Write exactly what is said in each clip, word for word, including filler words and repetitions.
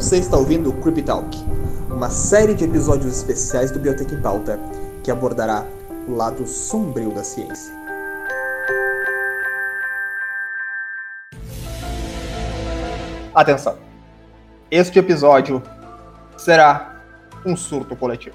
Você está ouvindo o Creepy Talk, uma série de episódios especiais do Biotech em Pauta que abordará o lado sombrio da ciência. Atenção! Este episódio será um surto coletivo.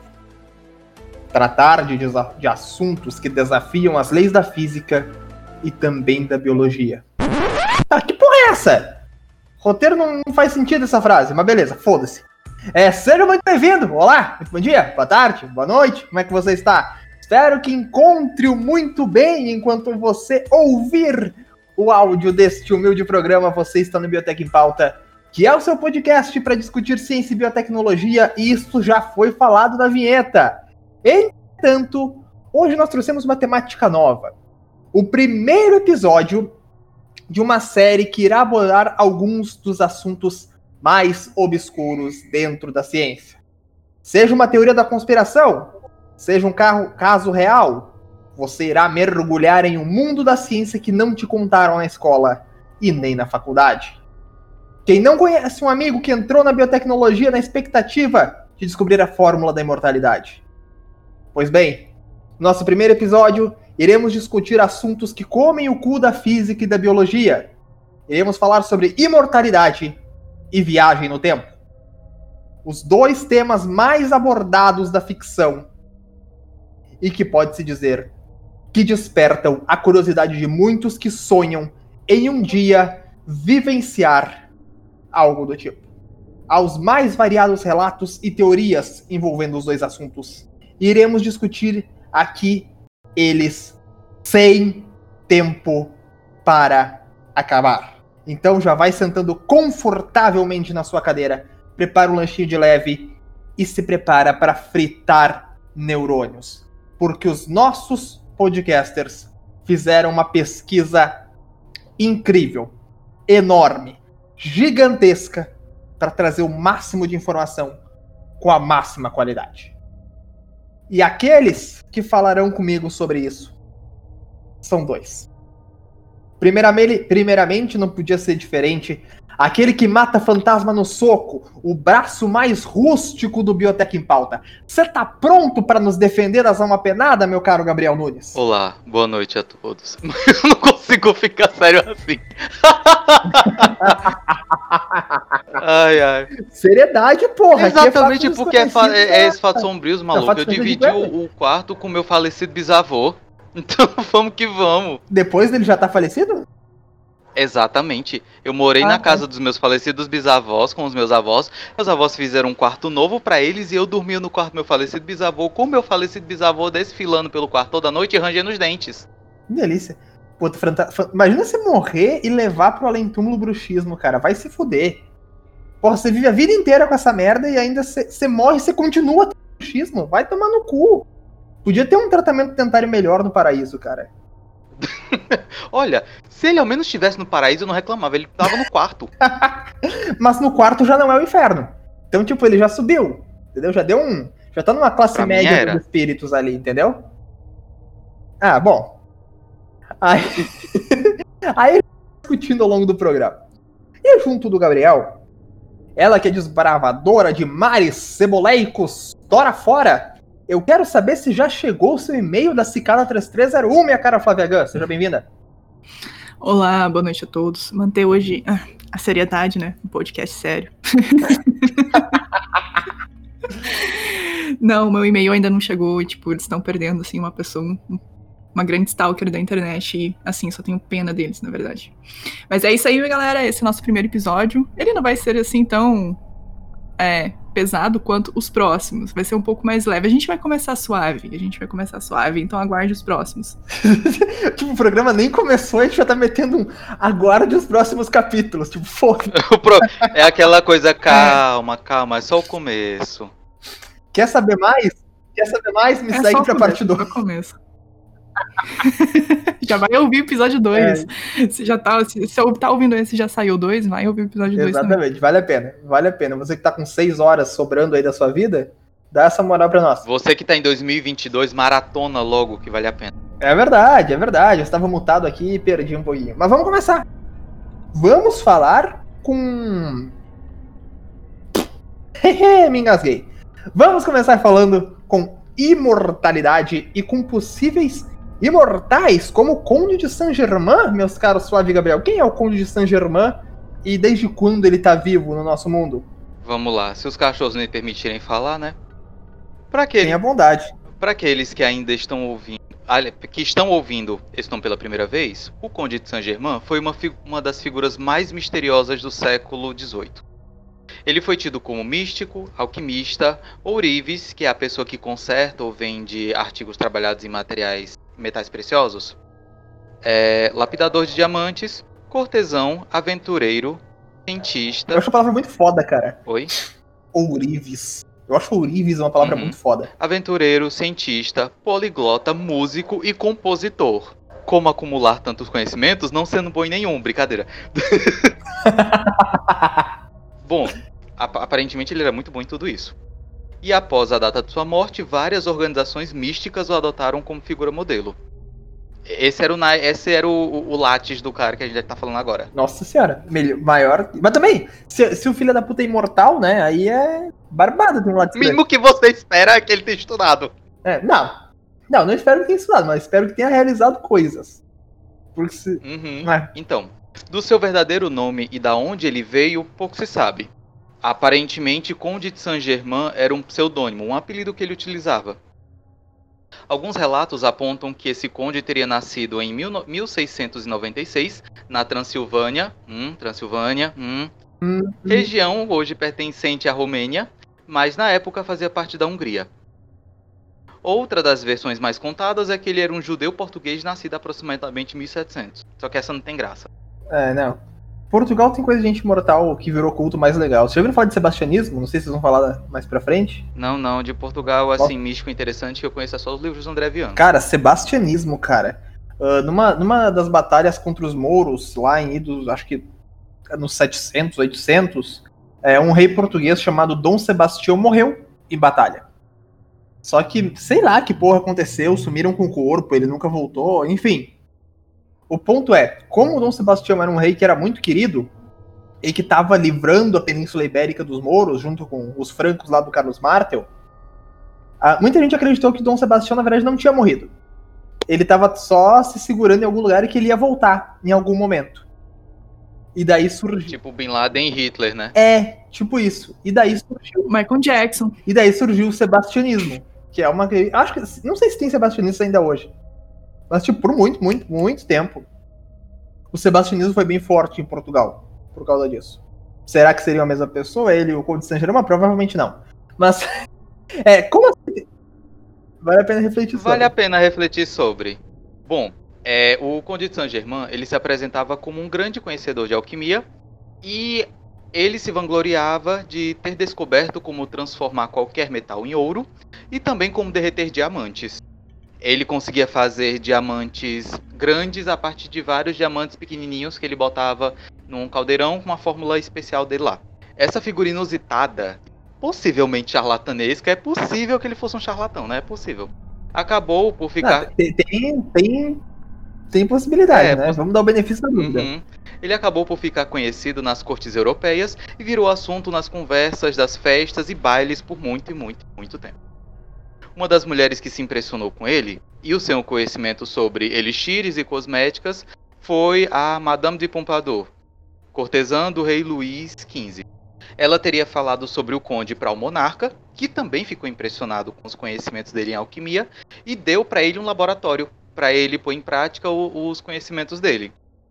Tratar de, desa- de assuntos que desafiam as leis da física e também da biologia. Ah, que porra é essa? Roteiro não, não faz sentido essa frase, mas beleza, foda-se. É, seja muito bem-vindo, olá, muito bom dia, boa tarde, boa noite, como é que você está? Espero que encontre-o muito bem enquanto você ouvir o áudio deste humilde programa. Você está no Biotech em Pauta, que é o seu podcast para discutir ciência e biotecnologia, e isso já foi falado na vinheta. Entretanto, hoje nós trouxemos uma temática nova. O primeiro episódio de uma série que irá abordar alguns dos assuntos mais obscuros dentro da ciência. Seja uma teoria da conspiração, seja um carro, caso real, você irá mergulhar em um mundo da ciência que não te contaram na escola e nem na faculdade. Quem não conhece um amigo que entrou na biotecnologia na expectativa de descobrir a fórmula da imortalidade? Pois bem, no nosso primeiro episódio, iremos discutir assuntos que comem o cu da física e da biologia. Iremos falar sobre imortalidade e viagem no tempo. Os dois temas mais abordados da ficção e que pode-se dizer que despertam a curiosidade de muitos que sonham em um dia vivenciar algo do tipo. Aos mais variados relatos e teorias envolvendo os dois assuntos, iremos discutir aqui eles sem tempo para acabar. Então já vai sentando confortavelmente na sua cadeira, prepara um lanchinho de leve e se prepara para fritar neurônios. Porque os nossos podcasters fizeram uma pesquisa incrível, enorme, gigantesca, para trazer o máximo de informação com a máxima qualidade. E aqueles que falarão comigo sobre isso são dois. Primeiramente, primeiramente, não podia ser diferente, aquele que mata fantasma no soco, o braço mais rústico do Biotech em Pauta. Você tá pronto para nos defender das alma penada, meu caro Gabriel Nunes? Olá, boa noite a todos. Eu não consigo ficar sério assim. Ai, ai. Seriedade, porra. Exatamente, é porque é, fa- é, é esse fato sombrio, sombrios, maluco. Eu dividi o, o quarto com meu falecido bisavô. Então vamos que vamos. Depois dele já tá falecido? Exatamente. Eu morei Ah, na tá. casa dos meus falecidos bisavós com os meus avós. Meus avós fizeram um quarto novo pra eles e eu dormia no quarto do meu falecido bisavô com o meu falecido bisavô desfilando pelo quarto toda noite e rangendo os dentes. Que delícia. Pô, tu franta- fa- imagina você morrer e levar pro além-túmulo bruxismo, cara. Vai se fuder. Porra, você vive a vida inteira com essa merda e ainda você você morre e você continua tendo bruxismo. Vai tomar no cu. Podia ter um tratamento dentário melhor no paraíso, cara. Olha, se ele ao menos estivesse no paraíso, eu não reclamava. Ele tava no quarto. Mas no quarto já não é o inferno. Então, tipo, ele já subiu. Entendeu? Já deu um. Já tá numa classe Pra mim média era. dos espíritos ali, entendeu? Ah, bom. Aí. Aí, discutindo ao longo do programa. E junto do Gabriel, ela que é desbravadora de mares ceboleicos, Dora fora. Eu quero saber se já chegou o seu e-mail da Cicada três três zero um, minha cara Flávia Gun. Seja bem-vinda. Olá, boa noite a todos. Manter hoje ah, a seriedade, né? Um podcast sério. Não, meu e-mail ainda não chegou e, tipo, eles estão perdendo, assim, uma pessoa, um- uma grande stalker da internet e, assim, só tenho pena deles, na verdade. Mas é isso aí, galera. Esse é o nosso primeiro episódio. Ele não vai ser, assim, tão é, pesado quanto os próximos. Vai ser um pouco mais leve. A gente vai começar suave. A gente vai começar suave, então aguarde os próximos. Tipo, o programa nem começou e a gente já tá metendo um aguarde os próximos capítulos. Tipo, foda. O pro- É aquela coisa, calma, calma, é só o começo. Quer saber mais? Quer saber mais? Me É segue só o pra começo, parte dois. só o começo. Já vai ouvir o episódio dois. Se já tá, se, se eu tá ouvindo esse já saiu o dois, vai ouvir o episódio dois também. Exatamente, vale a pena. Vale a pena. Você que tá com seis horas sobrando aí da sua vida, dá essa moral pra nós. Você que tá em dois mil e vinte e dois, maratona logo, que vale a pena. É verdade, é verdade. Eu estava mutado aqui e perdi um pouquinho. Mas vamos começar. Vamos falar com Me engasguei. Vamos começar falando com imortalidade e com possíveis imortais, como o Conde de Saint-Germain, meus caros Suave e Gabriel. Quem é o Conde de Saint-Germain e desde quando ele tá vivo no nosso mundo? Vamos lá, se os cachorros me permitirem falar, né? Pra aquele, Tenha bondade. pra aqueles que ainda estão ouvindo, que estão ouvindo estão pela primeira vez, o Conde de Saint-Germain foi uma, uma das figuras mais misteriosas do século dezoito. Ele foi tido como místico, alquimista, ourives, que é a pessoa que conserta ou vende artigos trabalhados em materiais metais preciosos, é, lapidador de diamantes, cortesão, aventureiro, cientista... Eu acho a palavra muito foda, cara. Oi? Ourives. Eu acho ourives uma palavra Uhum. muito foda. Aventureiro, cientista, poliglota, músico e compositor. Como acumular tantos conhecimentos não sendo bom em nenhum, brincadeira. Bom, ap- aparentemente ele era muito bom em tudo isso. E após a data de sua morte, várias organizações místicas o adotaram como figura modelo. Esse era o, na- esse era o, o, o látis do cara que a gente tá falando agora. Nossa senhora, melhor, maior. Mas também, se, se o filho da puta é imortal, né? Aí é barbado de um lado. O mínimo que você espera é que ele tenha estudado. É, não. Não, não espero que tenha estudado, mas espero que tenha realizado coisas. Porque se. Uhum. É. Então, do seu verdadeiro nome e da onde ele veio, pouco se sabe. Aparentemente, Conde de Saint-Germain era um pseudônimo, um apelido que ele utilizava. Alguns relatos apontam que esse conde teria nascido em mil seiscentos e noventa e seis, na Transilvânia, hum, Transilvânia, hum, Hum, região hoje pertencente à Romênia, mas na época fazia parte da Hungria. Outra das versões mais contadas é que ele era um judeu português nascido aproximadamente em mil e setecentos. Só que essa não tem graça. É, não. Portugal tem coisa de gente imortal que virou culto mais legal. Vocês já ouviram falar de sebastianismo? Não sei se vocês vão falar mais pra frente. Não, não, de Portugal, assim, místico interessante que eu conheço é só os livros do André Viana. Cara, sebastianismo, cara. Uh, numa, numa das batalhas contra os mouros, lá em idos, acho que nos setecentos, oitocentos, é, um rei português chamado Dom Sebastião morreu em batalha. Só que, sei lá que porra aconteceu, sumiram com o corpo, ele nunca voltou, enfim. O ponto é, como o Dom Sebastião era um rei que era muito querido, e que estava livrando a Península Ibérica dos mouros, junto com os francos lá do Carlos Martel, ah, muita gente acreditou que Dom Sebastião, na verdade, não tinha morrido. Ele estava só se segurando em algum lugar e que ele ia voltar em algum momento. E daí surgiu... Tipo Bin Laden e Hitler, né? É, tipo isso. E daí surgiu... Michael Jackson. E daí surgiu o sebastianismo, que é uma... Acho que... Não sei se tem sebastianismo ainda hoje. Mas, tipo, por muito, muito, muito tempo, o sebastianismo foi bem forte em Portugal, por causa disso. Será que seriam a mesma pessoa, ele e o Conde de Saint-Germain? Provavelmente não. Mas, é, como assim? Vale a pena refletir sobre. Vale a pena refletir sobre. Bom, é, o Conde de Saint-Germain, ele se apresentava como um grande conhecedor de alquimia e ele se vangloriava de ter descoberto como transformar qualquer metal em ouro e também como derreter diamantes. Ele conseguia fazer diamantes grandes a partir de vários diamantes pequenininhos que ele botava num caldeirão com uma fórmula especial dele lá. Essa figura inusitada, possivelmente charlatanesca, é possível que ele fosse um charlatão, né? É possível. Acabou por ficar... Não, tem, tem, tem, tem possibilidade, É, né? poss- Vamos dar o benefício da dúvida. Uhum. Ele acabou por ficar conhecido nas cortes europeias e virou assunto nas conversas das festas e bailes por muito e muito, muito tempo. Uma das mulheres que se impressionou com ele e o seu conhecimento sobre elixires e cosméticas foi a Madame de Pompadour, cortesã do rei Luís quinze. Ela teria falado sobre o conde para o monarca, que também ficou impressionado com os conhecimentos dele em alquimia e deu para ele um laboratório para ele pôr em prática o, os conhecimentos dele.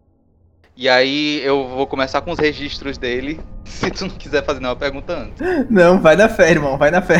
E aí eu vou começar com os registros dele, se tu não quiser fazer nenhuma pergunta antes. Não, vai na fé, irmão, vai na fé.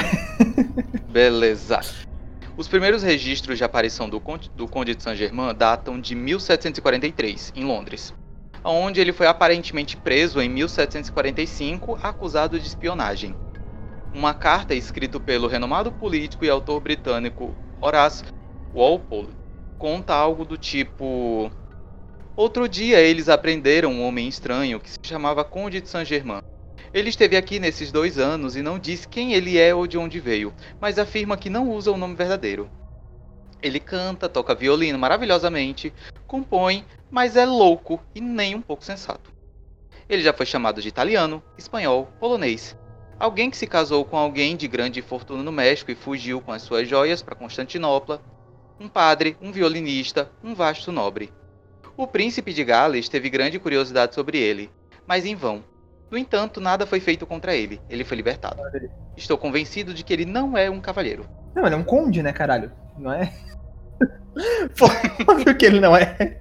Beleza. Os primeiros registros de aparição do Conde, do Conde de Saint-Germain datam de mil setecentos e quarenta e três, em Londres, onde ele foi aparentemente preso em mil setecentos e quarenta e cinco, acusado de espionagem. Uma carta escrita pelo renomado político e autor britânico Horace Walpole conta algo do tipo: outro dia eles apreenderam um homem estranho que se chamava Conde de Saint-Germain. Ele esteve aqui nesses dois anos e não disse quem ele é ou de onde veio, mas afirma que não usa o nome verdadeiro. Ele canta, toca violino maravilhosamente, compõe, mas é louco e nem um pouco sensato. Ele já foi chamado de italiano, espanhol, polonês. Alguém que se casou com alguém de grande fortuna no México e fugiu com as suas joias para Constantinopla. Um padre, um violinista, um vasto nobre. O príncipe de Gales teve grande curiosidade sobre ele, mas em vão. No entanto, nada foi feito contra ele. Ele foi libertado. Estou convencido de que ele não é um cavalheiro. Não, ele é um conde, né, caralho? Não é? Pô, óbvio que ele não é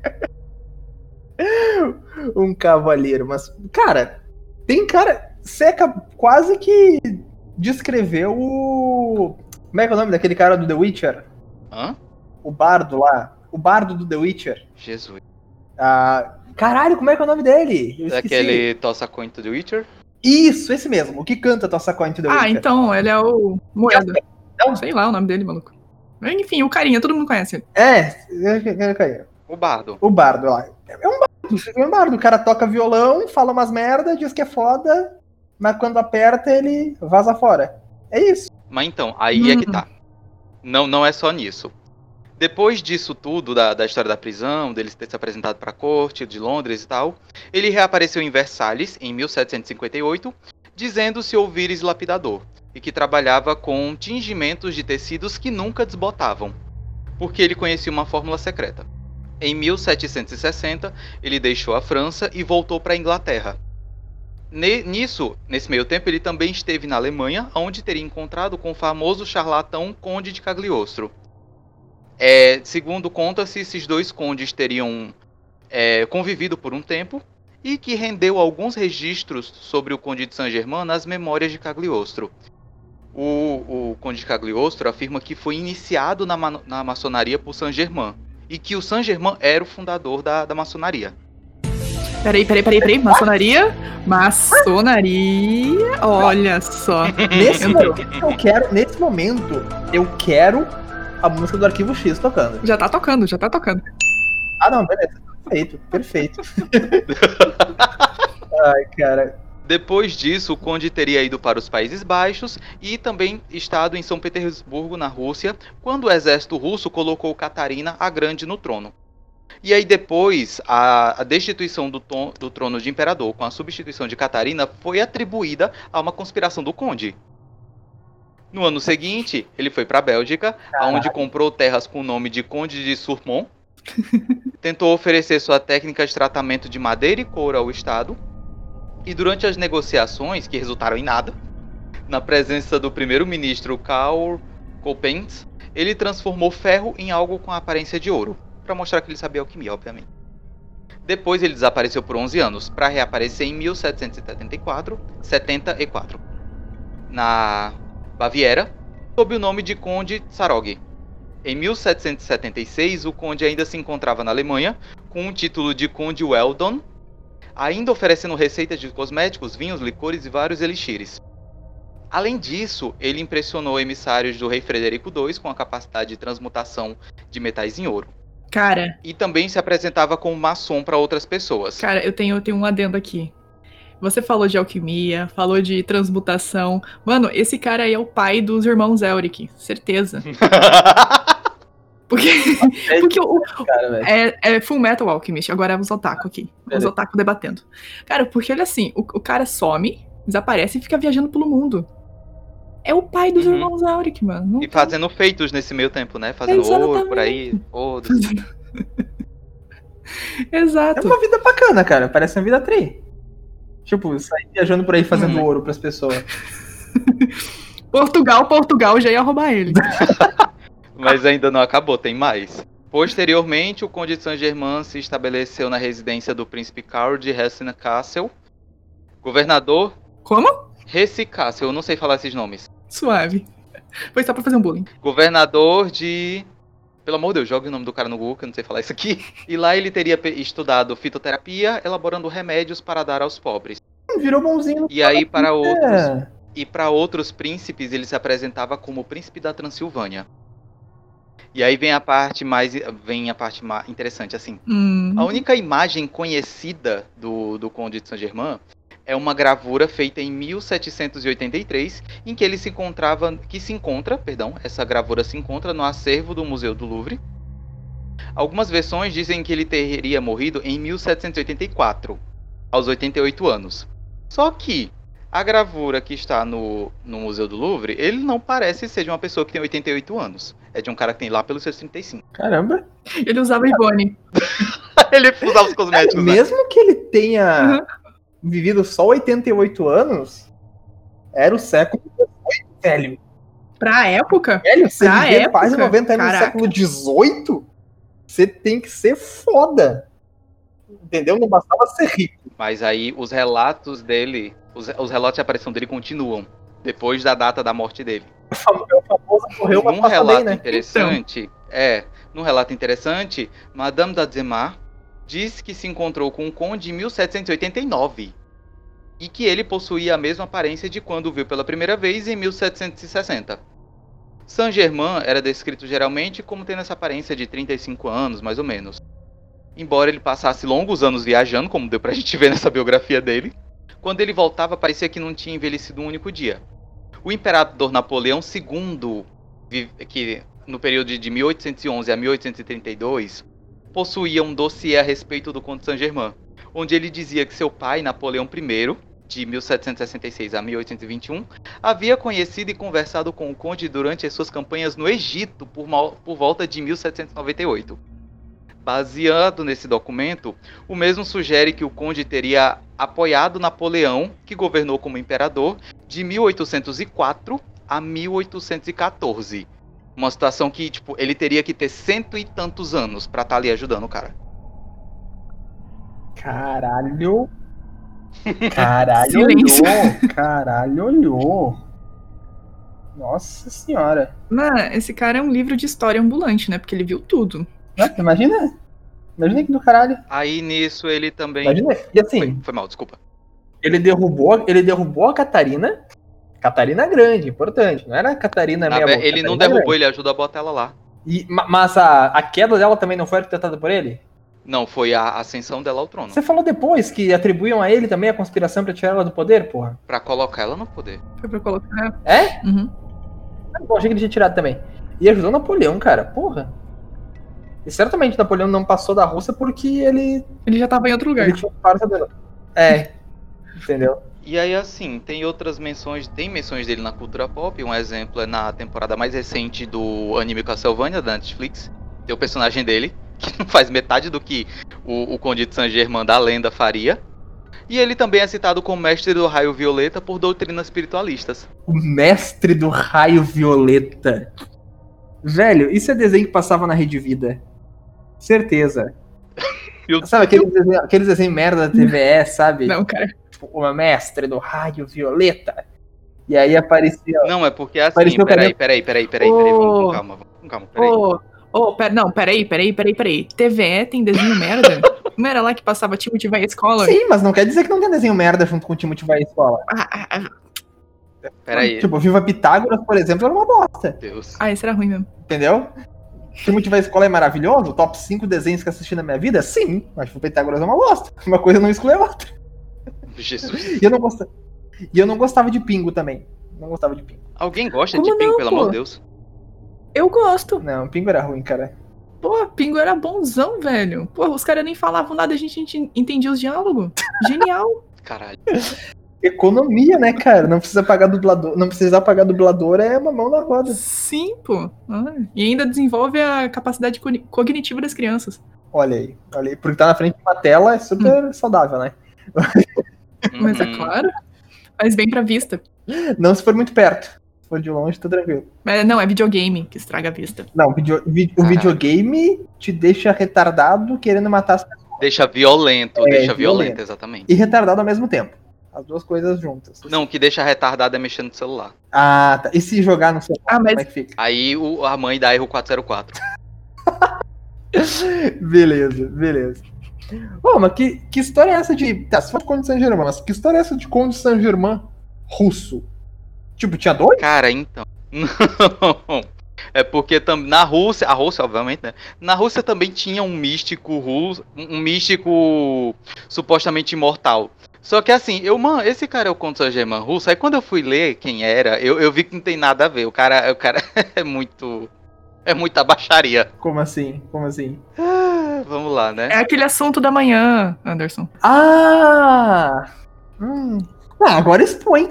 um cavalheiro, mas, cara, tem cara... Você quase que descreveu o... Como é que é o nome daquele cara do The Witcher? Hã? O bardo lá. O bardo do The Witcher. Jesus. Ah, caralho, como é que é o nome dele? Eu esqueci. Daquele Tossa Coin to The Witcher? Isso, esse mesmo. O que canta Tossa Coin to The Witcher? Ah, então, ele é o Moeda. É um... Sei lá o nome dele, maluco. Enfim, o carinha, todo mundo conhece ele. É, o bardo. O bardo lá. É um bardo, é um bardo. O cara toca violão, fala umas merda, diz que é foda, mas quando aperta ele vaza fora. É isso. Mas então, aí hum. é que tá. Não, não é só nisso. Depois disso tudo, da, da história da prisão, dele ter se apresentado para a corte de Londres e tal, ele reapareceu em Versalhes, em mil setecentos e cinquenta e oito, dizendo-se ouvires lapidador, e que trabalhava com tingimentos de tecidos que nunca desbotavam, porque ele conhecia uma fórmula secreta. Em mil setecentos e sessenta, ele deixou a França e voltou para a Inglaterra. Nisso, nesse meio tempo, ele também esteve na Alemanha, onde teria encontrado com o famoso charlatão Conde de Cagliostro. É, segundo conta-se, esses dois condes teriam é, convivido por um tempo e que rendeu alguns registros sobre o Conde de Saint-Germain nas memórias de Cagliostro. O, o Conde de Cagliostro afirma que foi iniciado na, na maçonaria por Saint-Germain e que o Saint-Germain era o fundador da, da maçonaria. Peraí, peraí, peraí, peraí, maçonaria? Maçonaria, olha só. Nesse momento, eu quero, nesse momento, eu quero a música do Arquivo X tocando. Já tá tocando, já tá tocando. Ah, não, beleza. Perfeito, perfeito. Ai, cara. Depois disso, o conde teria ido para os Países Baixos e também estado em São Petersburgo, na Rússia, quando o exército russo colocou Catarina a Grande no trono. E aí depois, a, a destituição do, ton, do trono de imperador com a substituição de Catarina foi atribuída a uma conspiração do conde. No ano seguinte, ele foi para a Bélgica, Caralho. onde comprou terras com o nome de Conde de Surmont, tentou oferecer sua técnica de tratamento de madeira e couro ao Estado, e durante as negociações, que resultaram em nada, na presença do primeiro-ministro Karl Koppens, ele transformou ferro em algo com a aparência de ouro, para mostrar que ele sabia alquimia, obviamente. Depois ele desapareceu por onze anos, para reaparecer em mil setecentos e setenta e quatro, na Baviera, sob o nome de Conde Sarog. Em mil setecentos e setenta e seis, o conde ainda se encontrava na Alemanha, com o título de Conde Weldon, ainda oferecendo receitas de cosméticos, vinhos, licores e vários elixires. Além disso, ele impressionou emissários do rei Frederico segundo com a capacidade de transmutação de metais em ouro. Cara... E também se apresentava como maçom para outras pessoas. Cara, eu tenho, eu tenho um adendo aqui. Você falou de alquimia, falou de transmutação. Mano, esse cara aí é o pai dos irmãos Elric, certeza. Porque, porque o, cara, é, é Full Metal Alchemist, agora é os otaku aqui. Os otaku debatendo. Cara, porque olha assim, o, o cara some, desaparece e fica viajando pelo mundo. É o pai dos uhum. irmãos Elric, mano. Não e tá... fazendo feitos nesse meio tempo, né? Fazendo Exatamente. ouro por aí. Foda-se. Exato. É uma vida bacana, cara. Parece uma vida tri. Tipo, sair viajando por aí fazendo hum. ouro pras pessoas. Portugal, Portugal já ia roubar ele. Mas ainda não acabou, tem mais. Posteriormente, o Conde de Saint-Germain se estabeleceu na residência do príncipe Karl de Hessen-Kassel. Governador... Como? Hesse-Kassel, eu não sei falar esses nomes. Suave. Foi só pra fazer um bullying. Governador de... Pelo amor de Deus, jogue o nome do cara no Google, que eu não sei falar isso aqui. E lá ele teria estudado fitoterapia, elaborando remédios para dar aos pobres. Virou bonzinho. E aí para outros... E para outros príncipes, ele se apresentava como o príncipe da Transilvânia. E aí vem a parte mais vem a parte mais interessante, assim. Hum. A única imagem conhecida do, do Conde de Saint-Germain é uma gravura feita em mil setecentos e oitenta e três, em que ele se encontrava, que se encontra, perdão, essa gravura se encontra no acervo do Museu do Louvre. Algumas versões dizem que ele teria morrido em mil setecentos e oitenta e quatro, aos oitenta e oito anos. Só que A gravura que está no, no Museu do Louvre, ele não parece ser de uma pessoa que tem oitenta e oito anos. É de um cara que tem lá pelos seus trinta e cinco. Caramba. Ele usava Ivone. Ele usava os cosméticos, né? Mesmo que ele tenha uhum. vivido só oitenta e oito anos, era o século dezoito, velho. Pra época? Velho, você pra viver época? quase noventa anos no século dezoito, você tem que ser foda. Entendeu? Não bastava ser rico. Mas aí os relatos dele, os, os relatos de aparição dele continuam depois da data da morte dele. O famoso morreu, mas num passa relato bem, né? interessante, então. é, num relato interessante, Madame d'Adhemar diz que se encontrou com um conde em mil setecentos e oitenta e nove e que ele possuía a mesma aparência de quando o viu pela primeira vez em mil setecentos e sessenta. Saint-Germain era descrito geralmente como tendo essa aparência de trinta e cinco anos, mais ou menos. Embora ele passasse longos anos viajando, como deu pra gente ver nessa biografia dele, quando ele voltava parecia que não tinha envelhecido um único dia. O imperador Napoleão segundo, que no período de mil oitocentos e onze a mil oitocentos e trinta e dois, possuía um dossiê a respeito do Conde de Saint-Germain, onde ele dizia que seu pai, Napoleão I, de mil setecentos e sessenta e seis a mil oitocentos e vinte e um, havia conhecido e conversado com o conde durante as suas campanhas no Egito por, mal, por volta de mil setecentos e noventa e oito. Baseado nesse documento, o mesmo sugere que o conde teria apoiado Napoleão, que governou como imperador, de mil oitocentos e quatro a mil oitocentos e quatorze. Uma situação que, tipo, ele teria que ter cento e tantos anos pra estar ali ajudando o cara. Caralho. Caralho, olhou. Caralho, olhou. Nossa senhora. Mano, esse cara é um livro de história ambulante, né? Porque ele viu tudo. Nossa, imagina. Imagina que do caralho. Aí nisso ele também... Imagina, e assim... Foi, foi mal, desculpa. Ele derrubou, ele derrubou a Catarina. Catarina grande, importante. Não era a Catarina meia boca. Ele Catarina não derrubou, grande. ele ajudou a botar ela lá. E, mas a, a queda dela também não foi arquitetada por ele? Não, foi a ascensão dela ao trono. Você falou depois que atribuíam a ele também a conspiração pra tirar ela do poder, porra? Pra colocar ela no poder. Foi pra colocar... É? Uhum. Bom, achei que ele tinha tirado também. E ajudou Napoleão, cara, porra. E certamente Napoleão não passou da Rússia porque ele... Ele já tava em outro lugar. Ele tinha farsa dele. É, entendeu? E aí, assim, tem outras menções, tem menções dele na cultura pop. Um exemplo é na temporada mais recente do anime Castlevania, da Netflix. Tem o personagem dele, que não faz metade do que o, o Conde de Saint-Germain da lenda faria. E ele também é citado como mestre do raio violeta por doutrinas espiritualistas. O mestre do raio violeta. Velho, isso é desenho que passava na Rede Vida. Certeza. Eu... Sabe aqueles desenhos aquele desenho merda da T V E, sabe? Não, cara. Tipo, o mestre do raio violeta. E aí aparecia... Não, é porque assim, Apareceu peraí, também- peraí, peraí, peraí, Ô. peraí, vamos com calma, vamos com calma, peraí. Ô, ô, pera, não, peraí, peraí, peraí, peraí. T V E tem desenho merda? Não era lá que passava Timothy vai à escola? Sim, mas não quer dizer que não tem desenho merda junto com o Timothy vai à escola. Ah, ah, ah, Peraí, Tipo, Viva Pitágoras, por exemplo, era uma bosta. Deus. ah, esse era ruim mesmo. Entendeu? Timothy vai à escola é maravilhoso? Top cinco desenhos que eu assisti na minha vida? Sim, mas Viva Pitágoras é uma bosta. Uma coisa não exclui a outra. Jesus. E eu não gostava, e eu não gostava de Pingo também. Não gostava de Pingo. Alguém gosta Como de Pingo, não, pelo pô? amor de Deus? Eu gosto. Não, Pingo era ruim, cara. Pô, Pingo era bonzão, velho. Pô, os caras nem falavam nada, a gente, a gente entendia os diálogos. Genial. Caralho. Economia, né, cara? Não precisa pagar dublador. Não precisar pagar dublador é uma mão na roda. Sim, pô. Ah, e ainda desenvolve a capacidade co- cognitiva das crianças. Olha aí, olha aí. Porque tá na frente de uma tela é super saudável, né? Mas é Uhum. claro. Faz bem pra vista. Não se for muito perto. Se for de longe, tá tranquilo. Mas não, é videogame que estraga a vista. Não, o, video- vi- o Caralho. videogame te deixa retardado querendo matar as pessoas. Deixa violento, É, deixa violento. violento, exatamente. E retardado ao mesmo tempo. As duas coisas juntas. Não, o que deixa retardado é mexendo no celular. Ah, tá. E se jogar no celular, Ah, mas- como é que fica? Aí o, a mãe dá erro quatrocentos e quatro. Beleza, beleza. Ô, mas que, que história é essa de... Tá, se for de Conde de Saint-Germain, mas que história é essa de Conde de Saint-Germain russo? Tipo, tinha dois? Cara, então. Não. É porque tam, na Rússia, a Rússia, obviamente, né? Na Rússia também tinha um místico russo, um místico supostamente imortal. Só que assim, eu, mano, esse cara é o Conde de Saint-Germain russo. Aí quando eu fui ler quem era, eu, eu vi que não tem nada a ver. O cara, o cara é muito. É muita baixaria. Como assim? Como assim? Ah, vamos lá, né? É aquele assunto da manhã, Anderson. Ah! Hum. Ah, agora expõe.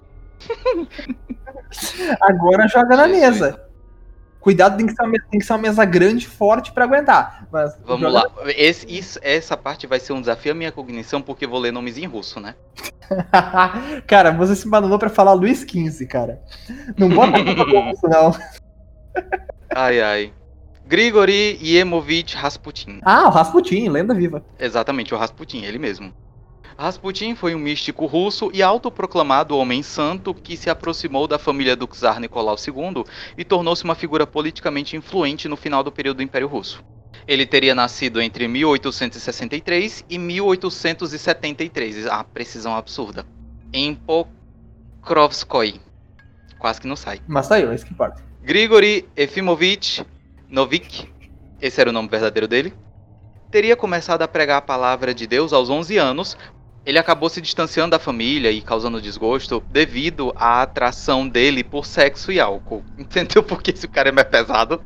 Agora joga na mesa. Cuidado, tem que ser uma mesa, tem que ser uma mesa grande e forte pra aguentar. Mas Vamos lá. Esse, isso, essa parte vai ser um desafio à minha cognição, porque eu vou ler nomes em russo, né? Cara, você se manuou pra falar Luiz quinze, cara. Não bota isso, não. Ai, ai. Grigori Yemovich Rasputin. Ah, o Rasputin, lenda viva. Exatamente, o Rasputin, ele mesmo. Rasputin foi um místico russo e autoproclamado homem santo que se aproximou da família do czar Nicolau segundo e tornou-se uma figura politicamente influente no final do período do Império Russo. Ele teria nascido entre mil oitocentos e sessenta e três e mil oitocentos e setenta e três, ah, precisão absurda, em Pokrovskoy. Quase que não sai. Mas saiu, é isso que importa. Grigori Efimovich Novik, esse era o nome verdadeiro dele, teria começado a pregar a palavra de Deus aos onze anos. Ele acabou se distanciando da família e causando desgosto devido à atração dele por sexo e álcool. Entendeu por que esse cara é mais pesado?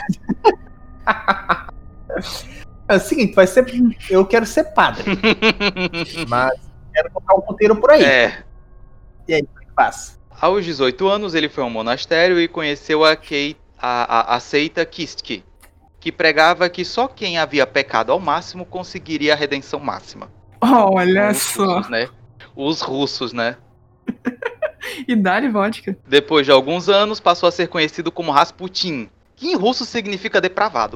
É o seguinte, vai ser. Eu quero ser padre. Mas quero colocar um ponteiro por aí. É. E aí, como é que faz? Aos dezoito anos, ele foi a um monastério e conheceu a, Kei, a, a, a seita Kistki, que pregava que só quem havia pecado ao máximo conseguiria a redenção máxima. Olha Os só. russos, né? Os russos, né? E dá-lhe vodka. Depois de alguns anos, passou a ser conhecido como Rasputin, que em russo significa depravado.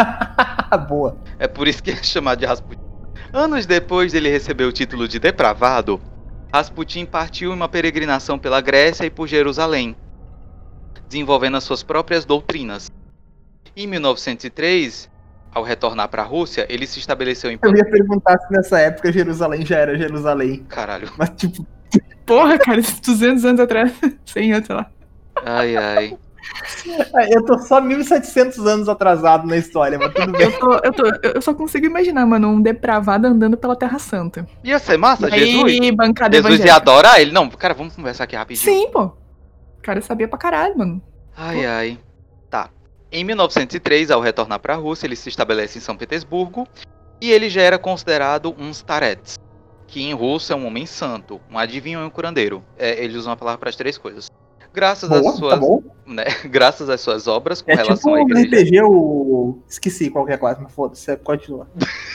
Boa. É por isso que é chamado de Rasputin. Anos depois dele receber o título de depravado, Rasputin partiu em uma peregrinação pela Grécia e por Jerusalém, desenvolvendo as suas próprias doutrinas. Em mil novecentos e três, ao retornar para a Rússia, ele se estabeleceu em... Eu ia perguntar se nessa época Jerusalém já era Jerusalém. Caralho. Mas tipo... Porra, cara, duzentos anos atrás. cem anos, sei lá. Ai, ai. Eu tô só mil e setecentos anos atrasado na história, mas tudo bem. Eu, tô, eu, tô, eu só consigo imaginar, mano, um depravado andando pela Terra Santa. Ia ser massa, E Jesus. aí, bancada Jesus ia evangélica. adorar ele. Não, cara, vamos conversar aqui rapidinho. Sim, pô. O cara sabia pra caralho, mano. Ai, ai. Tá. Em mil novecentos e três, ao retornar para a Rússia, ele se estabelece em São Petersburgo e ele já era considerado um starets, que em russo é um homem santo, um adivinho e um curandeiro. É, eles usam a palavra para as três coisas. Graças Boa, às suas, tá bom. né, graças às suas obras com É relação tipo à no igreja. R P G, o... Esqueci qual que é quase, mas foda-se, continua.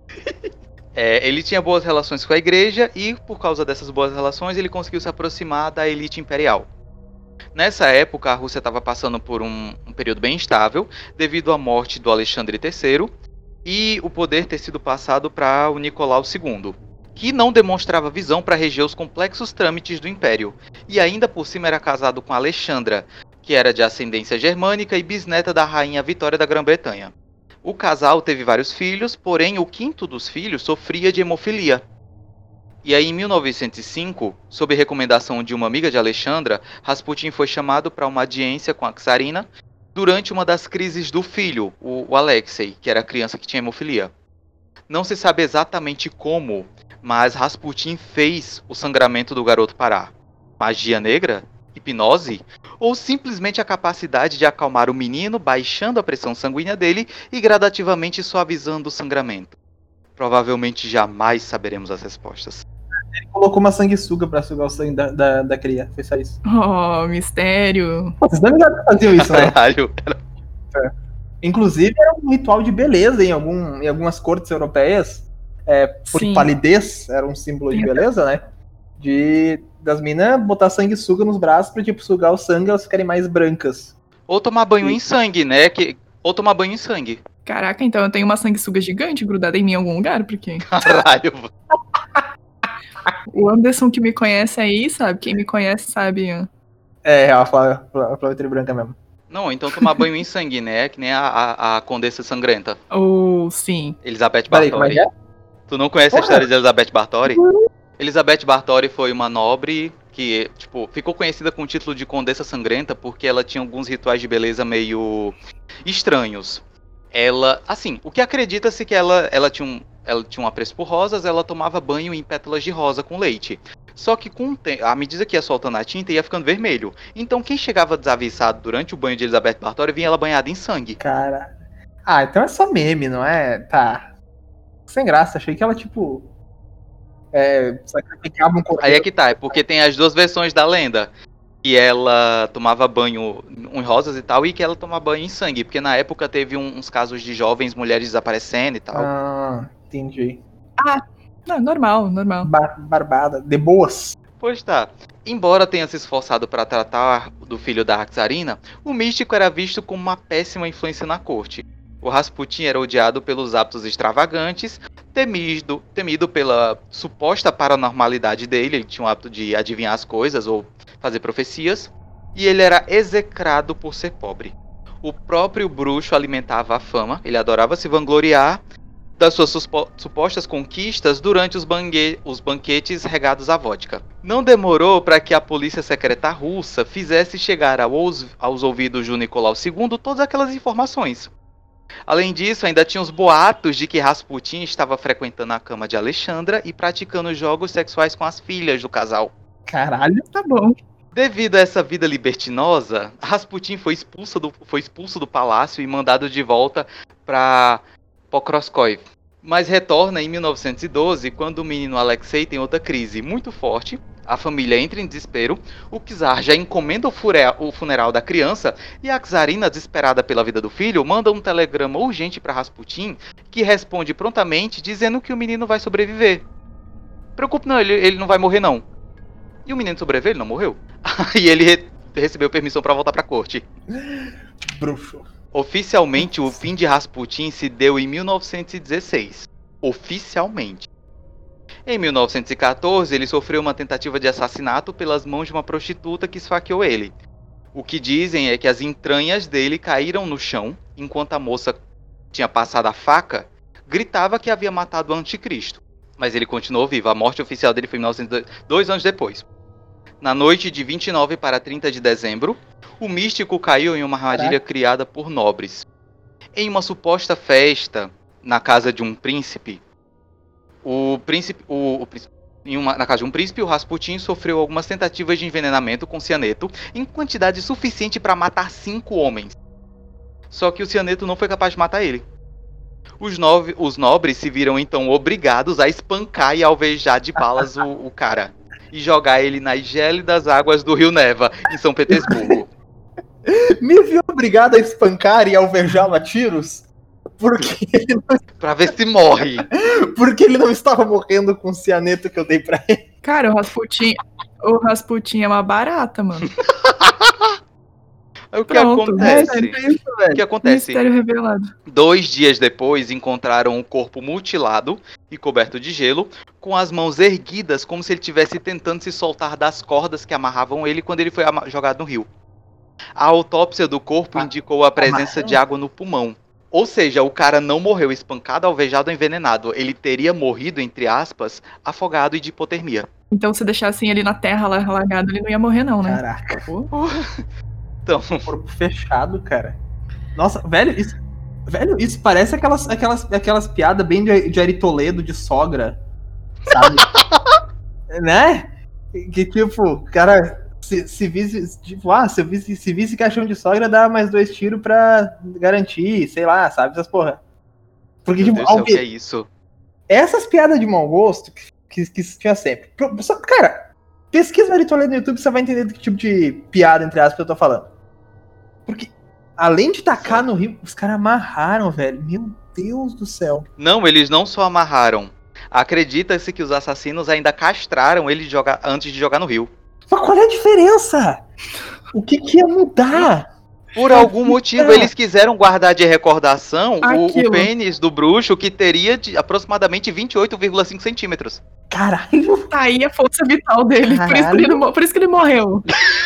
É, ele tinha boas relações com a igreja e, por causa dessas boas relações, ele conseguiu se aproximar da elite imperial. Nessa época, a Rússia estava passando por um, um período bem instável, devido à morte do Alexandre terceiro e o poder ter sido passado para o Nicolau segundo, que não demonstrava visão para reger os complexos trâmites do Império, e ainda por cima era casado com Alexandra, que era de ascendência germânica e bisneta da rainha Vitória da Grã-Bretanha. O casal teve vários filhos, porém o quinto dos filhos sofria de hemofilia. E aí, em mil novecentos e cinco, sob recomendação de uma amiga de Alexandra, Rasputin foi chamado para uma audiência com a czarina durante uma das crises do filho, o, o Alexei, que era a criança que tinha hemofilia. Não se sabe exatamente como, mas Rasputin fez o sangramento do garoto parar. Magia negra? Hipnose? Ou simplesmente a capacidade de acalmar o menino, baixando a pressão sanguínea dele e gradativamente suavizando o sangramento? Provavelmente jamais saberemos as respostas. Ele colocou uma sanguessuga pra sugar o sangue da, da, da cria. Foi só isso. Oh, mistério. Pô, vocês não já faziam isso, né? Caralho. Inclusive, era um ritual de beleza em, algum, em algumas cortes europeias. É, por Sim. palidez, era um símbolo de Sim. beleza, né? De das minas botar sanguessuga nos braços pra, tipo, sugar o sangue e elas ficarem mais brancas. Ou tomar banho em sangue, né? Que... Ou tomar banho em sangue. Caraca, então eu tenho uma sanguessuga gigante grudada em mim em algum lugar, porque Caralho. o Anderson que me conhece aí, sabe? Quem me conhece sabe. É, a Flávia, a Flávia branca mesmo. Não, então tomar banho em sangue, né? Que nem a, a, a Condessa Sangrenta. Ou sim. Elizabeth Peraí, como é Bartori. que é? Tu não conhece Porra. a história de Elizabeth Bartori? Elizabeth Bartori foi uma nobre que, tipo, ficou conhecida com o título de Condessa Sangrenta porque ela tinha alguns rituais de beleza meio estranhos. Ela, assim, o que acredita-se que ela, ela, tinha um, ela tinha um apreço por rosas, ela tomava banho em pétalas de rosa com leite. Só que com o tempo, à medida que ia soltando a tinta, ia ficando vermelho. Então quem chegava desavisado durante o banho de Elizabeth Bartori, vinha ela banhada em sangue. Cara. Ah, então é só meme, não é? Tá. Sem graça, achei que ela, tipo. É, sacrificavam um cordeiro. Aí é que tá, é porque tem as duas versões da lenda. Que ela tomava banho em rosas e tal, e que ela tomava banho em sangue. Porque na época teve um, uns casos de jovens mulheres desaparecendo e tal. Ah, entendi. Ah, não, normal, normal. Bar- barbada, de boas. Pois tá. Embora tenha se esforçado para tratar do filho da Aksarina, o místico era visto como uma péssima influência na corte. O Rasputin era odiado pelos hábitos extravagantes, temido, temido pela suposta paranormalidade dele. Ele tinha o hábito de adivinhar as coisas ou fazer profecias. E ele era execrado por ser pobre. O próprio bruxo alimentava a fama, ele adorava se vangloriar das suas suspo- supostas conquistas durante os, bangue- os banquetes regados à vodka. Não demorou para que a polícia secreta russa fizesse chegar aos, aos ouvidos do Nicolau segundo todas aquelas informações. Além disso, ainda tinha os boatos de que Rasputin estava frequentando a cama de Alexandra e praticando jogos sexuais com as filhas do casal. Caralho. Tá bom. Devido a essa vida libertinosa, Rasputin foi expulso do, foi expulso do palácio e mandado de volta para Pokrovskoy. Mas retorna em mil novecentos e doze, quando o menino Alexei tem outra crise muito forte. A família entra em desespero, o czar já encomenda o, fure- o funeral da criança e a Tsarina, desesperada pela vida do filho, manda um telegrama urgente para Rasputin, que responde prontamente dizendo que o menino vai sobreviver. Preocupe não, ele, ele não vai morrer não. E o menino sobreviveu, ele não morreu. Aí ele re- recebeu permissão para voltar para a corte. Bruxo. Oficialmente, o fim de Rasputin se deu em mil novecentos e dezesseis. Oficialmente. Em mil novecentos e quatorze, ele sofreu uma tentativa de assassinato pelas mãos de uma prostituta que esfaqueou ele. O que dizem é que as entranhas dele caíram no chão, enquanto a moça tinha passado a faca, gritava que havia matado o anticristo. Mas ele continuou vivo. A morte oficial dele foi em mil novecentos e dois, dois anos depois. Na noite de vinte e nove para trinta de dezembro, o místico caiu em uma armadilha criada por nobres. Em uma suposta festa na casa de um príncipe, o príncipe, o, o, em uma, na casa de um príncipe, o Rasputin sofreu algumas tentativas de envenenamento com cianeto em quantidade suficiente para matar cinco homens. Só que o cianeto não foi capaz de matar ele. Os, nove, os nobres se viram então obrigados a espancar e alvejar de balas o, o cara e jogar ele nas gélidas águas do Rio Neva, em São Petersburgo. Me viu obrigado a espancar e alvejá-lo a tiros? Porque ele, não, Pra ver se morre. porque ele não estava morrendo com o cianeto que eu dei pra ele. Cara, o Rasputin, o Rasputin é uma barata, mano. Aí o que Pronto, acontece? É isso, O velho. que acontece? Mistério revelado. Dois dias depois, encontraram um corpo mutilado e coberto de gelo, com as mãos erguidas, como se ele estivesse tentando se soltar das cordas que amarravam ele quando ele foi ama- jogado no rio. A autópsia do corpo Ah, indicou a presença amarrando? de água no pulmão. Ou seja, o cara não morreu espancado, alvejado ou envenenado. Ele teria morrido, entre aspas, afogado e de hipotermia. Então, se deixassem ele na terra lá largado, ele não ia morrer, não, né? Caraca, Pô. Então, corpo fechado, cara. Nossa, velho, isso, velho, isso parece aquelas, aquelas, aquelas piadas bem de, de Ari Toledo, de sogra, sabe? Né? Que tipo, cara, se, se visse, tipo, ah, se visse, se visse caixão de sogra, dá mais dois tiros pra garantir, sei lá, sabe? Essas porra. Porque, meu tipo, Deus do céu, o alguém- que é isso? essas piadas de mau gosto que, que, que tinha sempre. Pro- só- Cara, pesquisa Ari Toledo no YouTube, você vai entender do que tipo de piada, entre aspas, eu tô falando. Porque, além de tacar no rio, os caras amarraram, velho. Meu Deus do céu. Não, eles não só amarraram. Acredita-se que os assassinos ainda castraram ele de jogar- antes de jogar no rio. Mas qual é a diferença? O que que ia mudar? Por algum motivo, eles quiseram guardar de recordação o, o Aquilo. pênis do bruxo, que teria de aproximadamente vinte e oito vírgula cinco centímetros. Caralho. Tá aí a força vital dele. Por isso, que ele, não mo- por isso que ele morreu.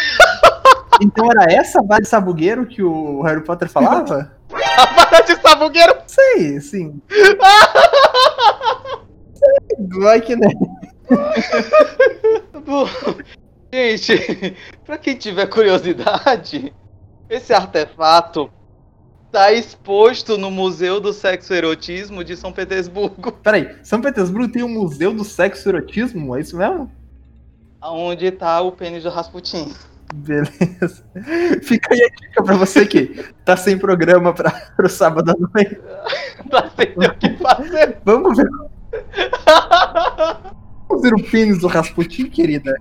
Então era essa vara de sabugueiro que o Harry Potter falava? A vara de sabugueiro! Sei, sim. Vai que né? Bom, gente, pra quem tiver curiosidade, esse artefato tá exposto no Museu do Sexo e Erotismo de São Petersburgo, Peraí, São Petersburgo tem um museu do sexo e erotismo? É isso mesmo? onde tá o pênis do Rasputin. Beleza. Fica aí a dica pra você que tá sem programa pra, pro sábado à noite. Tá sem o que fazer. Vamos ver. Vamos ver o pênis do Rasputin, querida.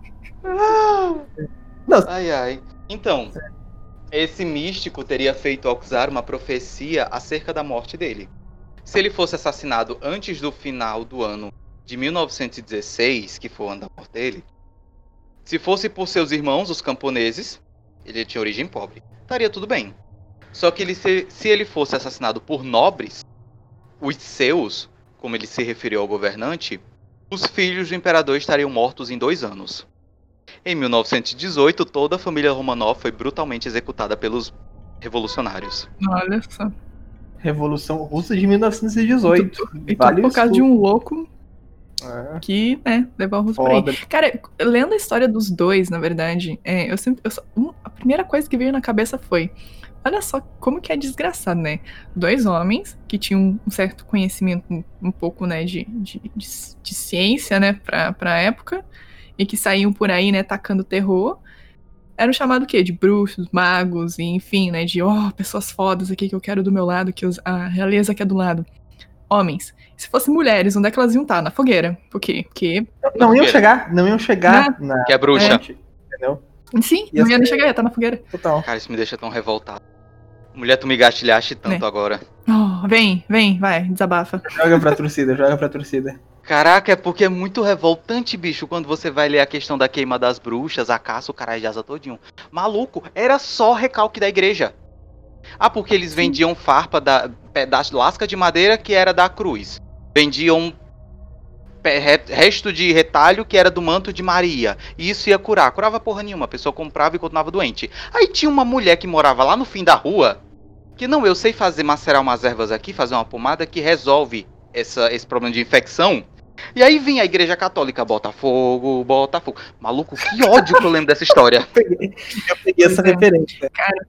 Não. Ai, ai. Então, esse místico teria feito ao Czar uma profecia acerca da morte dele. Se ele fosse assassinado antes do final do ano de mil novecentos e dezesseis, que foi o ano da morte dele, se fosse por seus irmãos, os camponeses, ele tinha origem pobre, estaria tudo bem. Só que ele se, se ele fosse assassinado por nobres, os seus, como ele se referiu ao governante, os filhos do imperador estariam mortos em dois anos. Em mil novecentos e dezoito, toda a família Romanov foi brutalmente executada pelos revolucionários. Olha só. Revolução Russa de mil novecentos e dezoito. E tudo, e tudo por causa de um louco é. que, né, levou a Rússia por aí. Cara, lendo a história dos dois, na verdade, é, eu sempre... Eu só, um, a primeira coisa que veio na cabeça foi... Olha só como que é desgraçado, né? Dois homens que tinham um certo conhecimento, um, um pouco, né, de, de, de, de ciência, né, pra, pra época, e que saíam por aí, né, tacando terror, eram chamados o quê? De bruxos, magos, e enfim, né, de, ó, oh, pessoas fodas aqui que eu quero do meu lado, que os, a realeza quer do lado. Homens. Se fossem mulheres, onde é que elas iam estar? Na fogueira. Por quê? Porque... Não, não iam chegar, não iam chegar na... Que é bruxa. É, entendeu? Sim, ia não ia nem chegar, ia estar na fogueira. Total. Cara, isso me deixa tão revoltado. Mulher, tu me gastilhaste tanto é. agora. Oh, vem, vem, vai, desabafa. Joga pra torcida, joga pra torcida. Caraca, é porque é muito revoltante, bicho, quando você vai ler a questão da queima das bruxas, a caça, o caralho de asa todinho. Maluco, era só recalque da igreja. Ah, porque eles Sim. vendiam farpa da, da lasca de madeira que era da cruz. Vendiam resto de retalho que era do manto de Maria. E isso ia curar. Curava porra nenhuma. A pessoa comprava e continuava doente. Aí tinha uma mulher que morava lá no fim da rua. Que não, eu sei fazer macerar umas ervas aqui, fazer uma pomada que resolve essa, esse problema de infecção. E aí vem a igreja católica, bota fogo, bota fogo. Maluco, que ódio que eu lembro dessa história. Eu peguei, eu peguei essa é. referência. Cara,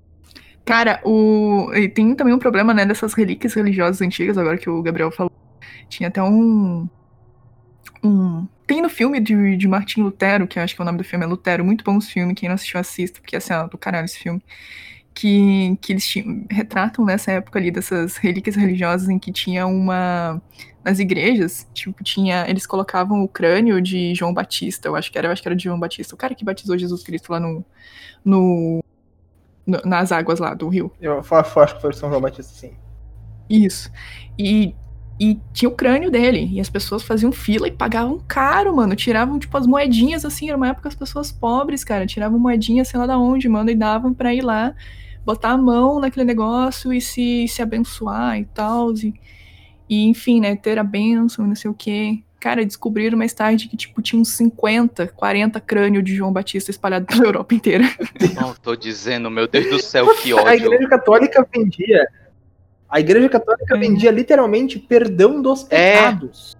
cara o... e tem também um problema, né, dessas relíquias religiosas antigas, agora que o Gabriel falou. Tinha até um... um... Tem no filme de, de Martin Lutero, que eu acho que o nome do filme é Lutero, muito bom esse filme, quem não assistiu assista, porque assim, ó, do caralho esse filme. Que, que eles tinham, retratam nessa época ali dessas relíquias religiosas em que tinha uma... Nas igrejas, tipo, tinha... Eles colocavam o crânio de João Batista, eu acho que era, eu acho que era de João Batista, o cara que batizou Jesus Cristo lá no... no, no nas águas lá do rio. Eu acho que foi o São João Batista, sim. Isso. E... E tinha o crânio dele, e as pessoas faziam fila e pagavam caro, mano, tiravam, tipo, as moedinhas, assim, era uma época as pessoas pobres, cara, tiravam moedinhas, sei lá da onde, mano, e davam pra ir lá, botar a mão naquele negócio e se, se abençoar e tal, e, e, enfim, né, ter a bênção e não sei o quê. Cara, descobriram mais tarde que, tipo, tinha uns cinquenta, quarenta crânios de João Batista espalhados pela Europa inteira. Não, tô dizendo, meu Deus do céu, que ódio. A Igreja Católica vendia... A Igreja Católica é. vendia literalmente perdão dos pecados.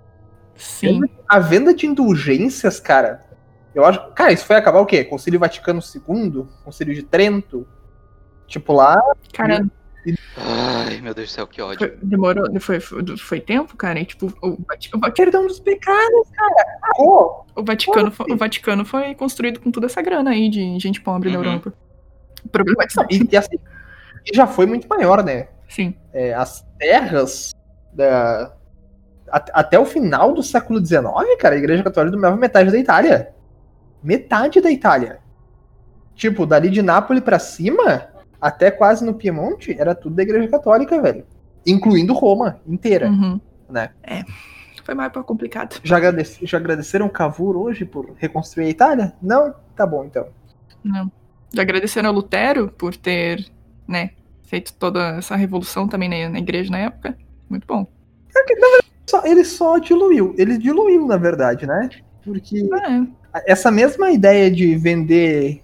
É. Sim. A venda de indulgências, cara. Eu acho. Cara, isso foi acabar o quê? Concílio Vaticano segundo? Concílio de Trento? Tipo lá. Cara. E... Ai, meu Deus do céu, que ódio. Foi, demorou. Foi, foi, foi tempo, cara? E, tipo, o, o perdão dos pecados, cara. Oh, o, Vaticano, foi, o Vaticano foi construído com toda essa grana aí de gente pobre uhum. na Europa. O problema é que e, e assim, já foi muito maior, né? Sim. É, as terras da, a, até o final do século dezenove, cara, a Igreja Católica dominava metade da Itália. Metade da Itália. Tipo, dali de Nápoles pra cima, até quase no Piemonte, era tudo da Igreja Católica, velho. Incluindo Roma inteira, uhum. né? É, foi mais pra complicado. Já, agradece, já agradeceram o Cavour hoje por reconstruir a Itália? Não? Tá bom, então. Não. Já agradeceram ao Lutero por ter, né, feito toda essa revolução também na, na igreja na época. Muito bom. É que, na verdade, só, ele só diluiu. Ele diluiu, na verdade, né? Porque é. essa mesma ideia de vender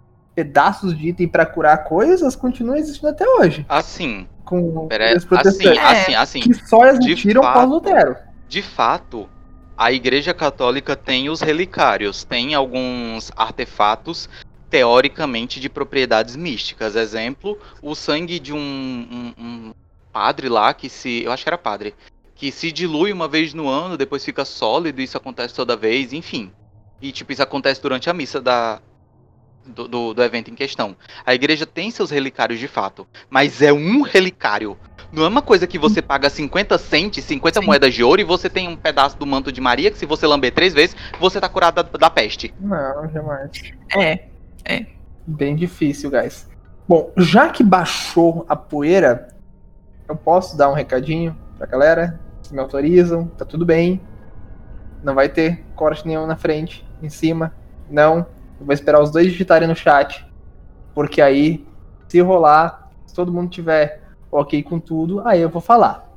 pedaços de item pra curar coisas continua existindo até hoje. Assim. Com pera, os protestantes. Assim, assim, assim. Que só existiram pós-Lutero. De fato, a Igreja Católica tem os relicários. Tem alguns artefatos teoricamente de propriedades místicas. Exemplo, o sangue de um, um, um padre lá, que se... Eu acho que era padre. Que se dilui uma vez no ano, depois fica sólido, isso acontece toda vez, enfim. E, tipo, isso acontece durante a missa da, do, do, do evento em questão. A igreja tem seus relicários de fato, mas é um relicário. Não é uma coisa que você paga cinquenta centes, cinquenta Sim. moedas de ouro e você tem um pedaço do manto de Maria que se você lamber três vezes, você tá curado da, da peste. Não, jamais. É. Bem difícil, guys. Bom, já que baixou a poeira, eu posso dar um recadinho pra galera? Se me autorizam, tá tudo bem. Não vai ter corte nenhum na frente, em cima. Não. Eu vou esperar os dois digitarem no chat. Porque aí, se rolar, se todo mundo tiver ok com tudo, aí eu vou falar.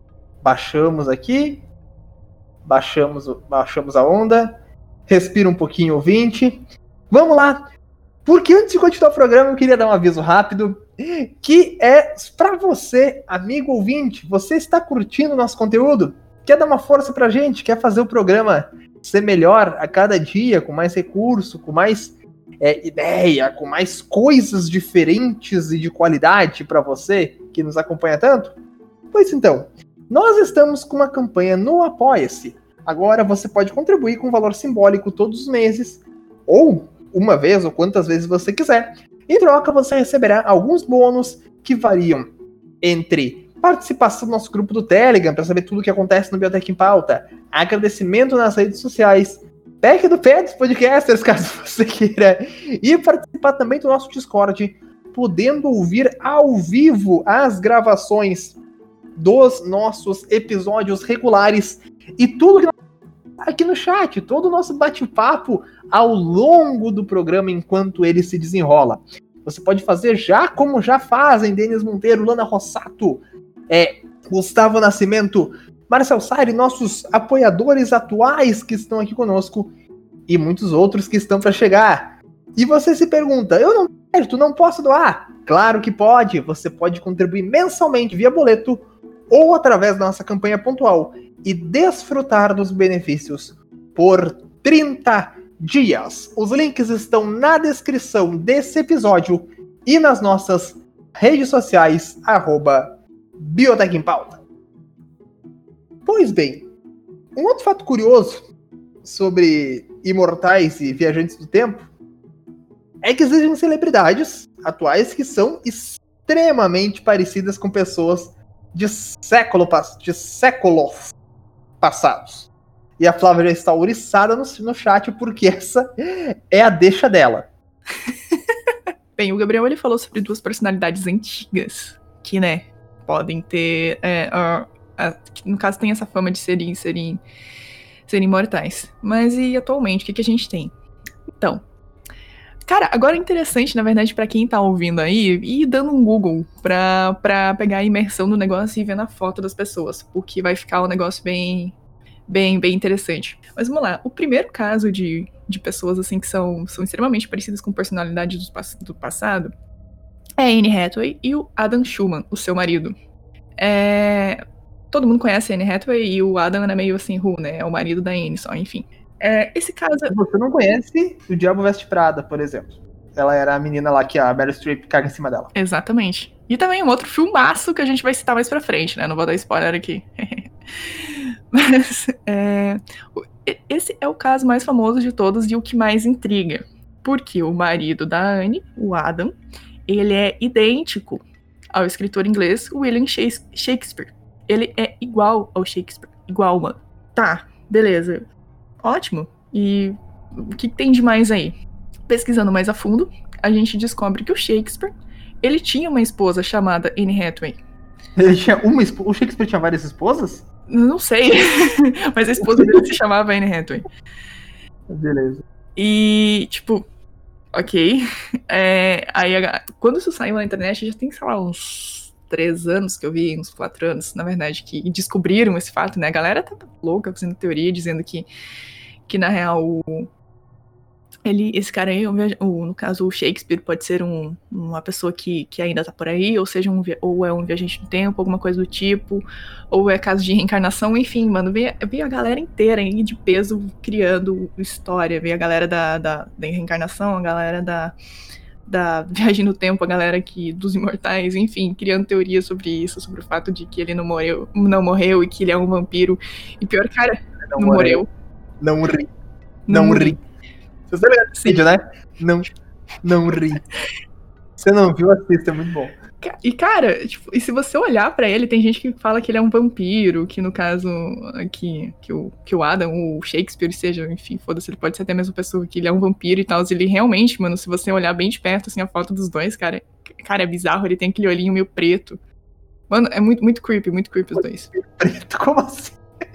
Baixamos aqui. Baixamos, baixamos a onda. Respira um pouquinho, ouvinte. Vamos lá. Porque antes de continuar o programa, eu queria dar um aviso rápido. Que é pra você, amigo ouvinte. Você está curtindo o nosso conteúdo? Quer dar uma força pra gente? Quer fazer o programa ser melhor a cada dia, com mais recurso, com mais é, ideia, com mais coisas diferentes e de qualidade pra você que nos acompanha tanto? Pois então, nós estamos com uma campanha no Apoia-se. Agora você pode contribuir com um valor simbólico todos os meses, ou uma vez, ou quantas vezes você quiser. Em troca, você receberá alguns bônus que variam entre participação no nosso grupo do Telegram para saber tudo o que acontece no Biotech em Pauta, agradecimento nas redes sociais, pack do pé dos podcasters, caso você queira, e participar também do nosso Discord, podendo ouvir ao vivo as gravações dos nossos episódios regulares e tudo que nós aqui no chat, todo o nosso bate-papo ao longo do programa enquanto ele se desenrola. Você pode fazer já como já fazem Denis Monteiro, Lana Rossato, é, Gustavo Nascimento, Marcel Sari, nossos apoiadores atuais que estão aqui conosco e muitos outros que estão para chegar. E você se pergunta, eu não quero, tu não posso doar? Claro que pode, você pode contribuir mensalmente via boleto ou através da nossa campanha pontual e desfrutar dos benefícios por trinta dias. Os links estão na descrição desse episódio e nas nossas redes sociais, arroba Biotech em Pauta. Pois bem, um outro fato curioso sobre imortais e viajantes do tempo é que existem celebridades atuais que são extremamente parecidas com pessoas de, século, de séculos passados. E a Flávia já está ouriçada no, no chat porque essa é a deixa dela. Bem, o Gabriel ele falou sobre duas personalidades antigas que, né, podem ter, é, uh, uh, no caso tem essa fama de serem, serem, serem imortais. Mas e atualmente, o que, que a gente tem? Então, cara, agora é interessante, na verdade, pra quem tá ouvindo aí, ir dando um Google pra, pra pegar a imersão no negócio e ver na foto das pessoas, porque vai ficar um negócio bem, bem, bem interessante. Mas vamos lá, o primeiro caso de, de pessoas, assim, que são, são extremamente parecidas com personalidades do, do passado é a Anne Hathaway e o Adam Schulman, o seu marido. É... Todo mundo conhece a Anne Hathaway e o Adam era meio assim, Who, né? É o marido da Anne, só, enfim. É, esse caso... Você não conhece o Diabo Veste Prada, por exemplo. Ela era a menina lá que a Meryl Streep caga em cima dela. Exatamente. E também um outro filmaço que a gente vai citar mais pra frente, né? Não vou dar spoiler aqui. Mas, é... esse é o caso mais famoso de todos e o que mais intriga. Porque o marido da Anne, o Adam, ele é idêntico ao escritor inglês William Shakespeare. Ele é igual ao Shakespeare. Igual, mano. Tá, beleza. Ótimo. E o que tem de mais aí? Pesquisando mais a fundo, a gente descobre que o Shakespeare, ele tinha uma esposa chamada Anne Hathaway. Ele tinha uma esposa? O Shakespeare tinha várias esposas? Não sei. Mas a esposa dele se chamava Anne Hathaway. Beleza. E, tipo, ok. É, aí, quando isso saiu na internet, já tem, sei lá, uns três anos que eu vi, uns quatro anos, na verdade, que descobriram esse fato, né? A galera tá louca fazendo teoria, dizendo que, que na real, o, ele, esse cara aí, o, no caso, o Shakespeare, pode ser um, uma pessoa que, que ainda tá por aí, ou seja, um, ou é um viajante do tempo, alguma coisa do tipo, ou é caso de reencarnação, enfim, mano, veio, veio a galera inteira aí de peso criando história, veio a galera da, da, da reencarnação, a galera da... da viagem no tempo, a galera que, dos imortais, enfim, criando teorias sobre isso, sobre o fato de que ele não morreu, não morreu e que ele é um vampiro. E pior, cara, não, não morreu. Não ri. Não, não ri. ri. Você tá ligado nesse vídeo, né? Não, não ri. Você não viu, assista, é muito bom. E, cara, tipo, e se você olhar pra ele, tem gente que fala que ele é um vampiro, que no caso, que, que, o, que o Adam, o Shakespeare, seja, enfim, foda-se, ele pode ser até a mesma pessoa, que ele é um vampiro e tal. Ele realmente, mano, se você olhar bem de perto, assim, a foto dos dois, cara, cara, é bizarro, ele tem aquele olhinho meio preto. Mano, é muito, muito creepy, muito creepy os dois. Preto, como assim?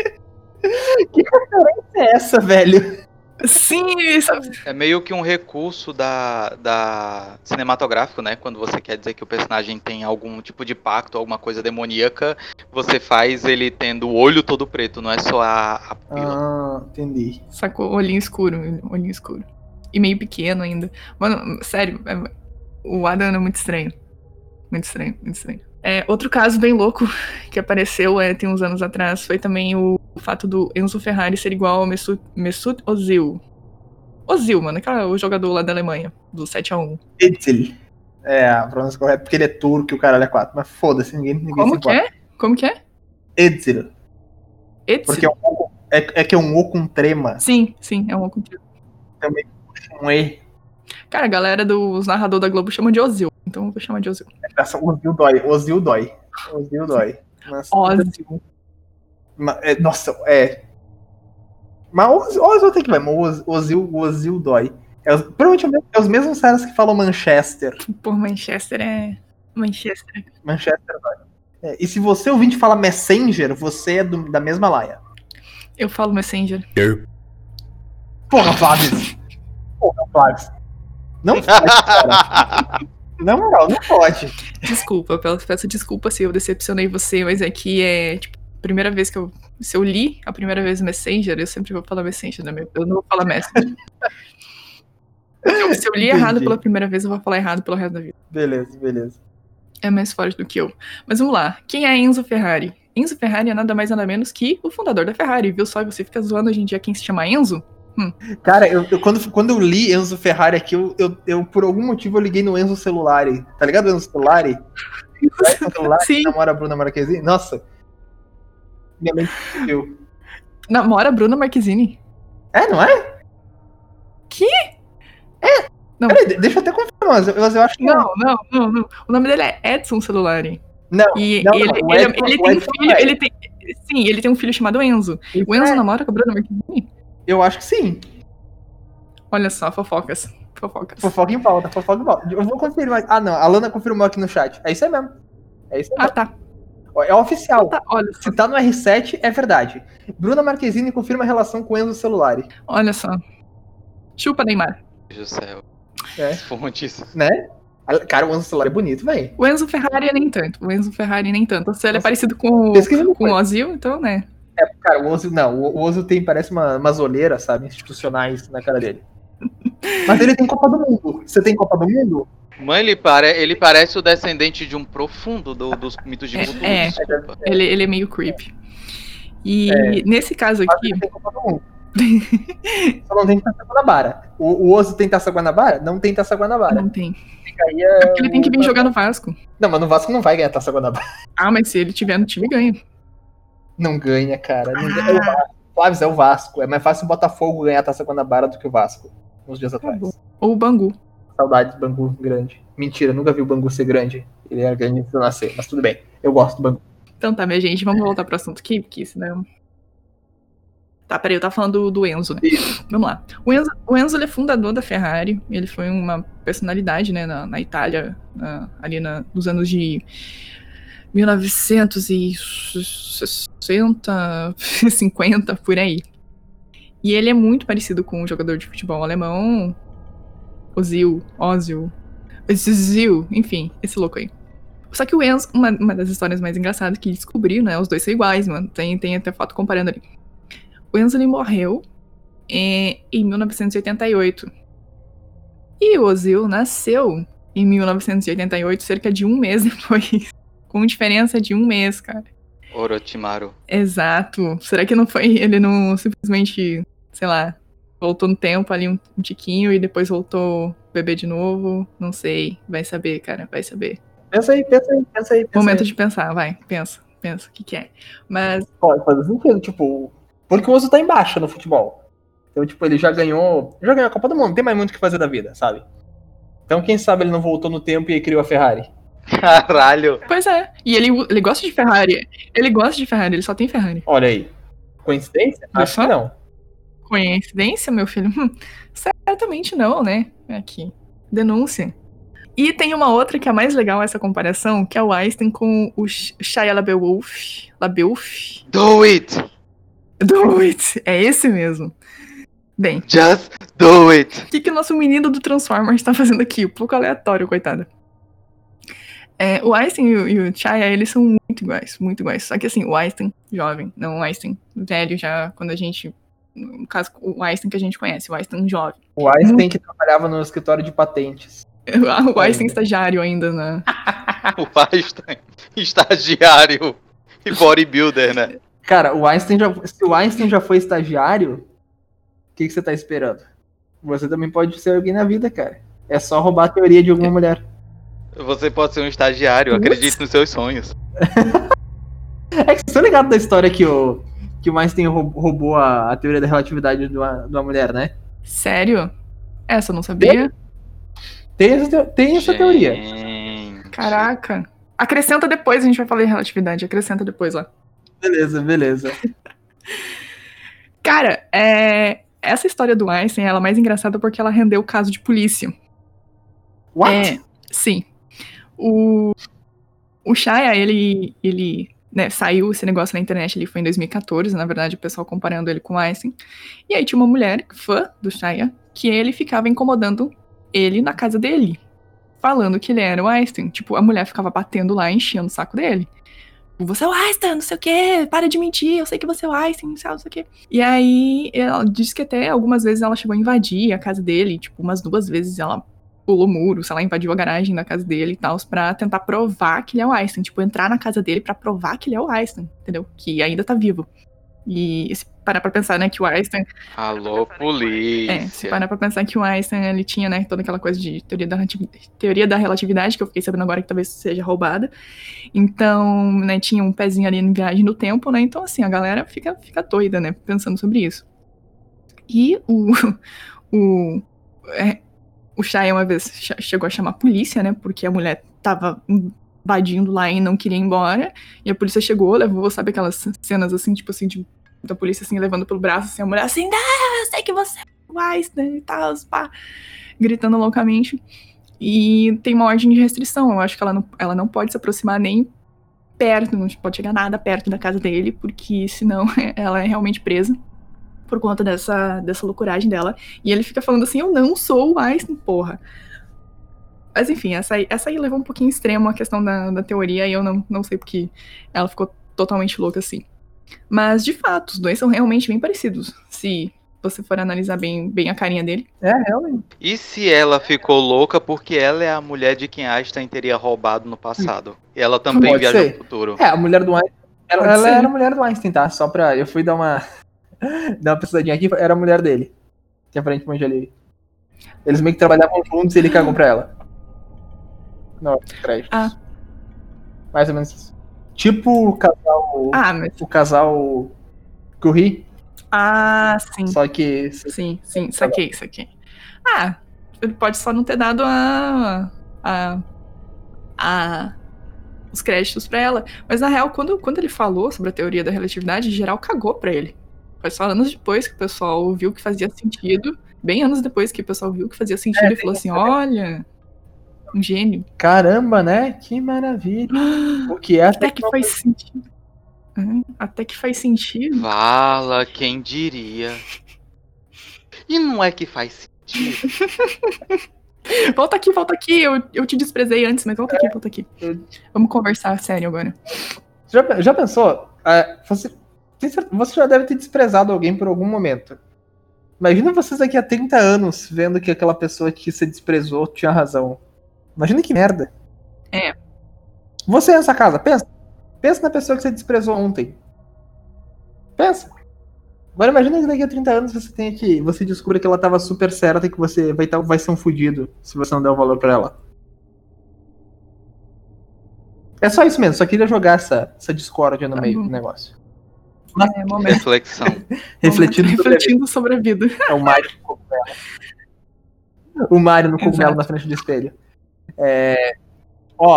Que referência é essa, velho? Sim, isso... É meio que um recurso da, da cinematográfico, né? Quando você quer dizer que o personagem tem algum tipo de pacto, alguma coisa demoníaca, você faz ele tendo o olho todo preto, não é só a, a pupila. Ah, entendi. Sacou? Olhinho escuro, olhinho escuro. E meio pequeno ainda. Mano, sério, é... o Adam é muito estranho. Muito estranho, muito estranho. É, outro caso bem louco que apareceu é, tem uns anos atrás foi também o, o fato do Enzo Ferrari ser igual ao Mesut, Mesut Ozil. Ozil, mano, aquela, o jogador lá da Alemanha, do sete a um. Ozil. É, a pronúncia correta, porque ele é turco e o caralho é quatro. Mas foda-se, ninguém, ninguém Como se que é? Como que é? Ozil. Ozil. Porque é, um o, é, é que é um O com trema. Sim, sim, é um O com trema. Também um E. Cara, a galera dos narradores da Globo chama de Ozil, então eu vou chamar de Ozil. Ozil dói, Ozil dói. Ozil dói. Mas, Ozil. mas, é, nossa, é. Mas o Ozil tem que vai, mas o Ozil, o Ozil dói. É, provavelmente é os mesmos caras que falam Manchester. Por Manchester é. Manchester. Manchester dói. É, e se você ouvinte fala Messenger, você é do, da mesma laia. Eu falo Messenger. Porra, Flávio. Porra, Flávio. Não pode, cara. Na moral, não pode. Desculpa, eu peço desculpa se eu decepcionei você, mas é que é, tipo, a primeira vez que eu... Se eu li a primeira vez Messenger, eu sempre vou falar Messenger, né? Eu não vou falar Messenger. Se eu li Entendi. errado pela primeira vez, eu vou falar errado pelo resto da vida. Beleza, beleza. É mais forte do que eu. Mas vamos lá. Quem é Enzo Ferrari? Enzo Ferrari é nada mais nada menos que o fundador da Ferrari, viu só? Você fica zoando hoje em dia quem se chama Enzo? Hum. Cara, eu, eu, quando, quando eu li Enzo Ferrari aqui, eu, eu, eu, por algum motivo, eu liguei no Enzo Celulari. Tá ligado, Enzo Celulari? Enzo Celulari, Sim. que namora a Bruna Marquezine? Nossa. Minha mente explodiu. Namora a Bruna Marquezine? É, não é? Que? É. Não. Peraí, deixa eu até confirmar, mas eu, mas eu acho que não. Não, não, não. O nome dele é Edson Celulari. Não, e não, ele, não, ele, Edson, ele tem um filho, é. ele tem... Sim, ele tem um filho chamado Enzo. Isso o Enzo é. namora com a Bruna Marquezine? Eu acho que sim. Olha só, fofocas. Fofocas. Fofoca em pauta, fofoca em pauta. Eu vou confirmar. Ah, não, a Lana confirmou aqui no chat. É isso aí mesmo. É isso aí Ah, mesmo. tá. É oficial. Ah, tá. Olha só. Se tá no R sete, é verdade. Bruna Marquezine confirma a relação com Enzo Celulari. Olha só. Chupa, Neymar. Meu Deus do céu. É. Fontes. Né? Cara, o Enzo Celulari é bonito, velho. O Enzo Ferrari nem tanto. O Enzo Ferrari nem tanto. Se ele é parecido com, Pesquisa com o Ozil, então, né? É, cara, o Ozil, não, o Ozil tem, parece uma, umas olheiras, sabe, institucionais na cara dele. Mas ele tem Copa do Mundo. Você tem Copa do Mundo? Mãe, ele, pare... ele parece o descendente de um profundo do, dos mitos de É, Cthulhu, é. desculpa. Ele, ele é meio creepy. E É. nesse caso Mas aqui... ele tem Copa do Mundo. Só não tem Taça Guanabara. O, o Ozil tem Taça Guanabara? Não tem Taça Guanabara. Não tem. Aí é É porque ele tem que vir o- jogar no Vasco. Não, mas no Vasco não vai ganhar Taça Guanabara. Ah, mas se ele tiver no time, ganha. Não ganha, cara. Não Ah. ganha. É o Vasco. Flávio, é o Vasco. É mais fácil o Botafogo ganhar a Taça Guanabara do que o Vasco. Uns dias atrás. bom. Ou o Bangu. Saudades do Bangu grande. Mentira, nunca vi o Bangu ser grande. Ele era grande antes de eu nascer, mas tudo bem. Eu gosto do Bangu. Então tá, minha gente, vamos voltar pro assunto aqui, porque senão... Tá, peraí, eu tava falando do, do Enzo, né? Vamos lá. O Enzo, o Enzo ele é fundador da Ferrari, ele foi uma personalidade, né, na, na Itália, na, ali na, nos anos de mil novecentos e sessenta, cinquenta, por aí. E ele é muito parecido com um jogador de futebol alemão, Ozil, Ozil, Ozil, enfim, esse louco aí. Só que o Enzo, uma, uma das histórias mais engraçadas que descobriu, né, os dois são iguais, mano, tem, tem até foto comparando ali. O Enzo ele morreu é, em mil novecentos e oitenta e oito. E o Ozil nasceu em mil novecentos e oitenta e oito, cerca de um mês depois. Com diferença de um mês, cara. Orochimaru. Exato. Será que não foi... Ele não simplesmente, sei lá, voltou no tempo ali um, um tiquinho e depois voltou bebê de novo? Não sei. Vai saber, cara. Vai saber. Pensa aí, pensa aí, pensa aí. Pensa Momento aí. de pensar. Vai. Pensa. Pensa. O que que é? Mas... Pode fazer sentido, tipo... Porque o Ozil tá em baixa no futebol. Então, tipo, ele já ganhou... Já ganhou a Copa do Mundo, não tem mais muito o que fazer da vida, sabe? Então, quem sabe ele não voltou no tempo e aí criou a Ferrari. Caralho. Pois é. E ele, ele gosta de Ferrari. Ele gosta de Ferrari, ele só tem Ferrari. Olha aí. Coincidência? Viu Acho só? que não. Coincidência, meu filho? Hum, certamente não, né? Aqui. Denúncia. E tem uma outra que é mais legal essa comparação, que é o Einstein com o Sh- Shia LaBeouf. LaBeouf. Do it! Do it! É esse mesmo. Bem, Just do it! o que, que o nosso menino do Transformers tá fazendo aqui? Um pouco aleatório, coitada. É, o Einstein e o, e o Shia, eles são muito iguais, muito iguais. Só que assim, o Einstein jovem, não o Einstein velho já, quando a gente... No caso, o Einstein que a gente conhece, o Einstein jovem. O Einstein que trabalhava no escritório de patentes. O Einstein estagiário ainda, né? O Einstein, estagiário e bodybuilder, né? Cara, o Einstein já, se o Einstein já foi estagiário, o que, que você tá esperando? Você também pode ser alguém na vida, cara. É só roubar a teoria de alguma mulher. Você pode ser um estagiário, Ups. acredite nos seus sonhos. É que vocês estão ligados da história que o, que o Einstein roubou, roubou a, a teoria da relatividade de uma, de uma mulher, né? Sério? Essa eu não sabia? Tem essa, teo- tem essa teoria. Gente. Caraca. Acrescenta depois, a gente vai falar em relatividade. Acrescenta depois lá. Beleza, beleza. Cara, é... essa história do Einstein, ela é mais engraçada porque ela rendeu o caso de polícia. What? É, sim. O, o Shia, ele, ele né, saiu esse negócio na internet, ele foi em dois mil e catorze, na verdade, o pessoal comparando ele com o Einstein. E aí tinha uma mulher, fã do Shia, que ele ficava incomodando ele na casa dele, falando que ele era o Einstein. Tipo, a mulher ficava batendo lá, enchendo o saco dele. Você é o Einstein, não sei o quê, para de mentir, eu sei que você é o Einstein, não sei, não sei o quê. E aí, ela disse que até algumas vezes ela chegou a invadir a casa dele, tipo, umas duas vezes ela pulou muro, sei lá, invadiu a garagem da casa dele e tal, pra tentar provar que ele é o Einstein, tipo, entrar na casa dele pra provar que ele é o Einstein, entendeu? Que ainda tá vivo. E se parar pra pensar, né, que o Einstein... Alô, polícia. É, se parar pra pensar que o Einstein, ele tinha, né, toda aquela coisa de teoria da, relatividade, teoria da relatividade, que eu fiquei sabendo agora que talvez seja roubada. Então, né, tinha um pezinho ali em viagem no tempo, né, então, assim, a galera fica, fica doida, né, pensando sobre isso. E o... o é, o Shia uma vez chegou a chamar a polícia, né, porque a mulher tava invadindo lá e não queria ir embora, e a polícia chegou, levou, sabe, aquelas cenas, assim, tipo assim, de, da polícia, assim, levando pelo braço, assim, a mulher assim, ah, eu sei que você é o Einstein e tal, pá, gritando loucamente, e tem uma ordem de restrição, eu acho que ela não, ela não pode se aproximar nem perto, não pode chegar nada perto da casa dele, porque senão ela é realmente presa, por conta dessa, dessa loucuragem dela, e ele fica falando assim, eu não sou o Einstein, porra. Mas enfim, essa aí, essa aí levou um pouquinho extremo a questão da, da teoria, e eu não, não sei porque ela ficou totalmente louca assim. Mas, de fato, os dois são realmente bem parecidos, se você for analisar bem, bem a carinha dele. É, realmente. E se ela ficou louca porque ela é a mulher de quem Einstein teria roubado no passado? E ela também Pode viajou ser. no futuro. É, a mulher do Einstein. Ela, Pode ela ser. era a mulher do Einstein, tá? Só pra. Eu fui dar uma. dar uma pesquisadinha aqui, era a mulher dele. Que aparentemente ali. Eles meio que trabalhavam juntos e ele cagou pra ela. Não, créditos. Ah. Mais ou menos isso. Tipo o casal. Ah, mas... O casal. Curry. Ah, sim. Só que. Sim, sim, saquei, saquei. Ah, ele pode só não ter dado a... a... a os créditos pra ela. Mas, na real, quando, quando ele falou sobre a teoria da relatividade, geral cagou pra ele. Foi só anos depois que o pessoal viu que fazia sentido. Bem anos depois que o pessoal viu que fazia sentido É, e falou assim, olha, um gênio. Caramba, né? Que maravilha. O que é Até que faz sentido. Uhum, até que faz sentido. Fala quem diria. E não é que faz sentido. Volta aqui, volta aqui. Eu, eu te desprezei antes, mas volta aqui, volta aqui. Eu- Vamos conversar sério agora. Já, já pensou? É, você, tem cer- você já deve ter desprezado alguém por algum momento. Imagina vocês daqui a trinta anos vendo que aquela pessoa que você desprezou tinha razão. Imagina que merda. É. Você nessa casa, pensa. Pensa na pessoa que você desprezou ontem. Pensa. Agora imagina que daqui a trinta anos você tem que. Você descubra que ela tava super certa e que você vai, tá, vai ser um fudido se você não der o valor pra ela. É só isso mesmo, só queria jogar essa, essa discórdia no Tá meio bom. do negócio. É, momento. Reflexão. Refletindo, sobre a vida. Refletindo sobre a vida. É o Mario no cogumelo. O Mario no cogumelo Exato. na frente do espelho. É... Ó,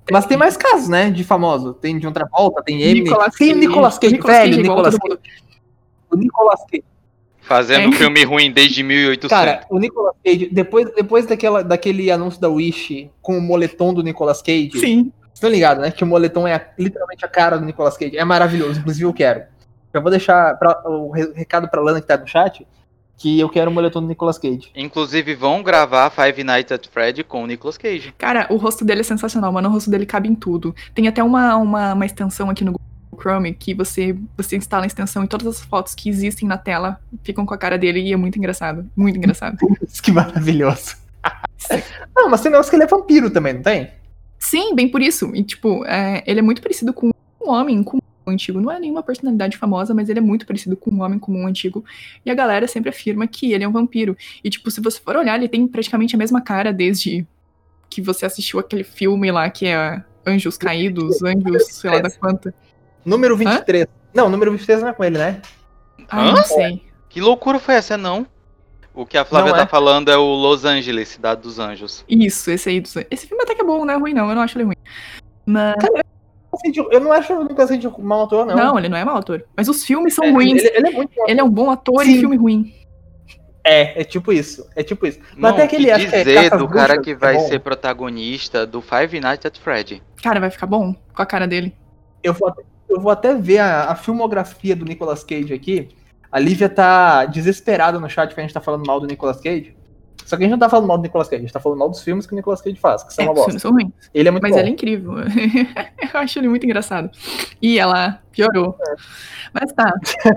Mas tem mais casos, né, de famoso. Tem de outra volta, tem M. Nicolas Tem Cage. Nicolas Cage, Nicolas velho, Cage é igual Nicolas todo Cage. O Nicolas Cage. Fazendo É. filme ruim desde mil e oitocentos. Cara, o Nicolas Cage, depois, depois daquela, daquele anúncio da Wish com o moletom do Nicolas Cage, Sim. vocês estão ligados, né? Que o moletom é a- literalmente a cara do Nicolas Cage. É maravilhoso, inclusive eu quero. Já vou deixar pra- o re- recado pra Lana que tá no chat, que eu quero o moletom do Nicolas Cage. Inclusive vão gravar Five Nights at Freddy com o Nicolas Cage. Cara, o rosto dele é sensacional, mano. O rosto dele cabe em tudo. Tem até uma, uma, uma extensão aqui no Google Chrome que você, você instala a extensão e todas as fotos que existem na tela ficam com a cara dele e é muito engraçado. Muito engraçado. Putz, que maravilhoso. Não, mas tem negócio que ele é vampiro também, não tem? Sim, bem por isso. E, tipo, é, ele é muito parecido com um homem comum antigo. Não é nenhuma personalidade famosa, mas ele é muito parecido com um homem comum antigo. E a galera sempre afirma que ele é um vampiro. E, tipo, se você for olhar, ele tem praticamente a mesma cara desde que você assistiu aquele filme lá que é Anjos Caídos, Anjos, sei lá da quanta. Número vinte e três. Não, número vinte e três não é com ele, né? Ah, Hã? não sei. Que loucura foi essa, não? O que a Flávia Não tá é. falando é o Los Angeles, Cidade dos Anjos. Isso, esse aí. dos- Esse filme até que é bom, não é ruim não, eu não acho ele ruim. Mas, Eu não acho o Nicolas Cage um mau ator, não. não. ele não é mau ator. Mas os filmes são É, ruins. Ele, Ele, ele é muito bom. é um bom ator Sim. em filme ruim. É, é tipo isso. É tipo isso. Mas Não, até aquele que acho que é dizer Caça às do cara Bruxas, que é vai bom. ser protagonista do Five Nights at Freddy. Cara, vai ficar bom com a cara dele. Eu vou, até- eu vou até ver a, a filmografia do Nicolas Cage aqui. A Lívia tá desesperada no chat que a gente tá falando mal do Nicolas Cage. Só que a gente não tá falando mal do Nicolas Cage, a gente tá falando mal dos filmes que o Nicolas Cage faz, que são É, uma os filmes bosta. são ruins. Ele é muito Mas bom. ele é incrível. Eu acho ele muito engraçado. E ela piorou. Mas tá.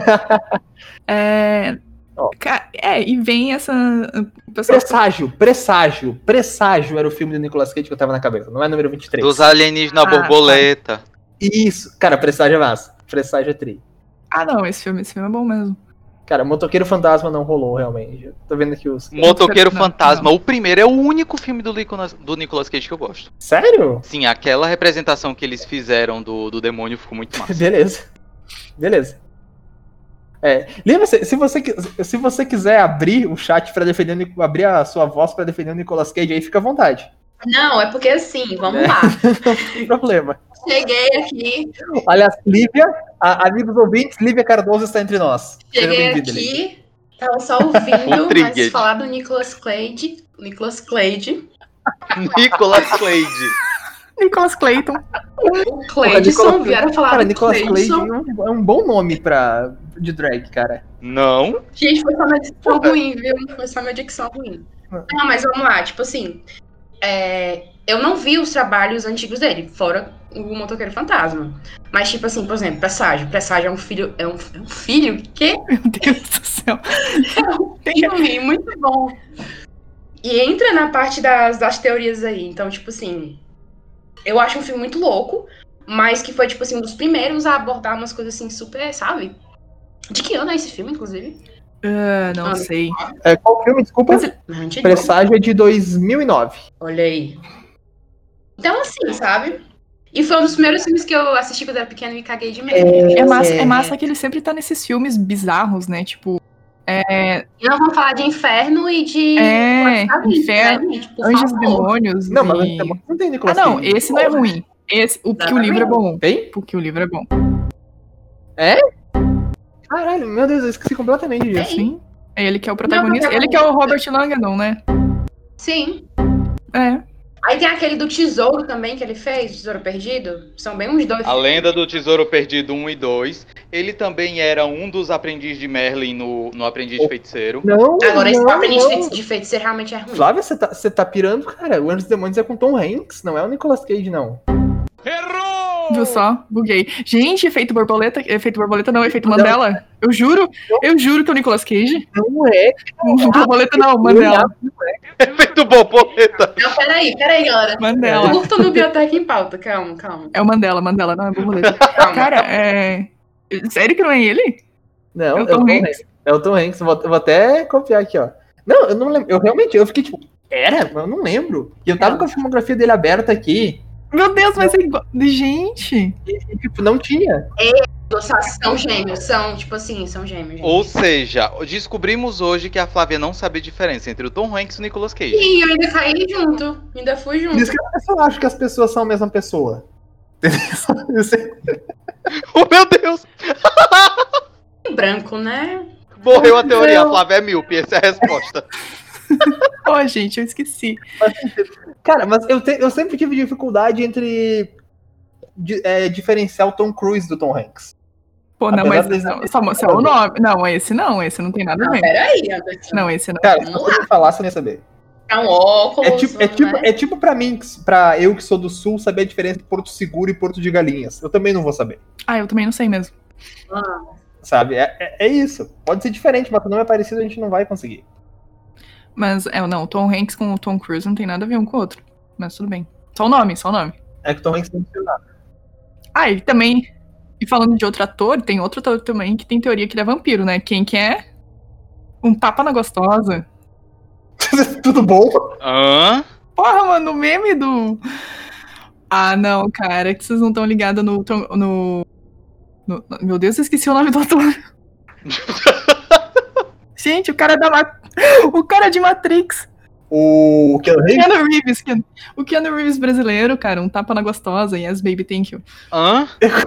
É, Ó. ca- é, e vem essa. O pessoal Presságio, Presságio, Presságio era o filme do Nicolas Cage que eu tava na cabeça, não é número vinte e três. Dos alienígenas Ah, borboleta. Isso, cara, Presságio é massa. Presságio é tri. Ah, não, esse filme, esse filme é bom mesmo. Cara, Motoqueiro Fantasma não rolou, realmente. Eu tô vendo aqui os... Motoqueiro Não, Fantasma. não. O primeiro é o único filme do, Nicolas- do Nicolas Cage que eu gosto. Sério? Sim, aquela representação que eles fizeram do, do demônio ficou muito massa. Beleza. Beleza. É, Lívia, se, se, você, qui- se você quiser abrir o chat pra defender, o Nic- abrir a sua voz pra defender o Nicolas Cage, aí fica à vontade. Não, é porque assim, vamos É. lá. Não tem problema. Cheguei aqui, Aliás, Lívia, a, amigos ouvintes, Lívia Cardoso está entre nós. Seja cheguei bem-vinda, Lívia. aqui, tava só ouvindo, Triggered. mas falar do Nicolas Cage, Nicolas Cage, Nicolas Cage. Nicholas Clayton. o Cleidson, Nicolas- vieram falar Cara, do Nicolas Cage Cleidson. é um, é um bom nome pra, de drag, cara. Não. Gente, foi só uma dicção ruim, viu? Foi só uma dicção ruim. Não, mas vamos lá, tipo assim, é, eu não vi os trabalhos antigos dele, fora o Motoqueiro Fantasma. Mas, tipo assim, por exemplo, Presságio. Presságio é um filho. É um, é um filho que Meu Deus do céu. filme muito bom. E entra na parte das, das teorias aí. Então, tipo assim, eu acho um filme muito louco, mas que foi, tipo assim, um dos primeiros a abordar umas coisas assim super, sabe? De que ano é esse filme, inclusive? Ah, não Ah, sei. É, qual filme? Desculpa. Mas ele- Antigo. Presságio é de dois mil e nove. Olha aí. Então, assim, sabe? E foi um dos primeiros filmes que eu assisti quando era pequeno e me caguei de medo. É massa, É. é massa que ele sempre tá nesses filmes bizarros, né? Tipo, é, E nós vamos falar de inferno e de. É, Quarta Vida, inferno, né, gente? Por Anjos e favor. Demônios. Não, mas e... não tem Ah, Nicolas não, Cage. esse não é ruim. Esse, o que o livro é bom. Tem? Porque o livro é bom. Caralho, meu Deus, eu esqueci completamente disso. Sim. É ele que é o protagonista. Não, Ele que é o Robert Langdon, né? Sim. É. Aí tem aquele do Tesouro também que ele fez, Tesouro Perdido. São bem uns dois. A Lenda do Tesouro Perdido um e dois. Ele também era um dos aprendizes de Merlin no, no Aprendiz de Feiticeiro. Não, Agora, esse não, aprendiz não. de feiticeiro realmente é ruim. Flávia, você tá, você tá pirando, cara. O Anjos e Demônios é com Tom Hanks, não é o Nicolas Cage, não. Viu só? Buguei. Gente, efeito borboleta. Efeito borboleta não, efeito Mandela. Eu juro, eu juro que é o Nicolas Cage. Não é, Borboleta não, Mandela. Efeito borboleta. Não, peraí, peraí, galera. Mandela. Curto no Biblioteca em Pauta, calma, calma. É o Mandela, Mandela, não é borboleta. calma. Cara, é. Sério que não é ele? Não, É é o o Tom Tom Hanks. Hanks. É o Tom Hanks. Eu vou, eu vou até copiar aqui, ó. Não, eu não lembro. Eu realmente, eu fiquei tipo, era? Eu não lembro. E eu tava com a filmografia dele aberta aqui. Meu Deus, mas é igual. Gente. E, tipo, não tinha. Nossa, são gêmeos, são, tipo assim, são gêmeos. Gente. Ou seja, descobrimos hoje que a Flávia não sabe a diferença entre o Tom Hanks e o Nicolas Cage. Sim, eu ainda caí junto, ainda fui junto. Por isso que eu acho que as pessoas são a mesma pessoa. Eu sei. Oh, meu Deus! Branco, né? Morreu a teoria, a Flávia é míope, essa é a resposta. Ô, oh, gente, eu esqueci. Cara, mas eu, te, eu sempre tive dificuldade entre de, é, diferenciar o Tom Cruise do Tom Hanks. Pô, não, Apesar mas de- não, só, só o nome. Não, esse não, esse não tem nada a Não, ver. peraí, Anderson. Não, esse não. Cara, se você me falar, você não ia saber. É um óculos, É tipo, é, tipo, né? é tipo pra mim, pra eu que sou do sul, saber a diferença entre Porto Seguro e Porto de Galinhas. Eu também não vou saber, Ah, eu também não sei mesmo. sabe? É, é, é isso. Pode ser diferente, mas se o nome é parecido, a gente não vai conseguir. Mas, é, não, o Tom Hanks com o Tom Cruise não tem nada a ver um com o outro. Mas tudo bem. Só o nome, só o nome. É que o Tom Hanks não tem nada. Ah, e também, e falando de outro ator, tem outro ator também que tem teoria que ele é vampiro, né? Quem que é? Um tapa na gostosa. Tudo bom? Hã? Porra, mano, o meme do... Ah, não, cara, é que vocês não estão ligados no, no, no... Meu Deus, eu esqueci o nome do ator. Gente, o cara da... Ma- O cara de Matrix. O Keanu Reeves? Keanu Reeves. Keanu... O Keanu Reeves brasileiro, cara, um tapa na gostosa. Yes, baby, thank you. Hã?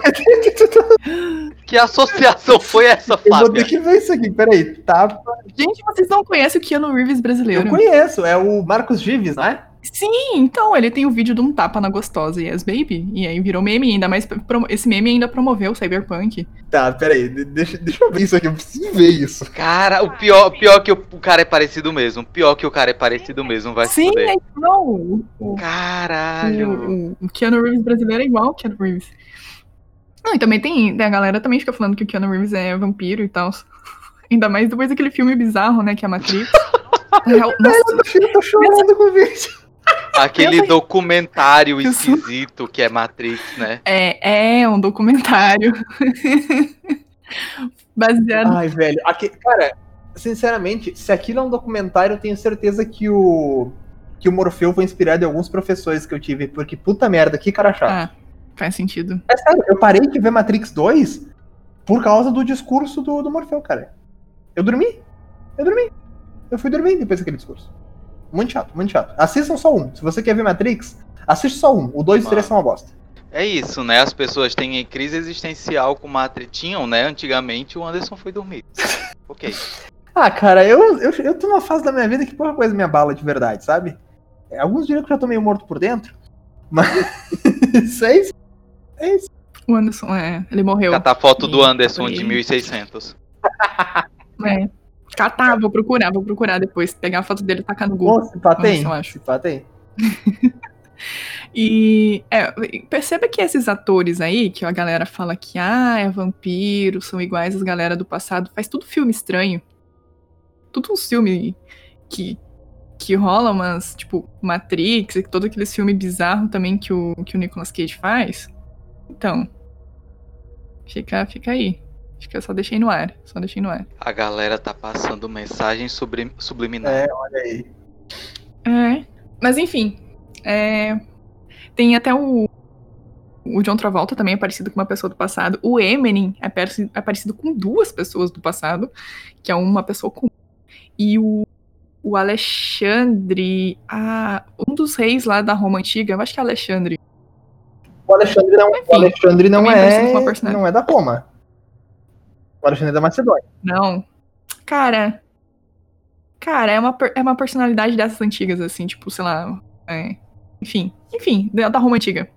Que associação foi essa, Eu vou Flávia? ter que ver isso aqui, peraí. Tá. Gente, vocês não conhecem o Keanu Reeves brasileiro? Eu conheço, é o Marcos Gives, né? Sim, então, ele tem o vídeo de um tapa na gostosa, Yes, baby. E aí virou meme, ainda mais... promo- Esse meme ainda promoveu o Cyberpunk. Tá, peraí, de- deixa, deixa eu ver isso aqui, eu preciso ver isso. Cara, o pior, pior que o, o cara é parecido mesmo. Pior que o cara é parecido mesmo, vai se Sim, fuder. é igual. O, o, Caralho. o, o Keanu Reeves brasileiro é igual o Keanu Reeves. Não, e também tem... A galera também fica falando que o Keanu Reeves é vampiro e tal. Ainda mais depois daquele filme bizarro, né, que é a Matrix. Real- Nossa, Eu tô chorando com o vídeo. Aquele Pensa- documentário Eu sou- esquisito que é Matrix, né? é, é um documentário. Baseado... Ai, velho, aqui, cara, sinceramente, se aquilo é um documentário, eu tenho certeza que o que o Morfeu foi inspirado em alguns professores que eu tive, porque puta merda, que cara chato. Ah, faz sentido. É sério, eu parei de ver Matrix dois por causa do discurso do, do Morfeu, cara. Eu dormi. Eu dormi. Eu fui dormir depois daquele discurso. Muito chato, muito chato. Assistam só um. Se você quer ver Matrix, assiste só um. O dois e o três são uma bosta. É isso, né? As pessoas têm crise existencial com Matrix. Tinham, né? Antigamente o Anderson foi dormir. Ok. Ah, cara, eu, eu, eu tô numa fase da minha vida que pouca coisa me abala de verdade, sabe? Alguns diriam que eu já tô meio morto por dentro. Mas isso é isso. É isso. O Anderson, é, ele morreu. Catar foto do Sim, Anderson de foi- mil e seiscentos. É. Catar, vou procurar, vou procurar depois. Pegar a foto dele e tacar no Google. Bom, se pá tem. Nossa, eu acho. Se pá tem. E é, perceba que esses atores aí, que a galera fala que ah, é vampiro, são iguais às galera do passado, faz tudo filme estranho. Tudo um filme que, que rola, mas, tipo, Matrix, e todo aquele filme bizarro também que o, que o Nicolas Cage faz. Então, fica, fica aí. Fica, só deixei no ar, só deixei no ar. A galera tá passando mensagem sobre, subliminar. É, olha aí. É, mas enfim, é, tem até o, o John Travolta também é parecido com uma pessoa do passado. O Eminem é parecido, é parecido com duas pessoas do passado, que é uma pessoa comum. E o, o Alexandre, ah, um dos reis lá da Roma Antiga, eu acho que é Alexandre. O Alexandre não, Enfim, o Alexandre não também é parecido é, com uma personagem. não é da Roma. O Alexandre é da Macedônia. Não, cara, cara, é uma, per- é uma personalidade dessas antigas, assim, tipo, sei lá, é, enfim, enfim, da da Roma Antiga.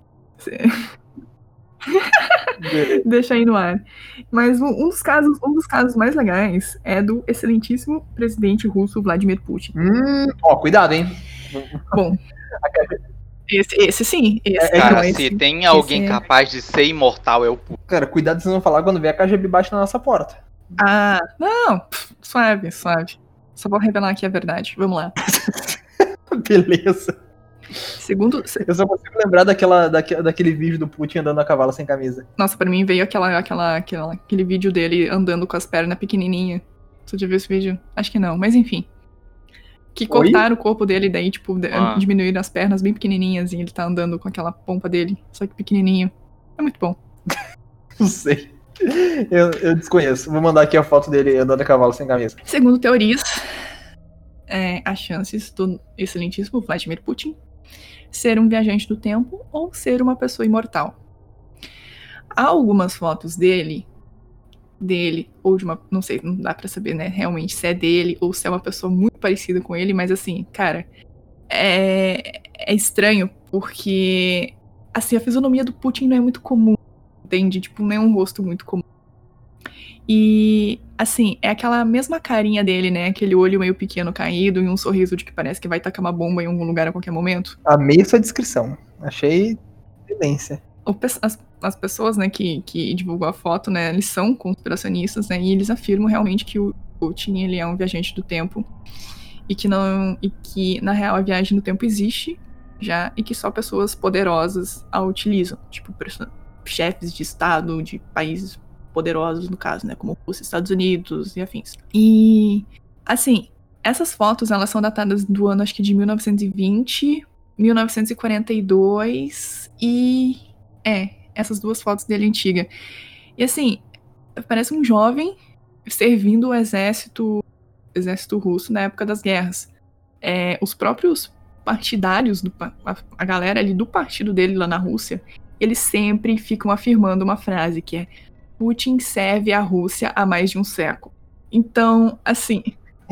Deixa aí no ar. Mas um, um dos casos, um dos casos mais legais é do excelentíssimo presidente russo Vladimir Putin. Hum, ó, cuidado, hein? Bom, esse, esse sim. Esse, É, Cara, não, se esse- tem alguém esse é- capaz de ser imortal, é o Putin. Cara, cuidado de vocês não falar quando vier a K G B bate na nossa porta. Ah, não, pff, suave, suave. Só vou revelar aqui a verdade. Vamos lá. Beleza. Segundo. se- Eu só consigo lembrar daquela, daque- daquele vídeo do Putin andando a cavalo sem camisa. Nossa, pra mim veio aquela, aquela, aquela, aquele vídeo dele andando com as pernas pequenininhas. Você já viu esse vídeo? Acho que não, mas enfim. Que Oi? cortaram o corpo dele e daí, tipo, de- Ah. diminuíram as pernas bem pequenininhas e ele tá andando com aquela pompa dele, só que pequenininho. É muito bom. Não sei. Eu, eu desconheço. Vou mandar aqui a foto dele andando a cavalo sem camisa. Segundo teorias, é, as chances do excelentíssimo Vladimir Putin ser um viajante do tempo ou ser uma pessoa imortal. Há algumas fotos dele, dele, ou de uma, não sei, não dá pra saber, né, realmente se é dele ou se é uma pessoa muito parecida com ele, mas assim, cara, é, é estranho porque, assim, a fisionomia do Putin não é muito comum, entende? Tipo, não é um rosto muito comum. E, assim, é aquela mesma carinha dele, né? Aquele olho meio pequeno caído e um sorriso de que parece que vai tacar uma bomba em algum lugar a qualquer momento. Amei sua descrição. Achei evidência. As, as pessoas, né, que, que divulgam a foto, né, eles são conspiracionistas, né? E eles afirmam realmente que o Putin, ele é um viajante do tempo. E que, não, e que, na real, a viagem no tempo existe já e que só pessoas poderosas a utilizam. Tipo, chefes de estado de países poderosos, no caso, né, como os Estados Unidos e afins. E, assim, essas fotos, elas são datadas do ano, acho que de mil novecentos e vinte, mil novecentos e quarenta e dois e... É, essas duas fotos dele antiga. E, assim, parece um jovem servindo o exército, exército russo na época das guerras. É, os próprios partidários, do, a, a galera ali do partido dele lá na Rússia, eles sempre ficam afirmando uma frase que é: Putin serve a Rússia há mais de um século. Então, assim...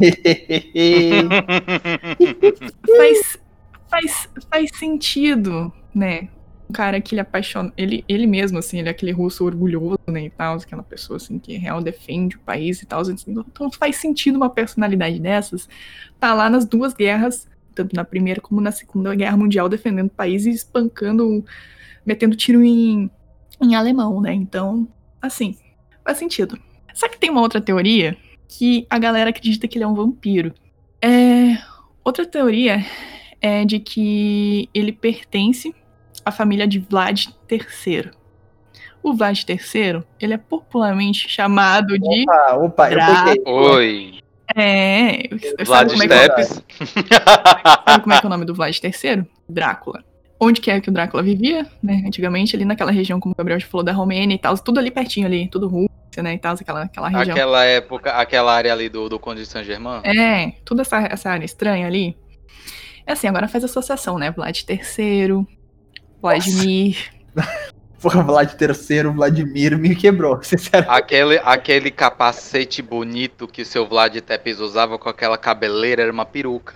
faz, faz, faz sentido, né? Um cara que ele apaixona... Ele, ele mesmo, assim, ele é aquele russo orgulhoso, né, e tal, aquela pessoa, assim, que real defende o país e tal. Então faz sentido uma personalidade dessas tá lá nas duas guerras, tanto na Primeira como na Segunda Guerra Mundial, defendendo o país e espancando, metendo tiro em, em alemão, né? Então... Assim, faz sentido. Só que tem uma outra teoria que a galera acredita que ele é um vampiro. É... Outra teoria é de que ele pertence à família de Vlad terceiro. O Vlad terceiro, ele é popularmente chamado de... Opa, opa, eu peguei. Oi. É... Vlad sabe como é, que... Steps. sabe como é que é o nome do Vlad terceiro? Drácula. Onde que é que o Drácula vivia, né, antigamente, ali naquela região, como o Gabriel já falou, da Romênia e tal, tudo ali pertinho ali, tudo Rússia, né, e tal, aquela, aquela região. Aquela época, aquela área ali do, do Conde de Saint-Germain? É, toda essa, essa área estranha ali. É assim, agora faz associação, né, Vlad terceiro, Vladimir... Porra, Vlad terceiro, Vladimir me quebrou, sinceramente. Aquele, aquele capacete bonito que o seu Vlad Tepes usava com aquela cabeleira era uma peruca.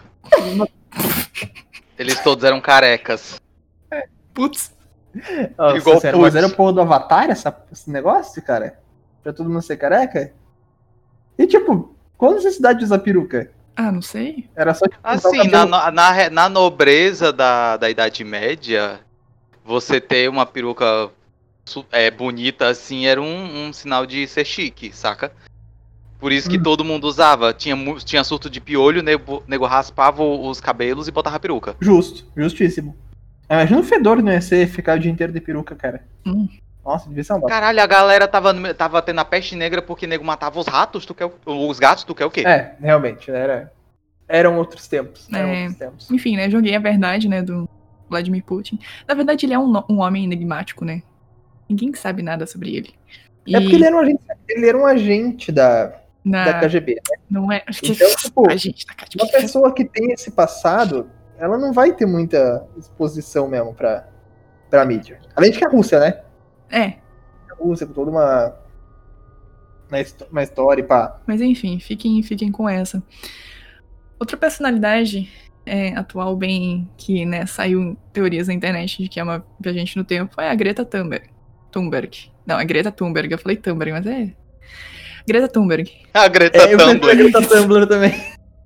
Eles todos eram carecas. Putz. Oh, Igual sincero, mas era o porra do Avatar essa, esse negócio, cara? Pra todo mundo ser careca? E tipo, qual a necessidade de usar peruca? Ah, não sei. Era só tipo, Assim, na, na, na nobreza da, da Idade Média, você ter uma peruca é, bonita assim era um, um sinal de ser chique, saca? Por isso que hum. todo mundo usava. Tinha, tinha surto de piolho, nego, nego raspava os cabelos e botava peruca. Justo, justíssimo. Imagina o fedor não ia ser ficar o dia inteiro de peruca, cara. Hum. Nossa, devia ser um barato. Caralho, a galera tava, tava tendo a peste negra porque nego matava os ratos, tu quer o, os gatos, tu quer o quê? É, realmente, era, eram outros tempos. Eram é, outros tempos. Enfim, né, joguei a verdade, né, do Vladimir Putin. Na verdade, ele é um, um homem enigmático, né? Ninguém sabe nada sobre ele. E... É porque ele era um agente, ele era um agente da, Na... da K G B, né? Não é? Então, tipo, a gente da K G B. Uma pessoa que tem esse passado, ela não vai ter muita exposição mesmo pra, pra mídia. Além de que a Rússia, né? É. A Rússia com toda uma, uma história e pá. Mas enfim, fiquem, fiquem com essa. Outra personalidade é, atual bem que, né, saiu em teorias na internet de que é uma viajante no tempo é a Greta Thunberg. Thunberg. Não, é Greta Thunberg. Eu falei Thunberg, mas é... Greta Thunberg. A Greta é, Thunberg. A Greta Thunberg também.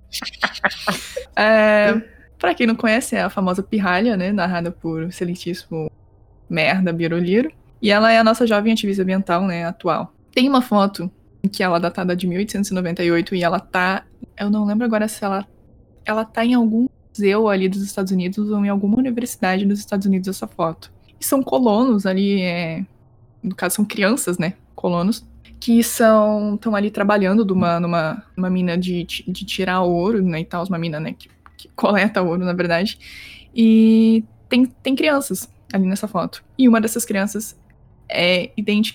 é, pra quem não conhece, é a famosa pirralha, né, narrada por excelentíssimo Merda Biroliro. E ela é a nossa jovem ativista ambiental, né, atual. Tem uma foto em que ela é datada de mil oitocentos e noventa e oito e ela tá... Eu não lembro agora se ela... Ela tá em algum museu ali dos Estados Unidos ou em alguma universidade dos Estados Unidos, essa foto. E são colonos ali, é... no caso são crianças, né, colonos, que são estão ali trabalhando numa, numa, numa mina de, de tirar ouro, né, e tal, uma mina, né, que, que coleta ouro, na verdade. E tem, tem crianças ali nessa foto. E uma dessas crianças é idêntica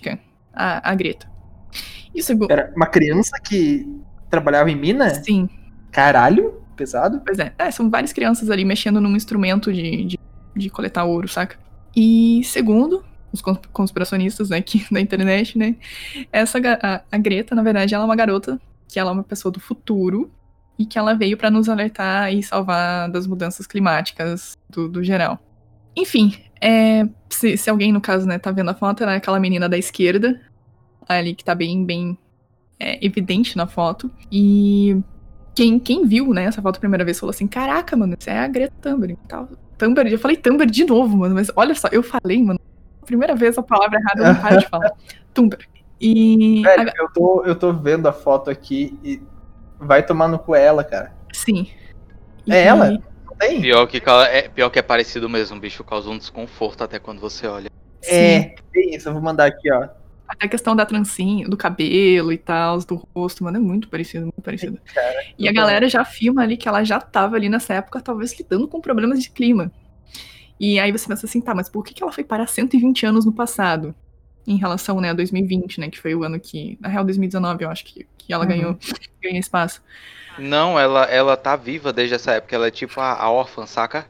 a, a Greta. E o segundo... Era uma criança que trabalhava em mina? Sim. Caralho, pesado. Pois é. é, são várias crianças ali mexendo num instrumento de, de, de coletar ouro, saca? E segundo, os conspiracionistas, né, aqui da internet, né, essa, a, a Greta, na verdade, ela é uma garota, que ela é uma pessoa do futuro, e que ela veio pra nos alertar e salvar das mudanças climáticas do, do geral. Enfim, é, se, se alguém, no caso, né, tá vendo a foto, ela é aquela menina da esquerda, ali que tá bem, bem é, evidente na foto, e quem, quem viu, né, essa foto a primeira vez falou assim, caraca, mano, isso é a Greta Thunberg e tal. Thunberg, eu falei Thunberg de novo, mano, mas olha só, eu falei, mano, primeira vez a palavra errada eu não paro de falar. Thunberg. E... Velho, a... eu, tô, eu tô vendo a foto aqui e vai tomar no cu ela, cara. Sim. E... É ela? Não tem? Pior que, é, pior que é parecido mesmo, bicho, causa um desconforto até quando você olha. É, tem isso, eu vou mandar aqui, ó. Até a questão da trancinha, do cabelo e tal, do rosto, mano, é muito parecido, muito parecido. Cara, e a galera já afirma ali que ela já tava ali nessa época, talvez lidando com problemas de clima. E aí você pensa assim, tá, mas por que que ela foi parar cento e vinte anos no passado? Em relação, né, a dois mil e vinte, né, que foi o ano que, na real, dois mil e dezenove, eu acho que, que ela uhum. ganhou, ganhou espaço. Não, ela, ela tá viva desde essa época, ela é tipo a, a órfã, saca?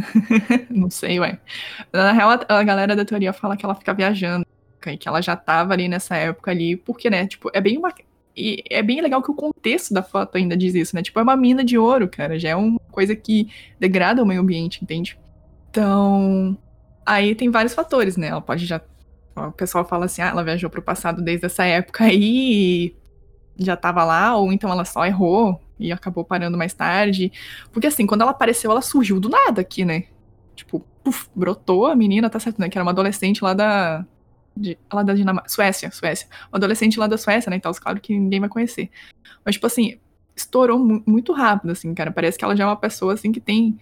Não sei, ué. Na real, a, a galera da teoria fala que ela fica viajando, e que ela já tava ali nessa época ali, porque, né, tipo, é bem uma... E é bem legal que o contexto da foto ainda diz isso, né, tipo, é uma mina de ouro, cara, já é uma coisa que degrada o meio ambiente, entende? Então, aí tem vários fatores, né, ela pode já... O pessoal fala assim, ah, ela viajou pro passado desde essa época aí, já tava lá, ou então ela só errou e acabou parando mais tarde. Porque assim, quando ela apareceu, ela surgiu do nada aqui, né? Tipo, puf, brotou a menina, tá certo, né? Que era uma adolescente lá da... De, lá da Dinamarca, Suécia, Suécia. Uma adolescente lá da Suécia, né, e tal, claro que ninguém vai conhecer. Mas, tipo assim, estourou mu- muito rápido, assim, cara. Parece que ela já é uma pessoa, assim, que tem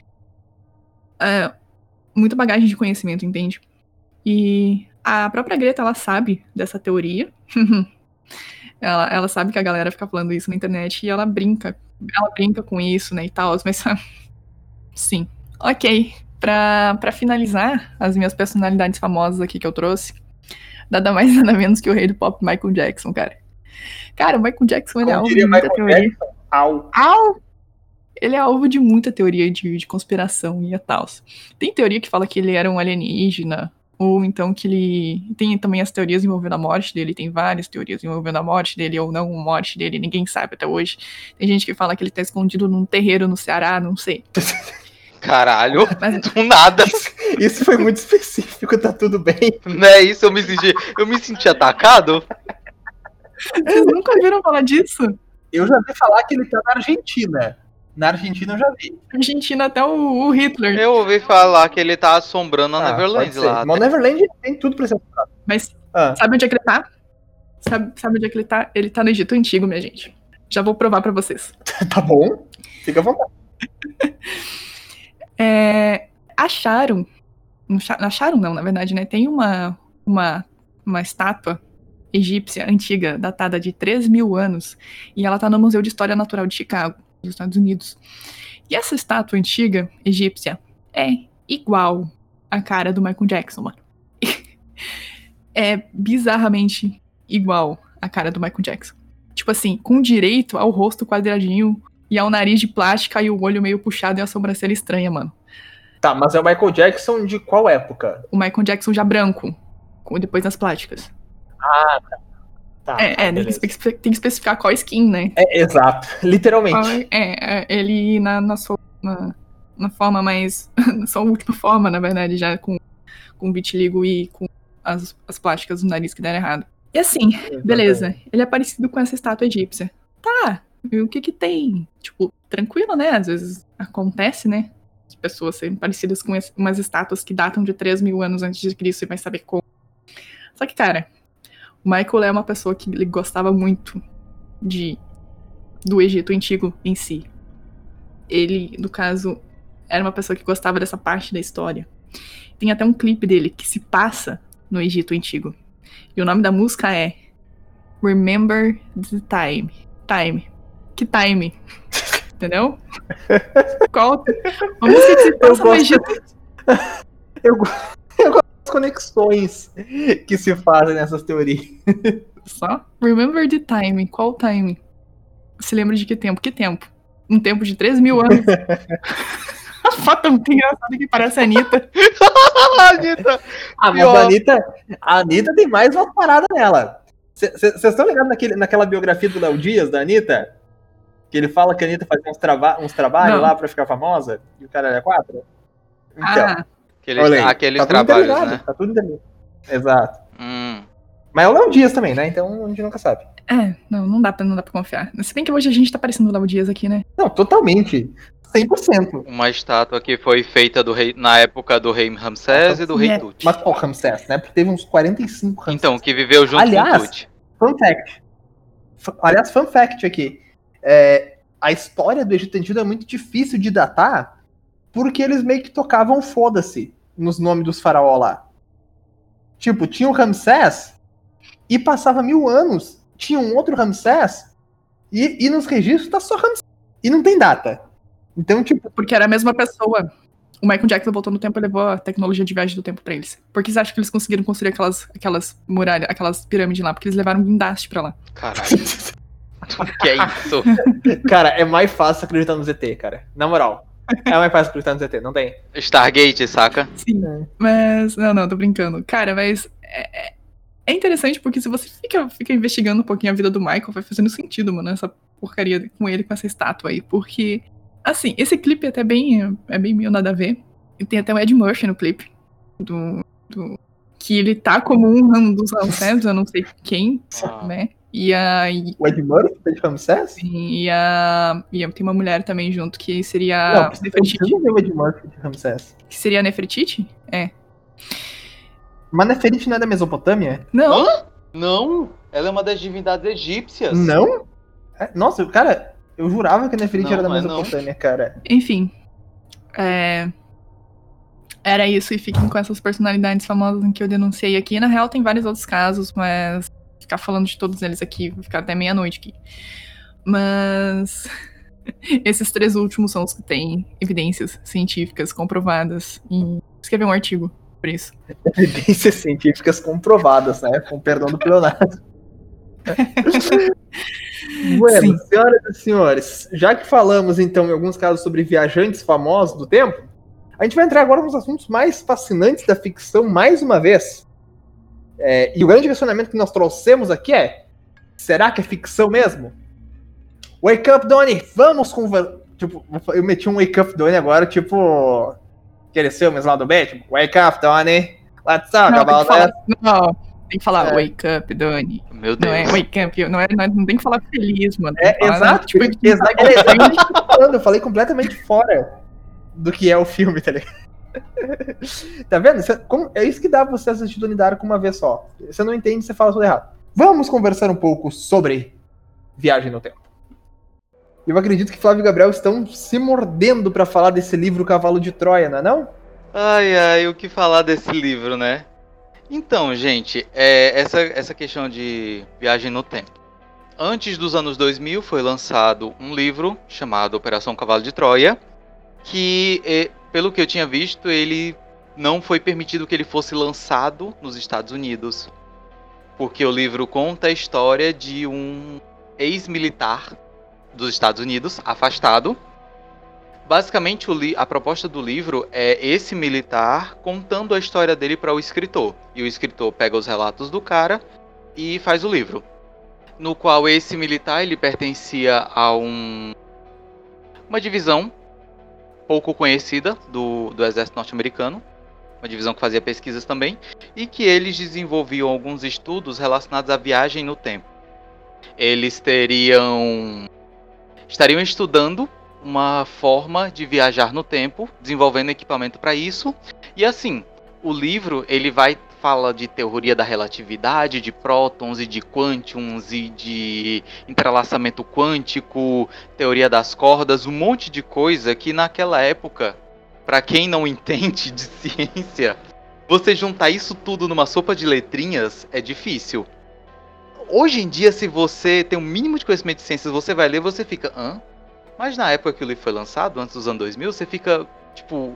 uh, muita bagagem de conhecimento, entende? E a própria Greta, ela sabe dessa teoria. ela, ela sabe que a galera fica falando isso na internet e ela brinca. Ela brinca com isso, né, e tal, mas... Sim. Ok. Pra, pra finalizar as minhas personalidades famosas aqui que eu trouxe, nada mais nada menos que o rei do pop, Michael Jackson, cara. Cara, o Michael Jackson, ele é alvo de muita Michael teoria. Jackson? Au. Au! Ele é alvo de muita teoria de, de conspiração e tal. Tem teoria que fala que ele era um alienígena, ou então que ele... Tem também as teorias envolvendo a morte dele, tem várias teorias envolvendo a morte dele ou não a morte dele, ninguém sabe até hoje. Tem gente que fala que ele tá escondido num terreiro no Ceará, não sei. Caralho, mas... do nada. Isso, isso foi muito específico, tá tudo bem. Não é isso, eu me senti, eu me senti atacado. Vocês nunca ouviram falar disso? Eu já vi falar que ele tá na Argentina. Na Argentina eu já vi. Argentina até o, o Hitler. Eu ouvi falar que ele tá assombrando a ah, Neverland lá. Mas o Neverland tem tudo pra ser assombrado. Mas ah. sabe onde é que ele tá? Sabe, sabe onde é que ele tá? Ele tá no Egito Antigo, minha gente. Já vou provar pra vocês. Tá bom, fica à vontade. É, acharam, não acharam não, na verdade, né? Tem uma, uma, uma estátua egípcia antiga, datada de três mil anos, e ela tá no Museu de História Natural de Chicago, nos Estados Unidos. E essa estátua antiga egípcia é igual à cara do Michael Jackson, mano. É bizarramente igual à cara do Michael Jackson. Tipo assim, com direito ao rosto quadradinho, e ao nariz de plástica e o olho meio puxado e a sobrancelha estranha, mano. Tá, mas é o Michael Jackson de qual época? O Michael Jackson já branco, depois das plásticas. Ah, tá. tá é, é tem, que, tem que especificar qual skin, né? É, exato, literalmente. É, é ele na, na, sua, na, na forma mais... na sua última forma, na verdade, já com, com vitiligo e com as, as plásticas do nariz que deram errado. E assim, exatamente. Beleza, ele é parecido com essa estátua egípcia. Tá, e o que que tem? Tipo, tranquilo, né? Às vezes acontece, né? As pessoas serem parecidas com umas estátuas que datam de três mil anos antes de Cristo e vai saber como. Só que, cara, o Michael é uma pessoa que ele gostava muito de do Egito Antigo em si. Ele, no caso, era uma pessoa que gostava dessa parte da história. Tem até um clipe dele que se passa no Egito Antigo. E o nome da música é Remember the Time. Time. Que time? Entendeu? Qual? Uma música que se passa no Egito. Eu, eu gosto conexões que se fazem nessas teorias. Só remember the time. Qual time? Se lembra de que tempo? Que tempo? Um tempo de três mil anos. A foto muito engraçada que parece a Anitta. A Anitta! Ah, mas Pior. a Anitta, a Anitta tem mais uma parada nela. Vocês estão ligados naquele, naquela biografia do Léo Dias, da Anitta? Que ele fala que a Anitta fazia uns, trava, uns trabalhos Não. lá pra ficar famosa? E o cara era quatro? Então, Ah, Aqueles, olha aí, aqueles tá tudo trabalhos, interligado, né? Tá tudo interligado. Exato. Hum. Mas é o Léo Dias também, né? Então a gente nunca sabe. é, não, não dá pra, não dá pra confiar. Se bem que hoje a gente tá parecendo o Léo Dias aqui, né? Não, totalmente. cem por cento. Uma estátua que foi feita do rei, na época do rei Ramsés e do rei É. Tut. Mas, pô, Ramsés, né? Porque teve uns quarenta e cinco Ramsés. Então, que viveu junto Aliás, com Tut. Fun fact. F- Aliás, fun fact aqui. É, a história do Egito Antigo é muito difícil de datar porque eles meio que tocavam foda-se nos nomes dos faraó lá. Tipo, tinha o Ramsés e passava mil anos, tinha um outro Ramsés e, e nos registros tá só Ramsés. E não tem data. Então, tipo, Porque era a mesma pessoa. O Michael Jackson voltou no tempo e levou a tecnologia de viagem do tempo pra eles. Por que você acha que eles conseguiram construir aquelas, aquelas muralhas, aquelas pirâmides lá? Porque eles levaram um guindaste pra lá. Caralho. O que é isso? cara, é mais fácil acreditar no Z T, cara. Na moral. É mais fácil acreditar no Z T, não tem? Stargate, saca? Sim. Mas, não, não, tô brincando. Cara, mas é, é- é interessante porque se você fica, fica investigando um pouquinho a vida do Michael, vai fazendo sentido, mano, essa porcaria com ele, com essa estátua aí. Porque, assim, esse clipe é até bem, é bem meio nada a ver. E tem até o Ed Murphy no clipe. Do, do- que ele tá como um dos Ramsés, eu não sei quem, Ah. né? E a, e, O Ed Murphy tá de Ramsés? e a. E a- tem uma mulher também junto, que seria Não, a precisa Nefertiti. ver o Ed Murphy de Ramsés. Que seria a Nefertiti? É. Mas Nefertiti não é da Mesopotâmia? Não, Hã? Não, ela é uma das divindades egípcias. Não? É, nossa, cara, eu jurava que a Nefertiti Não, era da não é não. Mesopotâmia, cara. enfim. É, era isso, e fiquem com essas personalidades famosas que eu denunciei aqui. Na real, tem vários outros casos, mas ficar falando de todos eles aqui, vou ficar até meia-noite aqui. Mas esses três últimos são os que têm evidências científicas comprovadas. E escrevi um artigo por isso. Evidências científicas comprovadas, né? Com perdão do pleonasmo. Bueno, Sim. senhoras e senhores, já que falamos então em alguns casos sobre viajantes famosos do tempo, a gente vai entrar agora nos assuntos mais fascinantes da ficção mais uma vez. É, e o grande questionamento que nós trouxemos aqui é: será que é ficção mesmo? Wake up, Donnie! Vamos conversar. Tipo, eu meti um Wake up, Donnie agora, tipo. Aqueles filmes lá do Batman. Wake up, Donnie! Let's talk Não, tem que about falar, that. não, tem que falar É. wake up, Dani. Meu Não é Deus. wake up, não, é, não, é- não tem que falar feliz, mano. Tem É, que falar, exato, tipo, é exa- é exatamente o que eu tô falando. Eu falei completamente fora do que é o filme, tá ligado? Tá vendo? Isso é, como- é isso que dá pra você assistir Donnie Darko uma vez só. Você não entende, você fala tudo errado. Vamos conversar um pouco sobre Viagem no Tempo. Eu acredito que Flávio e Gabriel estão se mordendo pra falar desse livro Cavalo de Troia, não é não? Ai, ai, o que falar desse livro, né? Então, gente, é, essa, essa questão de viagem no tempo. Antes dos anos dois mil foi lançado um livro chamado Operação Cavalo de Troia, que, eh, pelo que eu tinha visto, ele não foi permitido que ele fosse lançado nos Estados Unidos. Porque o livro conta a história de um ex-militar dos Estados Unidos, afastado. Basicamente, o li- a proposta do livro é esse militar contando a história dele para o escritor. E o escritor pega os relatos do cara e faz o livro. No qual esse militar ele pertencia a um, uma divisão pouco conhecida do, do exército norte-americano. Uma divisão que fazia pesquisas também. E que eles desenvolviam alguns estudos relacionados à viagem no tempo. Eles teriam... estariam estudando uma forma de viajar no tempo, desenvolvendo equipamento para isso. E assim, o livro ele vai falar de teoria da relatividade, de prótons e de quântions e de entrelaçamento quântico, teoria das cordas, um monte de coisa que naquela época, para quem não entende de ciência, você juntar isso tudo numa sopa de letrinhas é difícil. Hoje em dia, se você tem um mínimo de conhecimento de ciências, você vai ler, você fica, hã? Mas na época que o livro foi lançado, antes dos anos dois mil, você fica, tipo,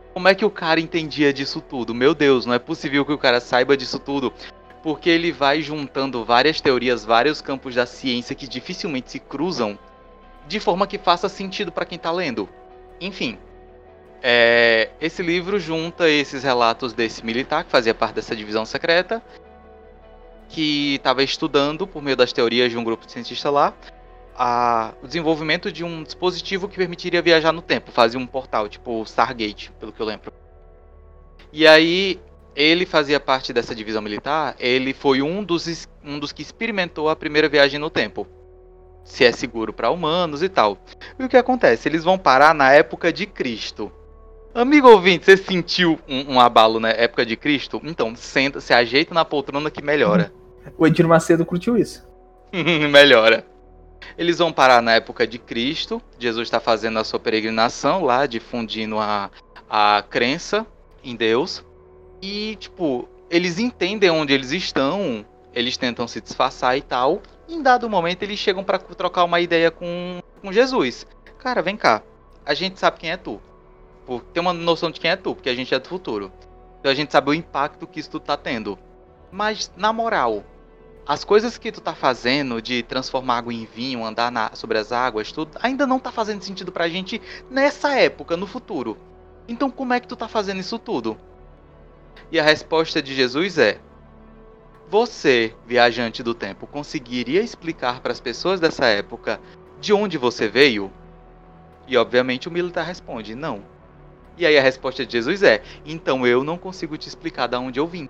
Como é que o cara entendia disso tudo? Meu Deus, não é possível que o cara saiba disso tudo. Porque ele vai juntando várias teorias, vários campos da ciência que dificilmente se cruzam, de forma que faça sentido para quem tá lendo. Enfim, é, esse livro junta esses relatos desse militar, que fazia parte dessa divisão secreta, que estava estudando, por meio das teorias de um grupo de cientistas lá, a, o desenvolvimento de um dispositivo que permitiria viajar no tempo, fazia um portal, tipo o Stargate, pelo que eu lembro. E aí, ele fazia parte dessa divisão militar, ele foi um dos, um dos que experimentou a primeira viagem no tempo. Se é seguro para humanos e tal. E o que acontece? Eles vão parar na época de Cristo. Amigo ouvinte, você sentiu um, um abalo na época de Cristo? Então, senta, se ajeita na poltrona que melhora. O Edir Macedo curtiu isso. Melhora. Eles vão parar na época de Cristo. Jesus está fazendo a sua peregrinação lá, difundindo a, a crença em Deus. E, tipo, eles entendem onde eles estão, eles tentam se disfarçar e tal. E, em dado momento, eles chegam para trocar uma ideia com, com Jesus. Cara, vem cá. A gente sabe quem é tu. Tem uma noção de quem é tu, porque a gente é do futuro. Então a gente sabe o impacto que isso tudo tá tendo. Mas, na moral, as coisas que tu tá fazendo de transformar água em vinho, andar na, sobre as águas, tudo, ainda não tá fazendo sentido pra gente nessa época, no futuro. Então como é que tu tá fazendo isso tudo? E a resposta de Jesus é: você, viajante do tempo, conseguiria explicar para as pessoas dessa época de onde você veio? E obviamente o militar responde: não. E aí a resposta de Jesus é: então eu não consigo te explicar de onde eu vim.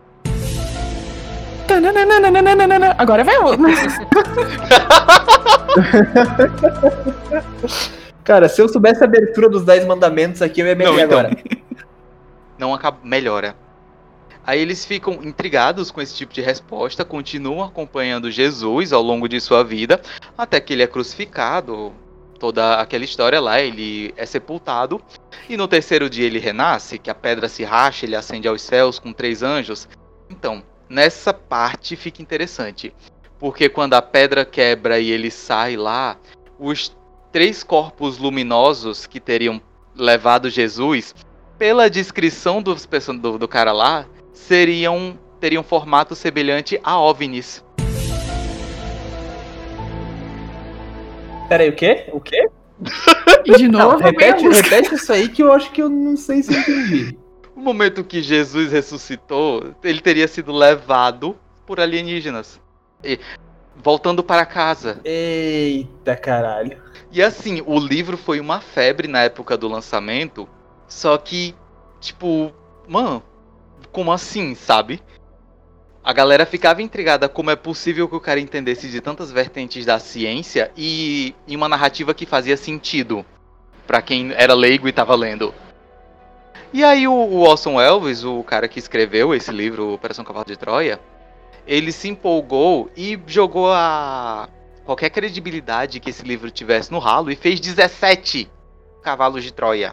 Agora vai o... Cara, se eu soubesse a abertura dos dez mandamentos aqui, eu ia melhorar então, agora. Não acaba, melhora. Aí eles ficam intrigados com esse tipo de resposta, continuam acompanhando Jesus ao longo de sua vida, até que ele é crucificado, toda aquela história lá, ele é sepultado, e no terceiro dia ele renasce, que a pedra se racha, ele ascende aos céus com três anjos. Então, nessa parte fica interessante, porque quando a pedra quebra e ele sai lá, os três corpos luminosos que teriam levado Jesus, pela descrição dos, do, do cara lá, seriam, teriam formato semelhante a OVNIs. Peraí, o quê? O quê? E de novo, não, repete, repete isso aí que eu acho que eu não sei se eu entendi. No momento que Jesus ressuscitou, ele teria sido levado por alienígenas. E, voltando para casa. Eita caralho. E assim, o livro foi uma febre na época do lançamento. Só que, tipo, mano, como assim, sabe? A galera ficava intrigada como é possível que o cara entendesse de tantas vertentes da ciência e em uma narrativa que fazia sentido pra quem era leigo e tava lendo. E aí o, o Orson Welles, o cara que escreveu esse livro, Operação Cavalo de Troia, ele se empolgou e jogou a qualquer credibilidade que esse livro tivesse no ralo e fez dezessete Cavalos de Troia.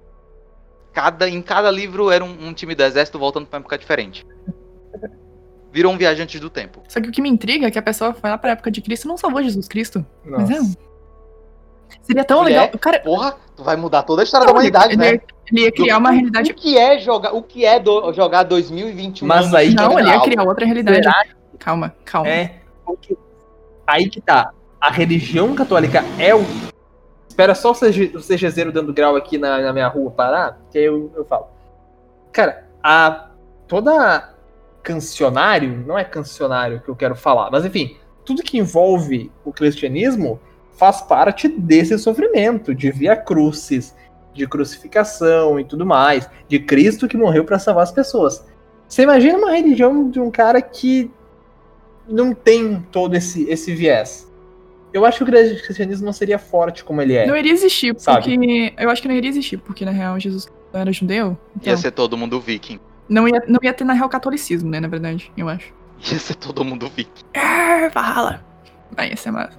Cada, em cada livro era um, um time do exército voltando pra uma época diferente. Virou um viajante do tempo. Só que o que me intriga é que a pessoa foi lá pra época de Cristo e não salvou Jesus Cristo. Nossa. Mas é... Seria tão Mulher, legal. O cara... Porra, tu vai mudar toda a história Não, da humanidade, ele, né? Ele, ele ia criar do, uma realidade... O que é jogar, o que é do, jogar dois mil e vinte e um Mas anos aí... Não, ele ia algo? criar outra realidade. Será? Calma, calma. É, porque aí que tá. A religião católica é o... Espera só o C G zero dando grau aqui na, na minha rua parar, que aí eu, eu falo. Cara, a... toda... cancionário, não é cancionário que eu quero falar, mas enfim, tudo que envolve o cristianismo faz parte desse sofrimento, de via crucis, de crucificação e tudo mais, de Cristo que morreu para salvar as pessoas. Você imagina uma religião de um cara que não tem todo esse, esse viés. Eu acho que o cristianismo não seria forte como ele é. Não iria existir, porque... Sabe? Eu acho que não iria existir, porque na real Jesus não era judeu. Então... Ia ser todo mundo viking. Não ia, não ia ter, na real, catolicismo, né, na verdade, eu acho. Ia ser todo mundo viking. Ah, Valhalla. Vai, ia ser massa.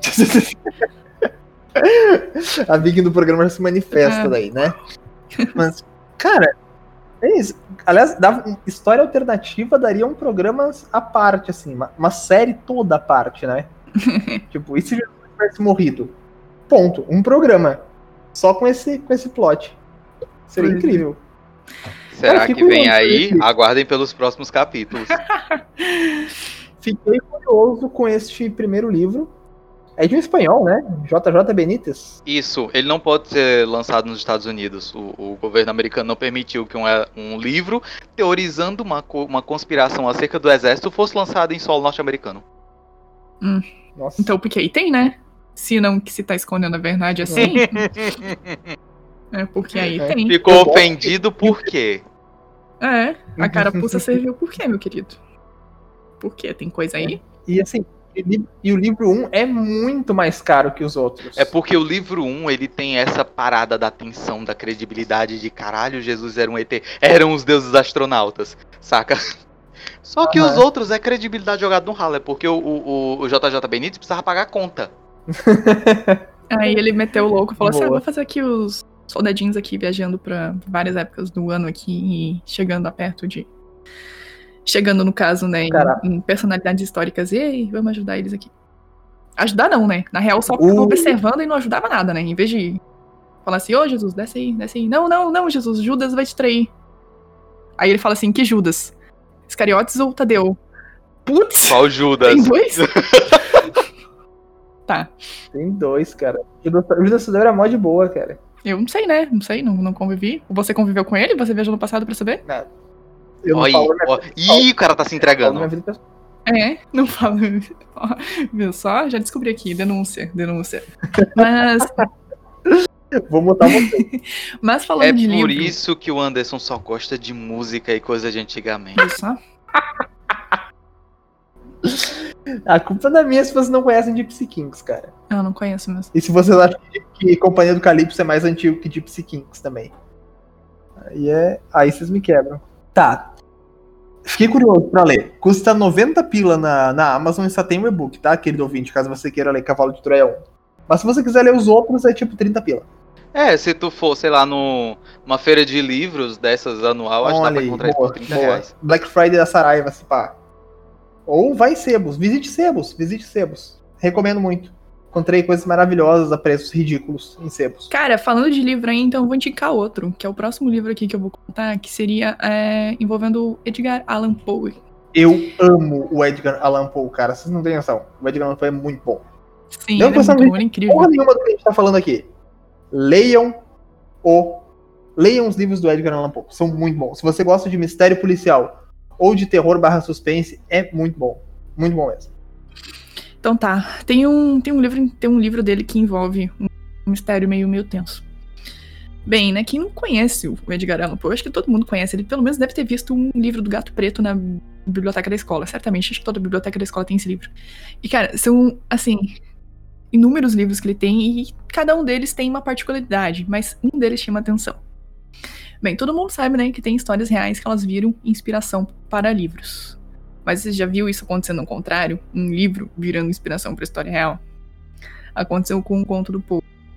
A viking do programa já se manifesta É. daí, né? Mas, cara, é isso. Aliás, dava, história alternativa daria um programa à parte, assim, uma, uma série toda à parte, né? Tipo, e se Jesus tivesse morrido? Ponto. Um programa. Só com esse, com esse plot. Seria Pois é. incrível. Será Cara, que fico vem curioso, aí? né? Aguardem pelos próximos capítulos. Fiquei curioso com este primeiro livro. É de um espanhol, né? J J Benítez. Isso, ele não pode ser lançado nos Estados Unidos. O, o governo americano não permitiu que um, um livro teorizando uma, co- uma conspiração acerca do exército fosse lançado em solo norte-americano. Hum. Nossa. Então, porque aí tem, né? Se não que se tá escondendo a verdade assim. É porque aí É. tem. Ficou Eu gosto ofendido por quê? É, a carapuça serviu por quê, meu querido? Por quê? Tem coisa aí? E assim, e li- e o livro um é muito mais caro que os outros. É porque o livro um, ele tem essa parada da atenção, da credibilidade de caralho, Jesus era um E T, eram os deuses astronautas, saca? Só que Aham. os outros é credibilidade jogada no ralo, é porque o, o, o J J Benítez precisava pagar a conta. Aí ele meteu o louco e falou assim: ah, Boa. vou fazer aqui os soldadinhos aqui viajando pra várias épocas do ano aqui e chegando a perto de. Chegando, no caso, né, em, Caraca. em personalidades históricas. E aí, vamos ajudar eles aqui. Ajudar não, né? Na real, só Uh. ficava observando e não ajudava nada, né? Em vez de falar assim, ô Jesus, desce aí, desce aí. Não, não, não, Jesus, Judas vai te trair. Aí ele fala assim, que Judas? Iscariotes ou Tadeu? Putz, Qual Judas? tem dois? Tá. Tem dois, cara. O Judas Tadeu era mó de boa, cara. Eu não sei, né? Não sei, não, não convivi. Você conviveu com ele? Você viajou no passado pra saber? Eu não Olha, falo minha ó, vida pessoal, ih, o cara tá se eu falo minha entregando. vida pessoal. É, não falo. Ó, viu só? Já descobri aqui. Denúncia, denúncia. Mas, Vou mutar você. mas falando É de por livro... isso que o Anderson só gosta de música e coisa de antigamente. Viu só? A culpa não é minha se vocês não conhecem Gypsy Kings, cara. Eu não conheço mesmo. E se vocês acham que, que Companhia do Calypso é mais antigo que Gypsy Kings também. Aí é. Aí vocês me quebram. Tá. Fiquei curioso pra ler. Custa noventa pila na, na Amazon e só tem o e-book, tá? Querido ouvinte, caso você queira ler Cavalo de Troia um. Mas se você quiser ler os outros, é tipo trinta pila. É, se tu for, sei lá, no, numa feira de livros dessas anual, acho que dá Olha pra aí, encontrar isso boa, por trinta boa. reais. Black Friday da Saraiva, se pá. Ou vai em Sebos. Visite Sebos, visite Sebos. Recomendo muito. Encontrei coisas maravilhosas a preços ridículos em Sebos. Cara, falando de livro aí, então eu vou indicar outro, que é o próximo livro aqui que eu vou contar, que seria é, envolvendo Edgar Allan Poe. Eu amo o Edgar Allan Poe, cara. Vocês não têm noção. O Edgar Allan Poe é muito bom. Sim, Não ele é pensando muito em bom, ele é incrível. Porra nenhuma do que a gente tá falando aqui. Leiam o... Leiam os livros do Edgar Allan Poe. São muito bons. Se você gosta de mistério policial ou de terror barra suspense, é muito bom. Muito bom mesmo. Então tá, tem um, tem um, livro, tem um livro dele que envolve um mistério meio, meio tenso. Bem, né, quem não conhece o Edgar Allan Poe, eu acho que todo mundo conhece, ele pelo menos deve ter visto um livro do Gato Preto na biblioteca da escola, certamente, acho que toda biblioteca da escola tem esse livro. E cara, são, assim, inúmeros livros que ele tem e cada um deles tem uma particularidade, mas um deles chama atenção. Bem, todo mundo sabe, né, que tem histórias reais que elas viram inspiração para livros. Mas você já viu isso acontecendo ao contrário? Um livro virando inspiração para história real? Aconteceu com um conto do Poe.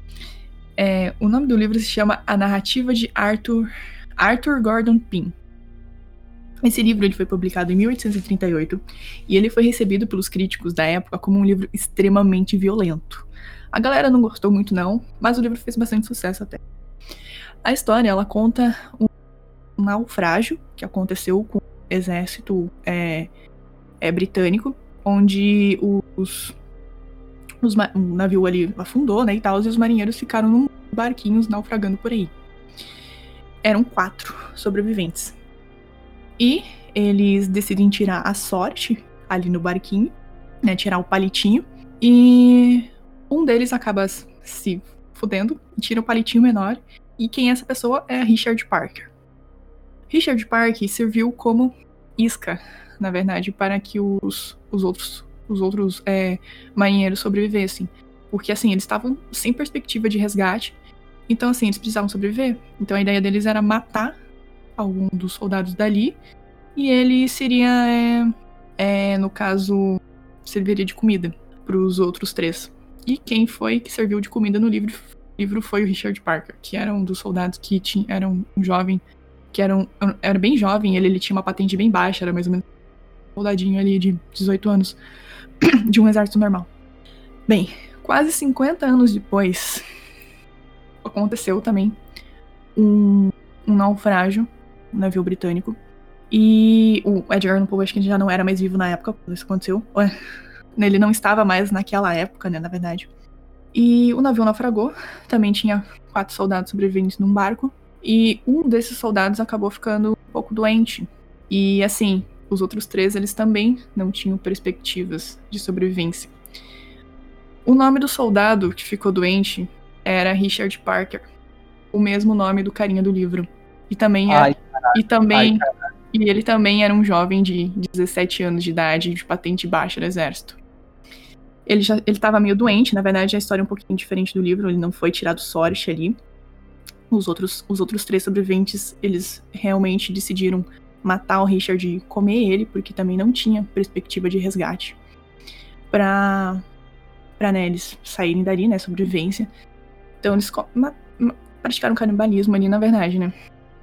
É, o nome do livro se chama A Narrativa de Arthur, Arthur Gordon Pym. Esse livro ele foi publicado em mil oitocentos e trinta e oito e ele foi recebido pelos críticos da época como um livro extremamente violento. A galera não gostou muito não, mas o livro fez bastante sucesso até. A história ela conta um naufrágio que aconteceu com exército é, é, britânico, onde os, os o navio ali afundou, né, e tal, e os marinheiros ficaram num barquinhos naufragando por aí. Eram quatro sobreviventes. E eles decidem tirar a sorte ali no barquinho, né, tirar o palitinho, e um deles acaba se fudendo, tira o palitinho menor, e quem é essa pessoa é Richard Parker. Richard Parker serviu como isca, na verdade, para que os, os outros, os outros é, marinheiros sobrevivessem. Porque, assim, eles estavam sem perspectiva de resgate. Então, assim, eles precisavam sobreviver. Então, a ideia deles era matar algum dos soldados dali. E ele seria, é, é, no caso, serviria de comida para os outros três. E quem foi que serviu de comida no livro, livro foi o Richard Parker, que era um dos soldados que tinha, era um jovem que era, um, era bem jovem, ele, ele tinha uma patente bem baixa, era mais ou menos um soldadinho ali de dezoito anos, de um exército normal. Bem, quase cinquenta anos depois, aconteceu também um, um naufrágio navio britânico. E o Edgar Allan Poe, acho que ele já não era mais vivo na época quando isso aconteceu. Ué, ele não estava mais naquela época, né, na verdade. E o navio naufragou, também tinha quatro soldados sobreviventes num barco. E um desses soldados acabou ficando um pouco doente. E assim, os outros três, eles também não tinham perspectivas de sobrevivência. O nome do soldado que ficou doente era Richard Parker, o mesmo nome do carinha do livro. E também era, Ai, e também Ai, e ele também era um jovem de dezessete anos de idade, de patente baixa do exército. Ele já ele estava meio doente, na verdade a história é um pouquinho diferente do livro, ele não foi tirado sorte ali. Os outros, os outros três sobreviventes, eles realmente decidiram matar o Richard e comer ele, porque também não tinha perspectiva de resgate. Pra, pra né, eles saírem dali, né, sobrevivência. Então eles ma- ma- praticaram canibalismo ali, na verdade, né.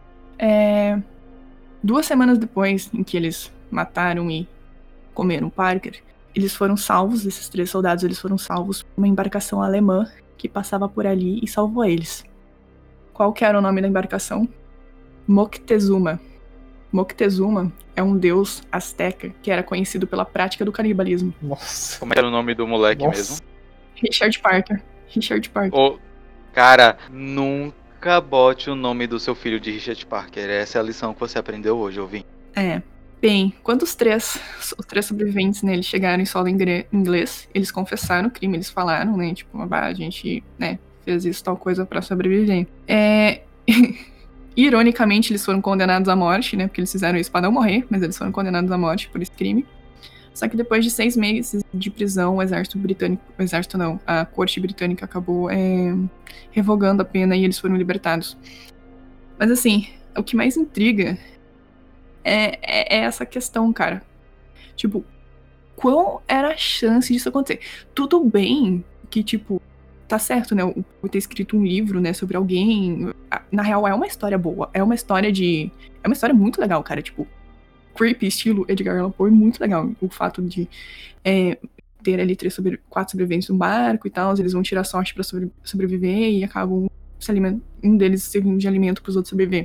É, duas semanas depois em que eles mataram e comeram Parker, eles foram salvos, esses três soldados, eles foram salvos por uma embarcação alemã que passava por ali e salvou eles. Qual que era o nome da embarcação? Moctezuma. Moctezuma é um deus asteca que era conhecido pela prática do canibalismo. Nossa. Como era o nome do moleque Nossa. mesmo? Richard Parker. Richard Parker. Ô, cara, nunca bote o nome do seu filho de Richard Parker. Essa é a lição que você aprendeu hoje, ouvinte. É. Bem, quando os três, os três sobreviventes, né, eles chegaram em solo ingre- inglês, eles confessaram o crime, eles falaram, né, tipo, ah, a gente, né, fez isso, tal coisa pra sobreviver. É... Ironicamente, eles foram condenados à morte, né? Porque eles fizeram isso pra não morrer, mas eles foram condenados à morte por esse crime. Só que depois de seis meses de prisão, o exército britânico... O exército não, a corte britânica acabou é, revogando a pena e eles foram libertados. Mas assim, o que mais intriga é, é, é essa questão, cara. Tipo, qual era a chance disso acontecer? Tudo bem que, tipo, tá certo, né, o ter escrito um livro, né, sobre alguém, na real é uma história boa, é uma história de, é uma história muito legal, cara, tipo, creepy, estilo Edgar Allan Poe, muito legal, o fato de é, ter ali três sobre, quatro sobreviventes no barco e tal, eles vão tirar sorte pra sobre, sobreviver e acabam se alimentando, um deles servindo de alimento pros outros sobreviver.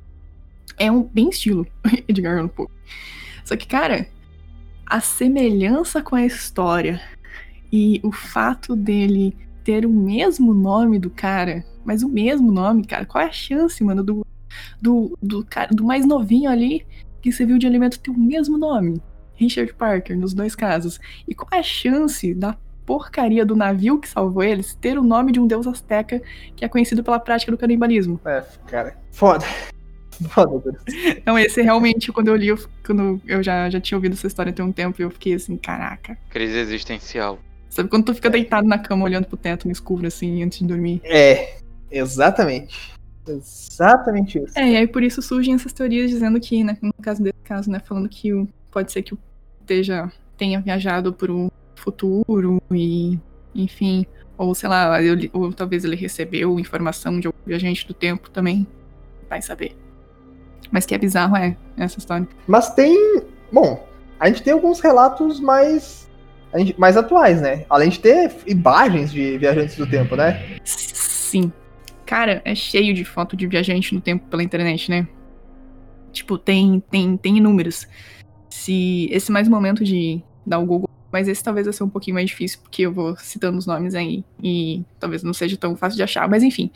É um bem estilo Edgar Allan Poe. Só que, cara, a semelhança com a história e o fato dele ter o mesmo nome do cara, mas o mesmo nome, cara, qual é a chance, mano, do, do, do, cara, do mais novinho ali que serviu de alimento ter o mesmo nome? Richard Parker, nos dois casos. E qual é a chance da porcaria do navio que salvou eles ter o nome de um deus asteca que é conhecido pela prática do canibalismo? É, cara, foda. Foda, Deus. Não, esse realmente, quando eu li, eu, quando eu já, já tinha ouvido essa história tem um tempo, eu fiquei assim, caraca. Crise existencial. Sabe quando tu fica deitado na cama olhando pro teto no escuro, assim, antes de dormir? É, exatamente. Exatamente isso. É, e aí por isso surgem essas teorias dizendo que, né, no caso desse caso, né, falando que o, pode ser que o esteja, tenha viajado pro futuro e, enfim, ou sei lá, eu, ou talvez ele recebeu informação de algum viajante do tempo também, vai saber. Mas que é bizarro, é, essa história. Mas tem, bom, a gente tem alguns relatos mais... mais atuais, né? Além de ter imagens de viajantes do tempo, né? Sim. Cara, é cheio de foto de viajante no tempo pela internet, né? Tipo, tem, tem, tem inúmeros. Se esse mais momento de dar o Google, mas esse talvez vai ser um pouquinho mais difícil, porque eu vou citando os nomes aí e talvez não seja tão fácil de achar, mas enfim.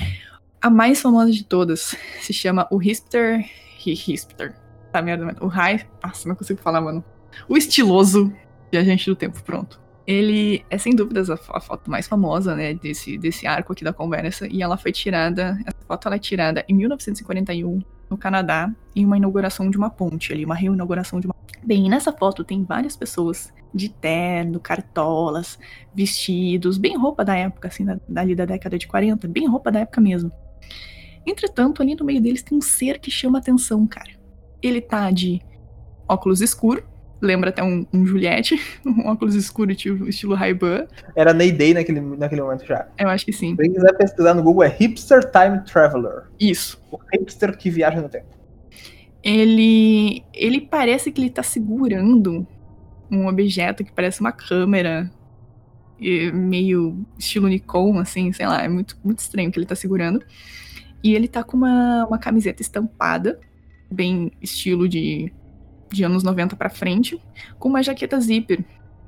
A mais famosa de todas se chama o Hipster... Hipster. Tá merda, mano. O High... Nossa, não consigo falar, mano. O estiloso viajante do tempo, pronto. Ele é, sem dúvidas, a, a foto mais famosa, né, desse, desse arco aqui da conversa, e ela foi tirada, essa foto ela é tirada em mil novecentos e quarenta e um, no Canadá, em uma inauguração de uma ponte ali, uma reinauguração de uma... Bem, nessa foto tem várias pessoas de terno, cartolas, vestidos, bem roupa da época, assim, da, dali da década de quarenta, bem roupa da época mesmo. Entretanto, ali no meio deles tem um ser que chama atenção, cara. Ele tá de óculos escuros, lembra até um, um Juliette, um óculos escuro estilo, estilo Ray-Ban. Era Neyday naquele, naquele momento já. Eu acho que sim. Quem quiser pesquisar no Google é Hipster Time Traveler. Isso. O hipster que viaja no tempo. Ele, ele parece que ele tá segurando um objeto que parece uma câmera, meio estilo Nikon, assim, sei lá, é muito, muito estranho que ele tá segurando. E ele tá com uma, uma camiseta estampada bem estilo de, de anos noventa pra frente, com uma jaqueta zíper.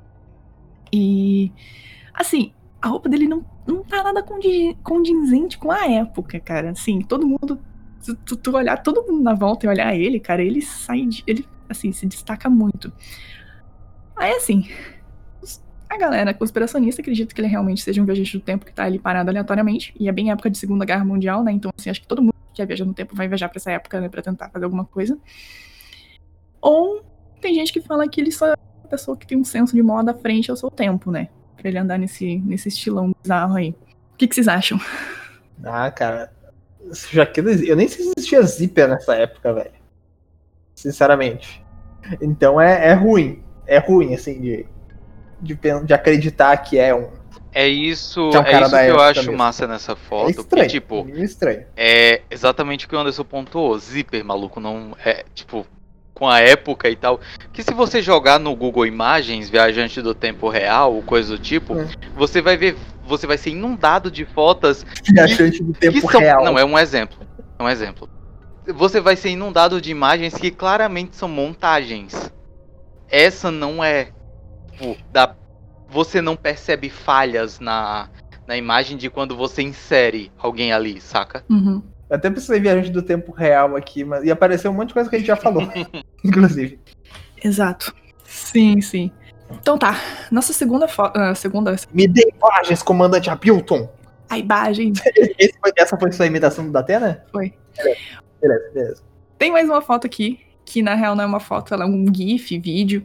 E, assim, a roupa dele não, não tá nada condi- condizente com a época, cara. Assim, todo mundo, tu, tu, tu olhar todo mundo na volta e olhar ele, cara, ele sai de, ele, assim, se destaca muito. Aí, assim, a galera conspiracionista acredita que ele realmente seja um viajante do tempo que tá ali parado aleatoriamente, e é bem época de Segunda Guerra Mundial, né? Então, assim, acho que todo mundo que quer viajar no tempo vai viajar pra essa época, né? Pra tentar fazer alguma coisa. Ou tem gente que fala que ele só é uma pessoa que tem um senso de moda à frente ao seu tempo, né? Pra ele andar nesse, nesse estilão bizarro aí. O que, que vocês acham? Ah, cara. Jaqueta, eu nem sei se existia zíper nessa época, velho. Sinceramente. Então é, é ruim. É ruim, assim, de, de, de acreditar que é um. É isso, que é, um é cara isso da que eu época acho mesmo. massa nessa foto. É estranho. Que, tipo, é estranho. é exatamente o que o Anderson pontuou. Zíper, maluco, não é, tipo, com a época e tal. Que se você jogar no Google Imagens, viajante do tempo real, coisa do tipo, É. você vai ver, você vai ser inundado de fotos Viajante do tempo que são, real. não, é um exemplo. É um exemplo. Você vai ser inundado de imagens que claramente são montagens. Essa não é, tipo, da, você não percebe falhas na, na imagem de quando você insere alguém ali, saca? Uhum. Eu até precisei viajante do tempo real aqui, mas ia aparecer um monte de coisa que a gente já falou. Inclusive. Exato. Sim, sim. Então tá, nossa segunda foto. Uh, segunda. Me dê imagens, comandante Hamilton. A imagem. Esse foi, essa foi sua imitação do Datena? Foi. Beleza, beleza. Tem mais uma foto aqui, que na real não é uma foto, ela é um GIF, vídeo,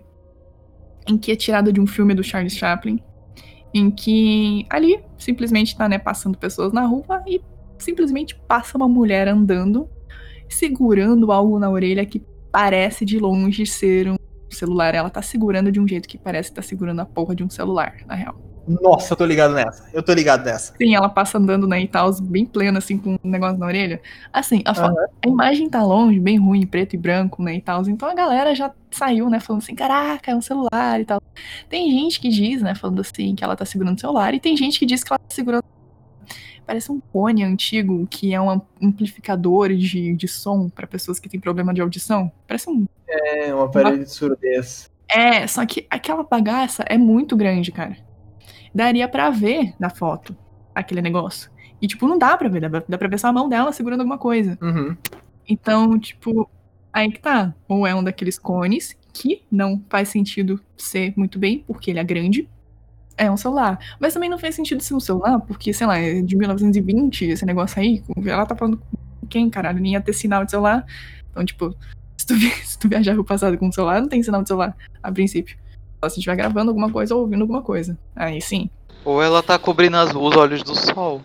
em que é tirada de um filme do Charles Chaplin, em que ali simplesmente tá, né, passando pessoas na rua e simplesmente passa uma mulher andando, segurando algo na orelha que parece de longe ser um celular. Ela tá segurando de um jeito que parece que tá segurando a porra de um celular, na real. Nossa, eu tô ligado nessa. Eu tô ligado nessa. Sim, ela passa andando, né, e tal, bem plena, assim, com um negócio na orelha. Assim, a, Uhum. a imagem tá longe, bem ruim, preto e branco, né, e tal. Então a galera já saiu, né, falando assim, caraca, é um celular e tal. Tem gente que diz, né, falando assim, que ela tá segurando o celular, e tem gente que diz que ela tá segurando... Parece um cone antigo, que é um amplificador de, de som pra pessoas que têm problema de audição. Parece um... É, um aparelho de surdez. É, só que aquela bagaça é muito grande, cara. Daria pra ver na foto aquele negócio. E, tipo, não dá pra ver. Dá, dá pra ver só a mão dela segurando alguma coisa. Uhum. Então, tipo, aí que tá. Ou é um daqueles cones que não faz sentido ser muito bem, porque ele é grande. É um celular. Mas também não faz sentido ser um celular, porque, sei lá, é de mil novecentos e vinte, esse negócio aí. Ela tá falando com quem, caralho? Nem ia ter sinal de celular. Então, tipo, se tu, se tu viajar pro passado com um celular, não tem sinal de celular, a princípio. Só se estiver gravando alguma coisa ou ouvindo alguma coisa. Aí sim. Ou ela tá cobrindo as, os olhos do sol.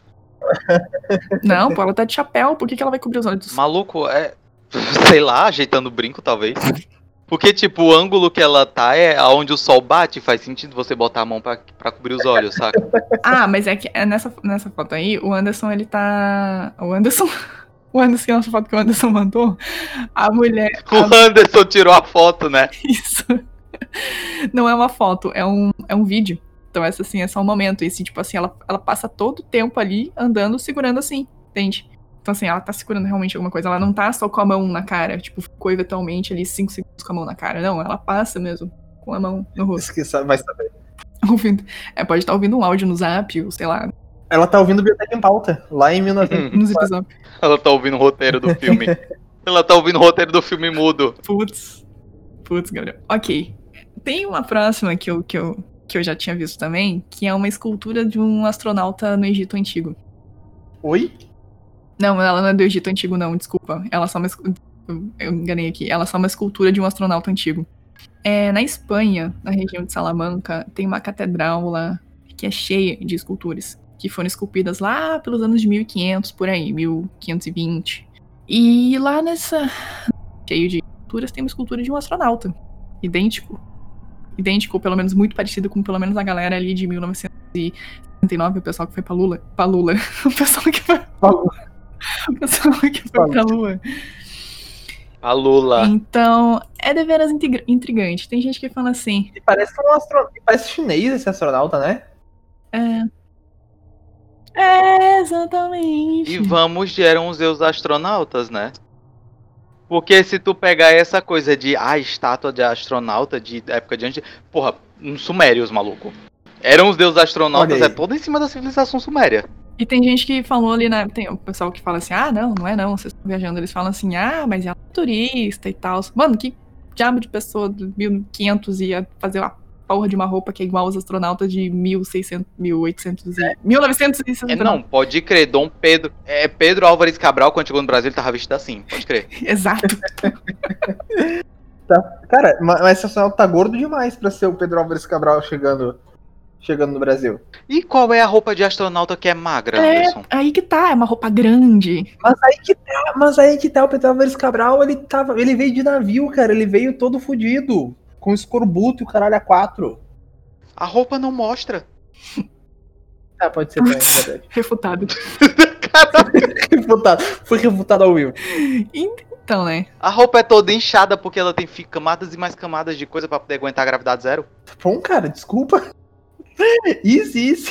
Não, pô, ela tá de chapéu. Por que, que ela vai cobrir os olhos do sol? Maluco, é... sei lá, ajeitando o brinco, talvez. Porque, tipo, o ângulo que ela tá é aonde o sol bate. Faz sentido você botar a mão pra, pra cobrir os olhos, saca? Ah, mas é que é nessa, nessa foto aí, o Anderson, ele tá... O Anderson... O Anderson, essa foto que o Anderson mandou, a mulher... O Anderson tirou a foto, né? Isso. Não é uma foto, é um, é um vídeo. Então essa, assim, é só um momento. E, assim, tipo assim, ela, ela passa todo o tempo ali, andando, segurando assim, entende? Então, assim, ela tá segurando realmente alguma coisa. Ela não tá só com a mão na cara, tipo, ficou eventualmente ali cinco segundos com a mão na cara. Não, ela passa mesmo com a mão no rosto. Esqueça, vai saber. Ouvindo. É, pode estar ouvindo um áudio no Zap, ou sei lá, Ela tá ouvindo Biblioteca em Pauta, lá em mil e novecentos. no Zip Zap. Ela tá ouvindo o roteiro do filme. Ela tá ouvindo o roteiro do filme mudo. Putz. Putz, Gabriel. Ok. Tem uma próxima que eu, que, eu, que eu já tinha visto também, que é uma escultura de um astronauta no Egito Antigo. Oi? Não, ela não é do Egito Antigo, não, desculpa. Ela é só uma... Eu enganei aqui. Ela é só uma escultura de um astronauta antigo. É, na Espanha, na região de Salamanca, tem uma catedral lá que é cheia de esculturas, que foram esculpidas lá pelos anos de mil e quinhentos, por aí, mil quinhentos e vinte. E lá nessa... cheio de esculturas, tem uma escultura de um astronauta. Idêntico. Idêntico, pelo menos muito parecido com pelo menos a galera ali de mil novecentos e setenta e nove, o pessoal que foi pra Lula. Pra Lula. O pessoal que foi pra Lula. O pessoal que foi pra Lua. A Lula. Então, é deveras intriga- intrigante. Tem gente que fala assim... E parece um astronauta. Parece chinês esse astronauta, né? É... É, exatamente. E vamos, eram os seus astronautas, né? Porque se tu pegar essa coisa de ah, estátua de astronauta de época de antes, porra, um sumérios, maluco. Eram os deuses astronautas, é todo em cima da civilização suméria. E tem gente que falou ali, né? Tem o pessoal que fala assim, ah, não, não é não, vocês estão viajando. Eles falam assim, ah, mas é turista e tal. Mano, que diabo de pessoa de mil e quinhentos ia fazer uma porra de uma roupa que é igual aos astronautas de mil e seiscentos, mil e oitocentos e mil e novecentos e sessenta. É, não, pode crer, Dom Pedro. É, Pedro Álvares Cabral, quando chegou no Brasil, ele tava vestido assim, pode crer. Exato. Tá. Cara, mas esse astronauta tá gordo demais pra ser o Pedro Álvares Cabral chegando. Chegando no Brasil. E qual é a roupa de astronauta que é magra, é, Anderson? Aí que tá, é uma roupa grande. Mas aí que tá, mas aí que tá, o Pedro Álvares Cabral, ele tava, ele veio de navio, cara, ele veio todo fudido, com escorbuto e o caralho a quatro. A roupa não mostra. Ah, pode ser também, é verdade. Refutado. refutado. Foi refutado ao vivo. Então, né? A roupa é toda inchada porque ela tem camadas e mais camadas de coisa pra poder aguentar a gravidade zero. Tá bom, cara, desculpa. Isso, isso.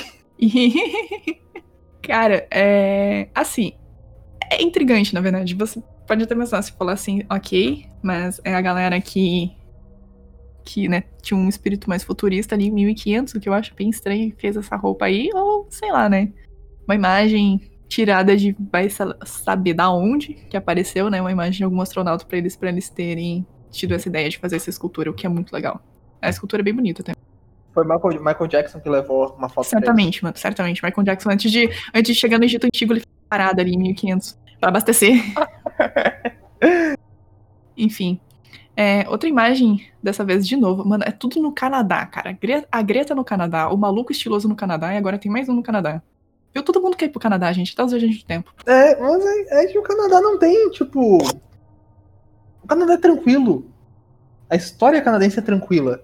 Cara, é. Assim. É intrigante, na verdade. Você pode até pensar se falar assim, ok, mas é a galera que. Que, né, tinha um espírito mais futurista ali em mil e quinhentos, o que eu acho bem estranho, e fez essa roupa aí, ou sei lá, né? Uma imagem tirada de vai saber da onde que apareceu, né? Uma imagem de algum astronauta pra eles, pra eles terem tido essa ideia de fazer essa escultura, o que é muito legal. A escultura é bem bonita também. Foi Michael, Michael Jackson que levou uma foto. Certamente, mano, certamente. Michael Jackson, antes de, antes de chegar no Egito Antigo, ele foi parado ali em mil e quinhentos pra abastecer. Enfim. É, outra imagem, dessa vez de novo. Mano, é tudo no Canadá, cara. A Greta no Canadá, o maluco estiloso no Canadá, e agora tem mais um no Canadá. Viu? Todo mundo quer ir pro Canadá, gente. Tá os viajantes de tempo. É, mas é, é que o Canadá não tem, tipo... O Canadá é tranquilo. A história canadense é tranquila.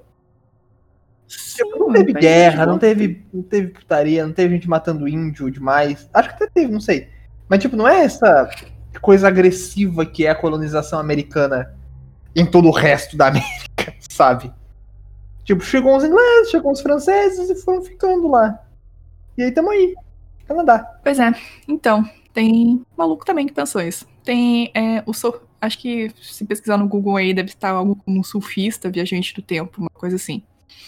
Sim, não teve guerra, não gente... teve, não teve putaria, não teve gente matando índio demais. Acho que até teve, não sei. Mas, tipo, não é essa coisa agressiva que é a colonização americana em todo o resto da América, sabe? Tipo, chegou os ingleses, chegou os franceses e foram ficando lá. E aí tamo aí, Canadá. Pois é, então, tem maluco também que pensou isso. Tem é, o surf... Acho que se pesquisar no Google aí deve estar algo como um surfista, viajante do tempo, uma coisa assim.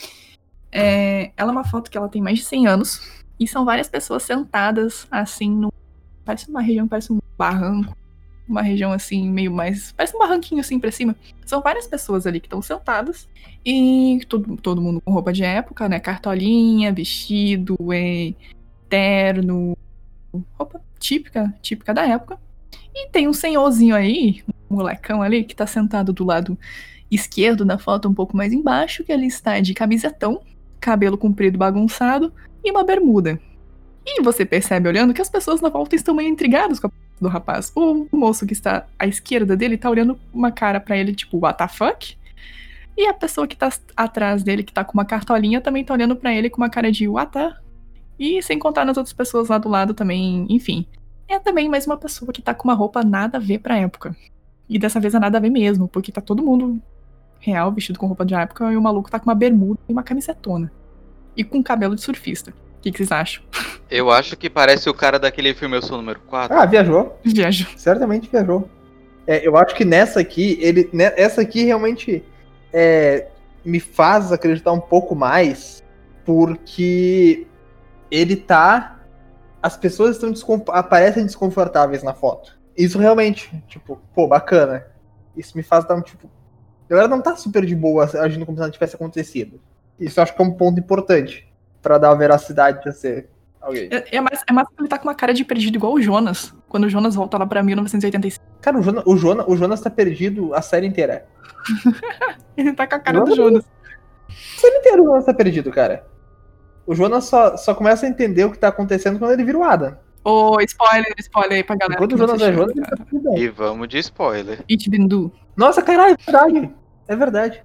É, ela é uma foto que ela tem mais de cem anos. E são várias pessoas sentadas, assim, no, parece uma região, parece um barranco. Uma região, assim, meio mais... Parece um barranquinho, assim, pra cima. São várias pessoas ali que estão sentadas. E todo, todo mundo com roupa de época, né? Cartolinha, vestido, é, terno. Roupa típica, típica da época. E tem um senhorzinho aí, um molecão ali, que tá sentado do lado esquerdo da foto, um pouco mais embaixo, que ele está de camisetão, cabelo comprido bagunçado e uma bermuda. E você percebe olhando que as pessoas na volta estão meio intrigadas com a foto do rapaz. O moço que está à esquerda dele tá olhando uma cara pra ele, tipo, what the fuck? E a pessoa que tá atrás dele, que tá com uma cartolinha, também tá olhando pra ele com uma cara de what the? E sem contar nas outras pessoas lá do lado também, enfim. É também mais uma pessoa que tá com uma roupa nada a ver pra época. E dessa vez é nada a ver mesmo, porque tá todo mundo real, vestido com roupa de época, e o maluco tá com uma bermuda e uma camisetona. E com cabelo de surfista. O que, que vocês acham? Eu acho que parece o cara daquele filme Eu Sou Número quatro. Ah, viajou. Viajo. Certamente viajou. É, eu acho que nessa aqui, ele, né, essa aqui realmente é, me faz acreditar um pouco mais, porque ele tá... As pessoas estão desconf... aparecem desconfortáveis na foto. Isso realmente, tipo, pô, bacana. Isso me faz dar um tipo... A galera não tá super de boa agindo como se não tivesse acontecido. Isso eu acho que é um ponto importante pra dar a veracidade a ser alguém. É, é, mais, é mais que ele tá com uma cara de perdido igual o Jonas, quando o Jonas volta lá pra mil novecentos e oitenta e cinco. Cara, o Jonas, o Jonas, o Jonas tá perdido a série inteira. Ele tá com a cara Jonas, do Jonas. A série inteira o Jonas tá perdido, cara. O Jonas só, só começa a entender o que tá acontecendo quando ele vira o Adam. Ô, oh, spoiler, spoiler aí pra galera. Enquanto o Jonas é Jonas, ele tá tudo bem. E vamos de spoiler. It Bindu. Nossa, caralho, é verdade. É verdade.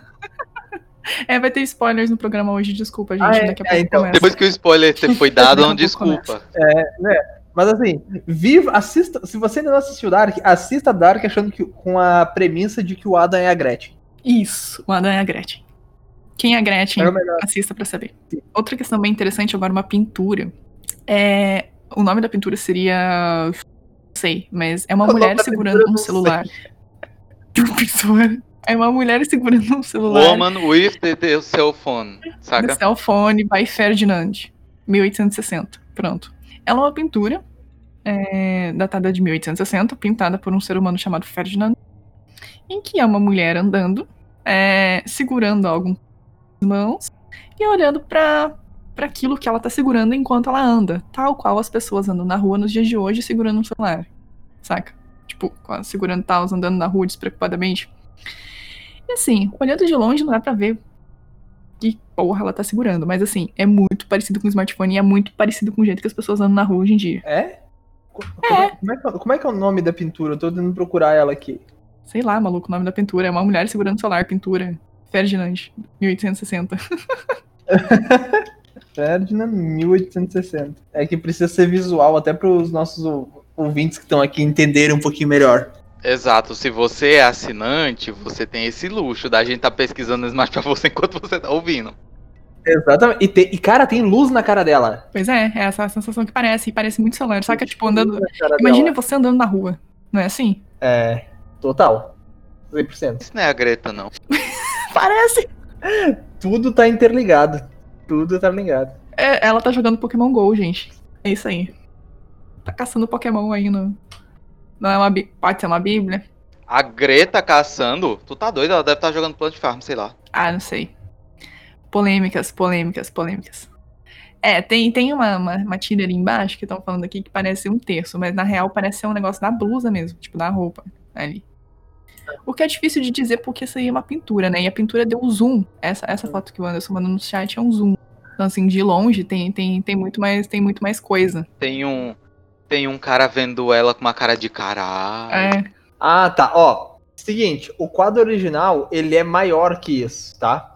É, vai ter spoilers no programa hoje, desculpa, gente. Ah, é, daqui a é, pouco então. começa. Depois que o spoiler foi dado, não Daqui a pouco desculpa. É, né? Mas assim, viva, assista. Se você ainda não assistiu Dark, assista Dark achando que com a premissa de que o Adam é a Gretchen. Isso, o Adam é a Gretchen. Quem é a Gretchen? É o melhor. Assista pra saber. Outra questão bem interessante agora, uma pintura. É, o nome da pintura seria... Não sei, mas é uma O mulher nome da segurando pintura eu um não celular. sei. uma pessoa. É uma mulher segurando um celular. Woman with the, the cell phone, saca? The Cell Phone by Ferdinand, mil oitocentos e sessenta. Pronto. Ela é uma pintura é, datada de mil oitocentos e sessenta, pintada por um ser humano chamado Ferdinand, em que é uma mulher andando, é, segurando algo com as mãos e olhando para para aquilo que ela tá segurando enquanto ela anda, tal qual as pessoas andam na rua nos dias de hoje segurando um celular, saca? Tipo, segurando tal, andando na rua despreocupadamente. E assim, olhando de longe não dá pra ver que porra ela tá segurando, mas assim, é muito parecido com o smartphone e é muito parecido com o jeito que as pessoas andam na rua hoje em dia. É? Como é, como é, que, como é que é o nome da pintura? Eu tô tentando procurar ela aqui. Sei lá, maluco, o nome da pintura é uma mulher segurando o celular, pintura Ferdinand, mil oitocentos e sessenta. Ferdinand, mil oitocentos e sessenta. É que precisa ser visual até para os nossos ouvintes que estão aqui entenderem um pouquinho melhor. Exato, se você é assinante, você tem esse luxo da gente tá pesquisando mais pra você enquanto você tá ouvindo. Exatamente. E, te, e cara, tem luz na cara dela. Pois é, é essa sensação que parece, e parece muito celular. Saca, tipo, andando... Imagina você andando na rua, não é assim? É, total. cem por cento. Isso não é a Greta, não. Parece! Tudo tá interligado. Tudo tá ligado. É, ela tá jogando Pokémon GO, gente. É isso aí. Tá caçando Pokémon aí no... Não é uma bí... Pode ser uma bíblia? A Greta caçando? Tu tá doido? Ela deve estar jogando Plant Farm, sei lá. Ah, não sei. Polêmicas, polêmicas, polêmicas. É, tem, tem uma, uma, uma tira ali embaixo que estão falando aqui que parece um terço, mas na real parece ser um negócio da blusa mesmo, tipo da roupa ali. O que é difícil de dizer porque isso aí é uma pintura, né? E a pintura deu zoom. Essa, essa foto que o Anderson mandou no chat é um zoom. Então, assim, de longe tem, tem, tem, muito, mais, tem muito mais coisa. Tem um, tem um cara vendo ela com uma cara de caralho. É. Ah, tá. Ó, seguinte, o quadro original, ele é maior que isso, tá?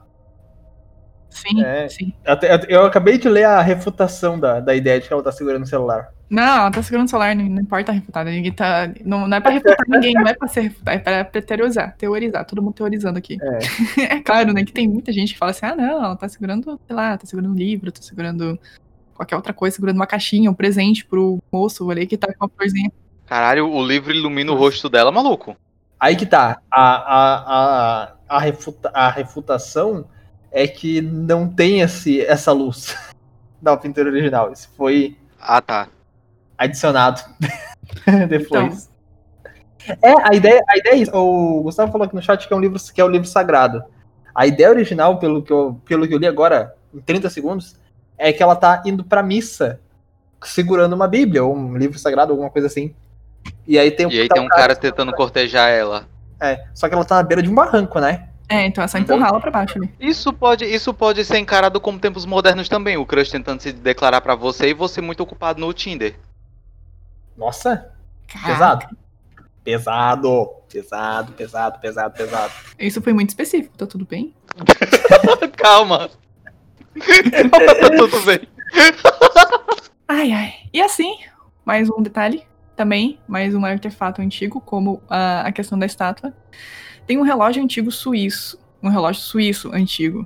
Sim, É. sim. Eu, eu, eu acabei de ler a refutação da, da ideia de que ela tá segurando o celular. Não, ela tá segurando o celular, não, não importa refutar. Ninguém tá, não, não é pra refutar ninguém, não é pra ser refutar, é pra, pra teorizar, teorizar, todo mundo teorizando aqui. É. É claro, né, que tem muita gente que fala assim, ah, não, ela tá segurando, sei lá, tá segurando um livro, tá segurando qualquer outra coisa, segurando uma caixinha, um presente pro moço ali que tá com uma florzinha. Caralho, o livro ilumina o rosto dela, maluco. Aí que tá. A, a, a, a, refuta, a refutação é que não tem esse, essa luz da pintura original. Isso foi Ah, tá. adicionado depois. Então. É, a ideia, a ideia é isso. O Gustavo falou aqui no chat que é um livro, que é um livro sagrado. A ideia original, pelo que eu, pelo que eu li agora, em trinta segundos, é que ela tá indo pra missa segurando uma bíblia, ou um livro sagrado, alguma coisa assim. E aí tem, e aí tá tem um cara, cara tentando cortejar ela. É, só que ela tá na beira de um barranco, né? É, então é só empurrar ela pra baixo ali. Isso pode, isso pode ser encarado como tempos modernos também. O crush tentando se declarar pra você e você muito ocupado no Tinder. Nossa, Caraca. pesado. Pesado, pesado, pesado, pesado, pesado. Isso foi muito específico, tá tudo bem? Calma. Tá tudo bem. Ai, ai. E assim, mais um detalhe também, mais um artefato antigo, como a, a questão da estátua. Tem um relógio antigo suíço, um relógio suíço antigo,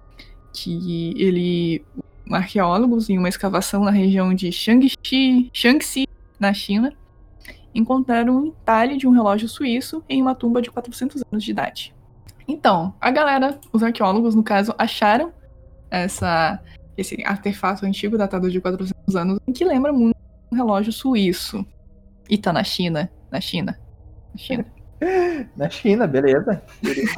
que ele, arqueólogos em uma escavação na região de Shaanxi, Shaanxi, na China, encontraram um entalhe de um relógio suíço em uma tumba de quatrocentos anos de idade. Então, a galera, os arqueólogos, no caso, acharam essa, esse artefato antigo datado de quatrocentos anos, que lembra muito um relógio suíço. E tá na China, na China, na China. Na China, beleza. beleza.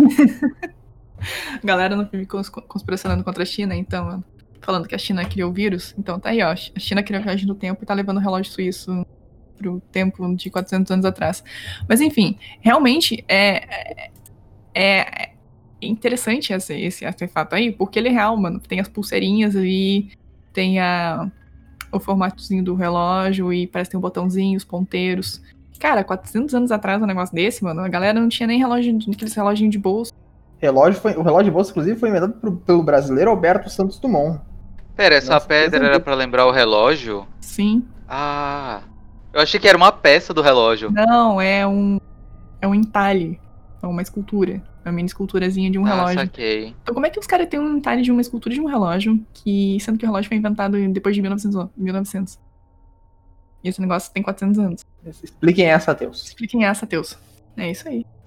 A galera não fica conspiracionando contra a China, então, falando que a China criou o vírus. Então tá aí, ó, a China criou a viagem do tempo e tá levando o relógio suíço pro tempo de quatrocentos anos atrás. Mas enfim, realmente é, é, é interessante esse, esse artefato aí, porque ele é real, mano. Tem as pulseirinhas ali, tem a, o formatozinho do relógio e parece que tem um botãozinho, os ponteiros. Cara, quatrocentos anos atrás um negócio desse, mano, a galera não tinha nem relógio, aqueles reloginhos de bolso. Relógio foi, o relógio de bolso, inclusive, foi inventado pro, pelo brasileiro Alberto Santos Dumont. Pera, essa Nossa, pedra era pra lembrar o relógio? Sim. Ah, eu achei que era uma peça do relógio. Não, é um é um entalhe, é uma escultura, uma mini esculturazinha de um ah, relógio. Saquei. Então como é que os caras têm um entalhe de uma escultura de um relógio, que sendo que o relógio foi inventado depois de mil e novecentos? E esse negócio tem quatrocentos anos. Expliquem essa, Teus. Expliquem essa, Teus. É isso aí.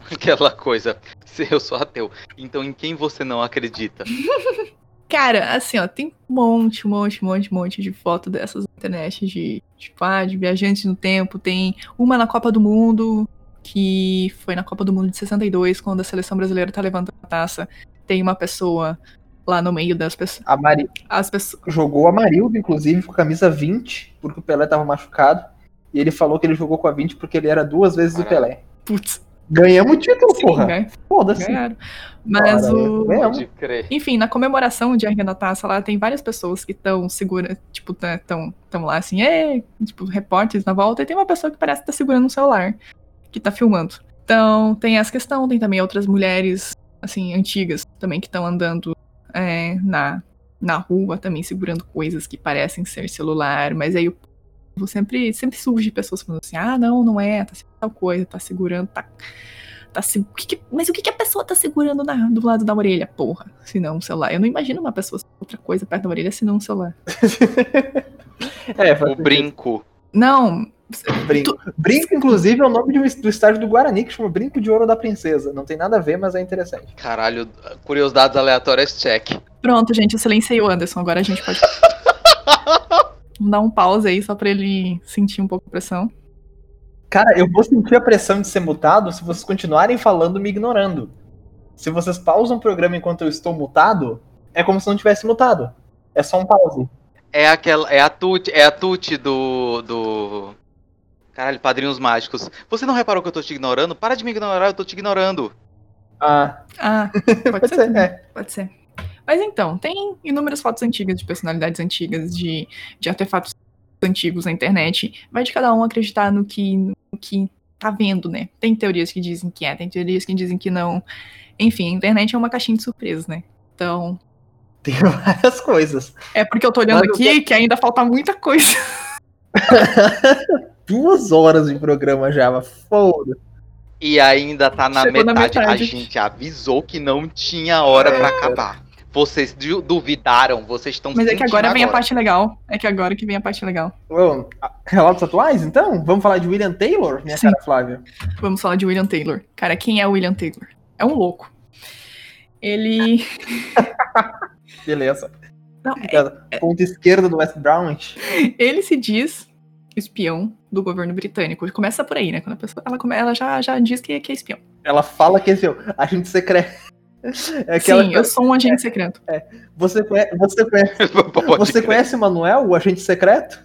Aquela coisa, se eu sou ateu, então em quem você não acredita? Cara, assim, ó, tem um monte, um monte, um monte, um monte de foto dessas na internet de, tipo, ah, de viajantes no tempo. Tem uma na Copa do Mundo, que foi na Copa do Mundo de sessenta e dois, quando a seleção brasileira tá levantando a taça. Tem uma pessoa lá no meio das pessoas. A Mari As pessoas. jogou a Marildo, inclusive, com a camisa vinte, porque o Pelé tava machucado. E ele falou que ele jogou com a vinte porque ele era duas vezes o Pelé. Putz, Ganhamos o título, sim, porra. né? Foda-se. Ganharam. Mas Cara, o. ganhamos. Pode crer. Enfim, na comemoração de erguendo a taça lá, tem várias pessoas que estão segura, tipo, estão tão lá assim, é, tipo, repórteres na volta, e tem uma pessoa que parece que tá segurando um celular, que tá filmando. Então, tem essa questão, tem também outras mulheres, assim, antigas, também que estão andando é, na, na rua, também segurando coisas que parecem ser celular, mas aí o povo sempre, sempre surge pessoas falando assim, ah, não, não é, tá segurando tal coisa, tá segurando, tá... Tá, o que que, mas o que, que a pessoa tá segurando na, do lado da orelha, porra? Se não um celular. Eu não imagino uma pessoa segurando outra coisa perto da orelha se não um celular. É, O brinco. Não. Brinco. Tu... Brinco, inclusive, é o nome de um, do estádio do Guarani, que chama Brinco de Ouro da Princesa. Não tem nada a ver, mas é interessante. Caralho, curiosidades aleatórias, check. Pronto, gente, eu silenciei o Anderson. Agora a gente pode. Vamos dar um pause aí só pra ele sentir um pouco a pressão. Cara, eu vou sentir a pressão de ser mutado se vocês continuarem falando me ignorando. Se vocês pausam o programa enquanto eu estou mutado, é como se não tivesse mutado. É só um pause. É aquela. É a Tuti, é a Tuti do. do. Caralho, Padrinhos Mágicos. Você não reparou que eu tô te ignorando? Para de me ignorar, eu tô te ignorando. Ah, Ah, pode, pode ser. ser, é. Pode ser. Mas então, tem inúmeras fotos antigas de personalidades antigas, de, de artefatos antigos na internet. Vai de cada um acreditar no que, no que tá vendo, né? Tem teorias que dizem que é, tem teorias que dizem que não. Enfim, a internet é uma caixinha de surpresas, né? Então... Tem várias coisas. É porque eu tô olhando Mas aqui eu... que ainda falta muita coisa. Duas horas de programa já, foda. E ainda tá na Chegou metade. na metade. A gente avisou que não tinha hora pra acabar. Vocês du- duvidaram, vocês estão Mas é que agora vem a agora. parte legal. É que agora que vem a parte legal. Bom, relatos atuais, então? Vamos falar de William Taylor, minha Sim. cara Flávia? Vamos falar de William Taylor. Cara, quem é o William Taylor? É um louco. Ele... Beleza. Não, é, Ponta esquerda do West Bromwich. ele se diz espião do governo britânico. Começa por aí, né? Quando a pessoa ela, come- ela já, já diz que, que é espião. Ela fala que esse é o agente secreto. É aquela Sim, eu sou um agente secreto. Você conhece, você conhece, Pode você crer. conhece o Manuel, o agente secreto?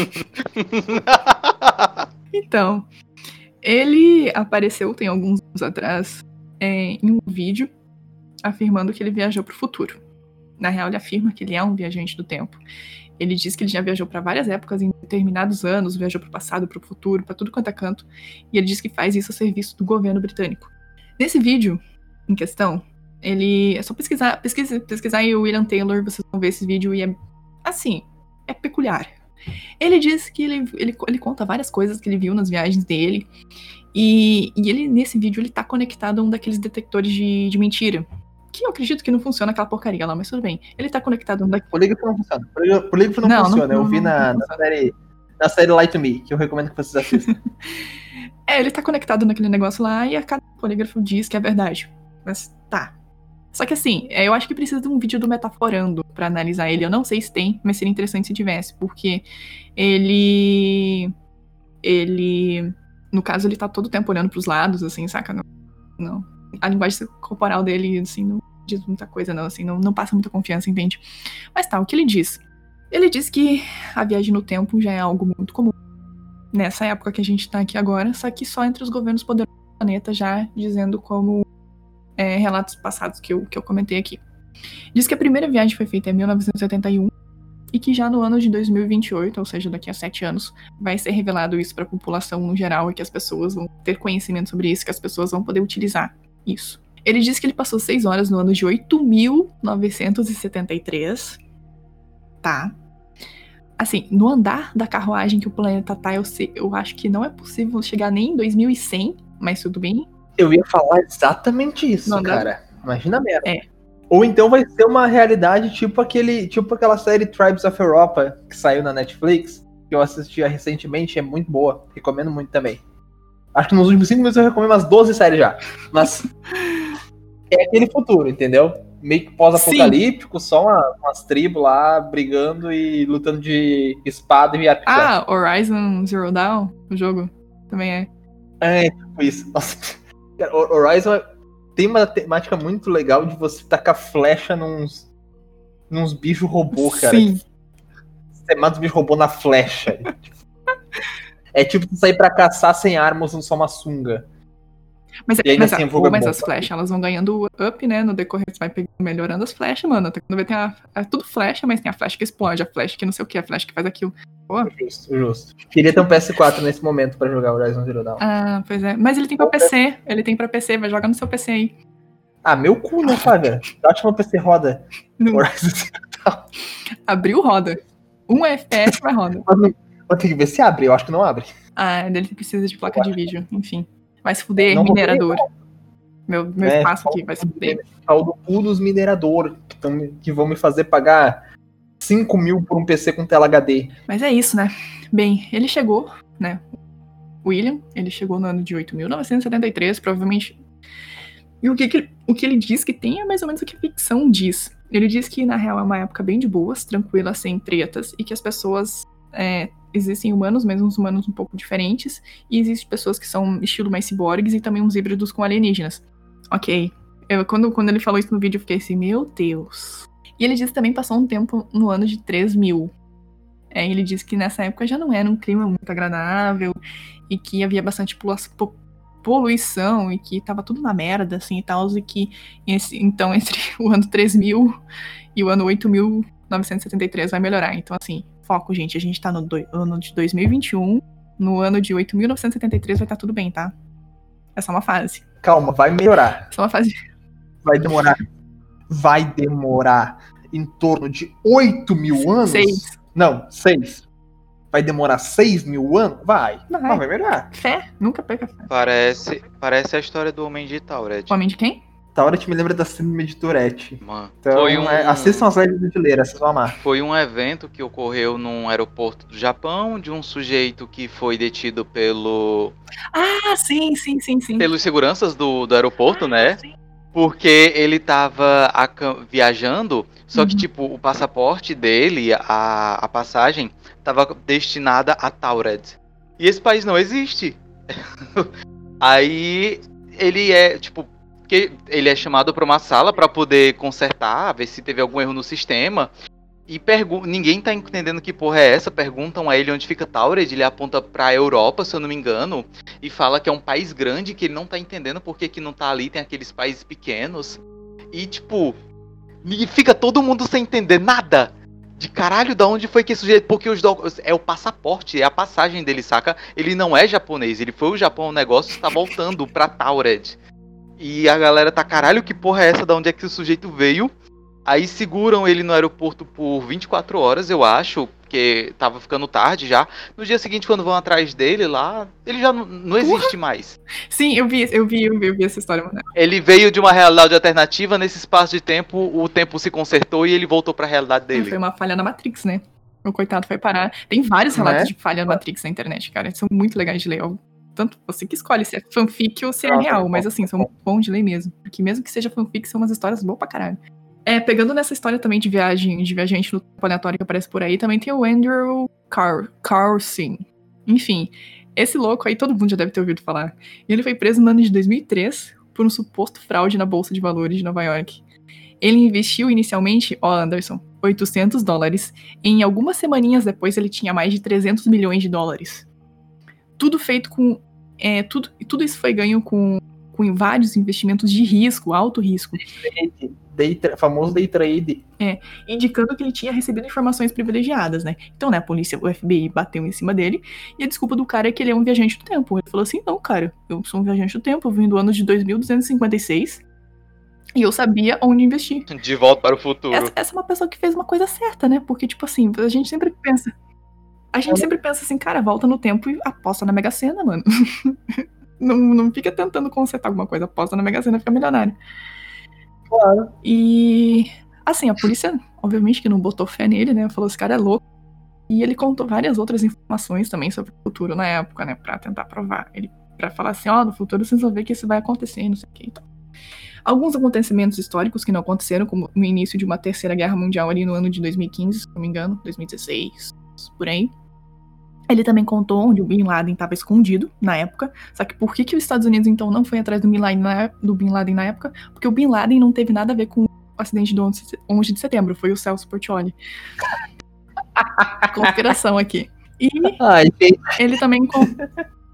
Então, ele apareceu, tem alguns anos atrás, é, em um vídeo afirmando que ele viajou para o futuro. Na real, ele afirma que ele é um viajante do tempo. Ele diz que ele já viajou para várias épocas, em determinados anos, viajou para o passado, para o futuro, para tudo quanto é canto, e ele diz que faz isso a serviço do governo britânico. Nesse vídeo em questão, ele... É só pesquisar, pesquisa, pesquisar aí o William Taylor, vocês vão ver esse vídeo, e é, assim, é peculiar. Ele diz que ele, ele, ele conta várias coisas que ele viu nas viagens dele, e, e ele, nesse vídeo, ele tá conectado a um daqueles detectores de, de mentira, que eu acredito que não funciona aquela porcaria lá, mas tudo bem. Ele tá conectado a um daqueles... Polígrafo não funciona. Polígrafo- Polígrafo não, Não, não- funciona. Eu não- vi não- na, não na, série, na série Light to Me, que eu recomendo que vocês assistam. É, ele tá conectado naquele negócio lá e a cada polígrafo diz que é verdade. Mas tá. Só que assim, é, eu acho que precisa de um vídeo do Metaforando pra analisar ele. Eu não sei se tem, mas seria interessante se tivesse, porque ele... Ele... No caso, ele tá todo o tempo olhando pros lados, assim, saca? Não. não. A linguagem corporal dele, assim, não diz muita coisa, não, assim, não, não passa muita confiança, entende? Mas tá, o que ele diz? Ele diz que a viagem no tempo já é algo muito comum nessa época que a gente tá aqui agora, só que só entre os governos poderosos do planeta, já dizendo como é, relatos passados que eu, que eu comentei aqui. Diz que a primeira viagem foi feita em mil novecentos e oitenta e um e que já no ano de dois mil e vinte e oito, ou seja, daqui a sete anos, vai ser revelado isso para a população no geral e que as pessoas vão ter conhecimento sobre isso, que as pessoas vão poder utilizar isso. Ele diz que ele passou seis horas no ano de oito mil novecentos e setenta e três. Tá. Assim, no andar da carruagem que o planeta tá, eu, sei, eu acho que não é possível chegar nem em dois mil e cem, mas tudo bem. Eu ia falar exatamente isso, Não dá. cara. Imagina a merda. É. Ou então vai ser uma realidade tipo aquele, tipo aquela série Tribes of Europa que saiu na Netflix, que eu assisti recentemente, é muito boa, recomendo muito também. Acho que nos últimos cinco minutos eu recomendo umas doze séries já. Mas é aquele futuro, entendeu? Meio que pós-apocalíptico, só uma, umas tribos lá brigando e lutando de espada e arco. Ah, Horizon Zero Dawn, o jogo, também é. É, tipo isso. Nossa. Cara, Horizon tem uma temática muito legal de você tacar flecha nos, nos bichos robô, cara. Sim. Você mata os bichos robô na flecha. É tipo tu sair pra caçar sem armas usando só uma sunga. Mas, E aí, mas, assim, a- o jogo é mas bom, as flechas, elas vão ganhando up, né? No decorrer, você vai pegando, melhorando as flechas, mano. Até quando vai ter a, é tudo flecha, mas tem a flecha que explode, a flecha que não sei o que, a flecha que faz aquilo. Pô. Justo, justo. Queria ter um P S quatro nesse momento pra jogar Horizon Zero Dawn. Ah, pois é. Mas ele tem pra P C. Ele tem pra P C, vai jogar no seu P C aí. Ah, meu cu, né, Flávia? Eu acho que meu P C roda Não. Horizon Zero Dawn. Abriu, roda. Um F P S vai roda. Mas não- Vou ter que ver se abre, eu acho que não abre. Ah, ele precisa de placa de vídeo, enfim. Vai se fuder, Não vou minerador. Meu, meu É, espaço aqui vai se fuder. Pau do cu dos mineradores que, tão- que vão me fazer pagar cinco mil por um P C com tela H D. Mas é isso, né? Bem, ele chegou, né? William, ele chegou no ano de oito mil novecentos e setenta e três, provavelmente. E o que, que, o que ele diz que tem é mais ou menos o que a ficção diz. Ele diz que, na real, é uma época bem de boas, tranquila, sem tretas, e que as pessoas. É, existem humanos, mesmo uns humanos um pouco diferentes, e existem pessoas que são estilo mais ciborgues e também uns híbridos com alienígenas. Ok. Eu, quando, quando ele falou isso no vídeo, eu fiquei assim, meu Deus. E ele disse que também passou um tempo no ano de três mil. É, ele disse que nessa época já não era um clima muito agradável e que havia bastante polu- po- poluição e que tava tudo na merda, assim, e tal, e que esse, então entre o ano três mil e o ano oito mil novecentos e setenta e três vai melhorar. Então, assim, foco, gente, a gente tá no do, ano de dois mil e vinte e um, no ano de oito mil novecentos e setenta e três vai estar tudo bem, tá? É só uma fase. Calma, vai melhorar. É só uma fase. Vai demorar. Vai demorar em torno de oito mil anos? Seis. Não, seis. Vai demorar seis mil anos? Vai. Vai. Mas vai melhorar. Fé, nunca perca fé. Parece, parece a história do Homem de Tauret. O homem de quem? Tauret me lembra da síndrome de Tourette. Mano, Então, foi um, é, assistam as lives de ler, vocês vão amar. foi um evento que ocorreu num aeroporto do Japão, de um sujeito que foi detido pelo, Ah, sim, sim, sim, sim. pelos seguranças do, do aeroporto, né? Sim. Porque ele tava aca- viajando, só que, Uhum. tipo, o passaporte dele, a, a passagem, tava destinada a Tauret. E esse país não existe. Aí ele é, tipo, que ele é chamado para uma sala para poder consertar, ver se teve algum erro no sistema. E pergu- ninguém tá entendendo que porra é essa. Perguntam a ele onde fica Tauret, ele aponta pra Europa, se eu não me engano, e fala que é um país grande, que ele não tá entendendo porque que não tá ali, tem aqueles países pequenos. E tipo, e fica todo mundo sem entender nada. De caralho, da onde foi que esse sujeito... Porque os doc- é o passaporte, é a passagem dele, saca? Ele não é japonês, ele foi ao Japão, o negócio está voltando pra Tauret. E a galera tá, caralho, que porra é essa? Da onde é que o sujeito veio? Aí seguram ele no aeroporto por vinte e quatro horas, eu acho, porque tava ficando tarde já. No dia seguinte, quando vão atrás dele lá, ele já não, não existe mais. Sim, eu vi, eu vi, eu vi, eu vi essa história, mano. Ele veio de uma realidade alternativa, nesse espaço de tempo, o tempo se consertou e ele voltou pra realidade dele. Foi uma falha na Matrix, né? O coitado foi parar. Tem vários relatos Né? de falha na Matrix na internet, cara. São muito legais de ler. Ó. Tanto você que escolhe se é fanfic ou se é Nossa, real, é mas bom, assim, é são bom. bons de ler mesmo. Porque mesmo que seja fanfic, são umas histórias boas pra caralho. É, pegando nessa história também de viagem, de viajante no tempo aleatório que aparece por aí, também tem o Andrew Car Carlson. Enfim, esse louco aí todo mundo já deve ter ouvido falar. E ele foi preso no ano de dois mil e três por um suposto fraude na Bolsa de Valores de Nova York. Ele investiu inicialmente, ó, Anderson, oitocentos dólares. E em algumas semaninhas depois ele tinha mais de trezentos milhões de dólares. Tudo feito com... É, tudo, tudo isso foi ganho com, com vários investimentos de risco, alto risco. Day tra- famoso day trade. Indicando que ele tinha recebido informações privilegiadas, né? Então, né, a polícia, o F B I bateu em cima dele, e a desculpa do cara é que ele é um viajante do tempo. Ele falou assim, não, cara, eu sou um viajante do tempo, eu vim do ano de dois mil duzentos e cinquenta e seis, e eu sabia onde investir. De volta para o futuro. Essa, essa é uma pessoa que fez uma coisa certa, né? Porque, tipo assim, a gente sempre pensa... A gente sempre pensa assim, cara, volta no tempo e aposta na Mega Sena, mano. não, não fica tentando consertar alguma coisa, aposta na Mega Sena e fica milionário. Claro. E, assim, a polícia, obviamente, que não botou fé nele, né? Falou, esse cara é louco. E ele contou várias outras informações também sobre o futuro na época, né? Pra tentar provar. Ele pra falar assim, ó, oh, no futuro vocês vão ver que isso vai acontecer, não sei o que e tal. Alguns acontecimentos históricos que não aconteceram, como no início de uma terceira guerra mundial ali no ano de dois mil e quinze, se não me engano, dois mil e dezesseis, por aí. Ele também contou onde o Bin Laden estava escondido na época. Só que por que, que os Estados Unidos então não foi atrás do Bin Laden na, do Bin Laden na época? Porque o Bin Laden não teve nada a ver com o acidente do onze de setembro, foi o Celso Portiolli. Conspiração aqui. E Ai, ele também contou...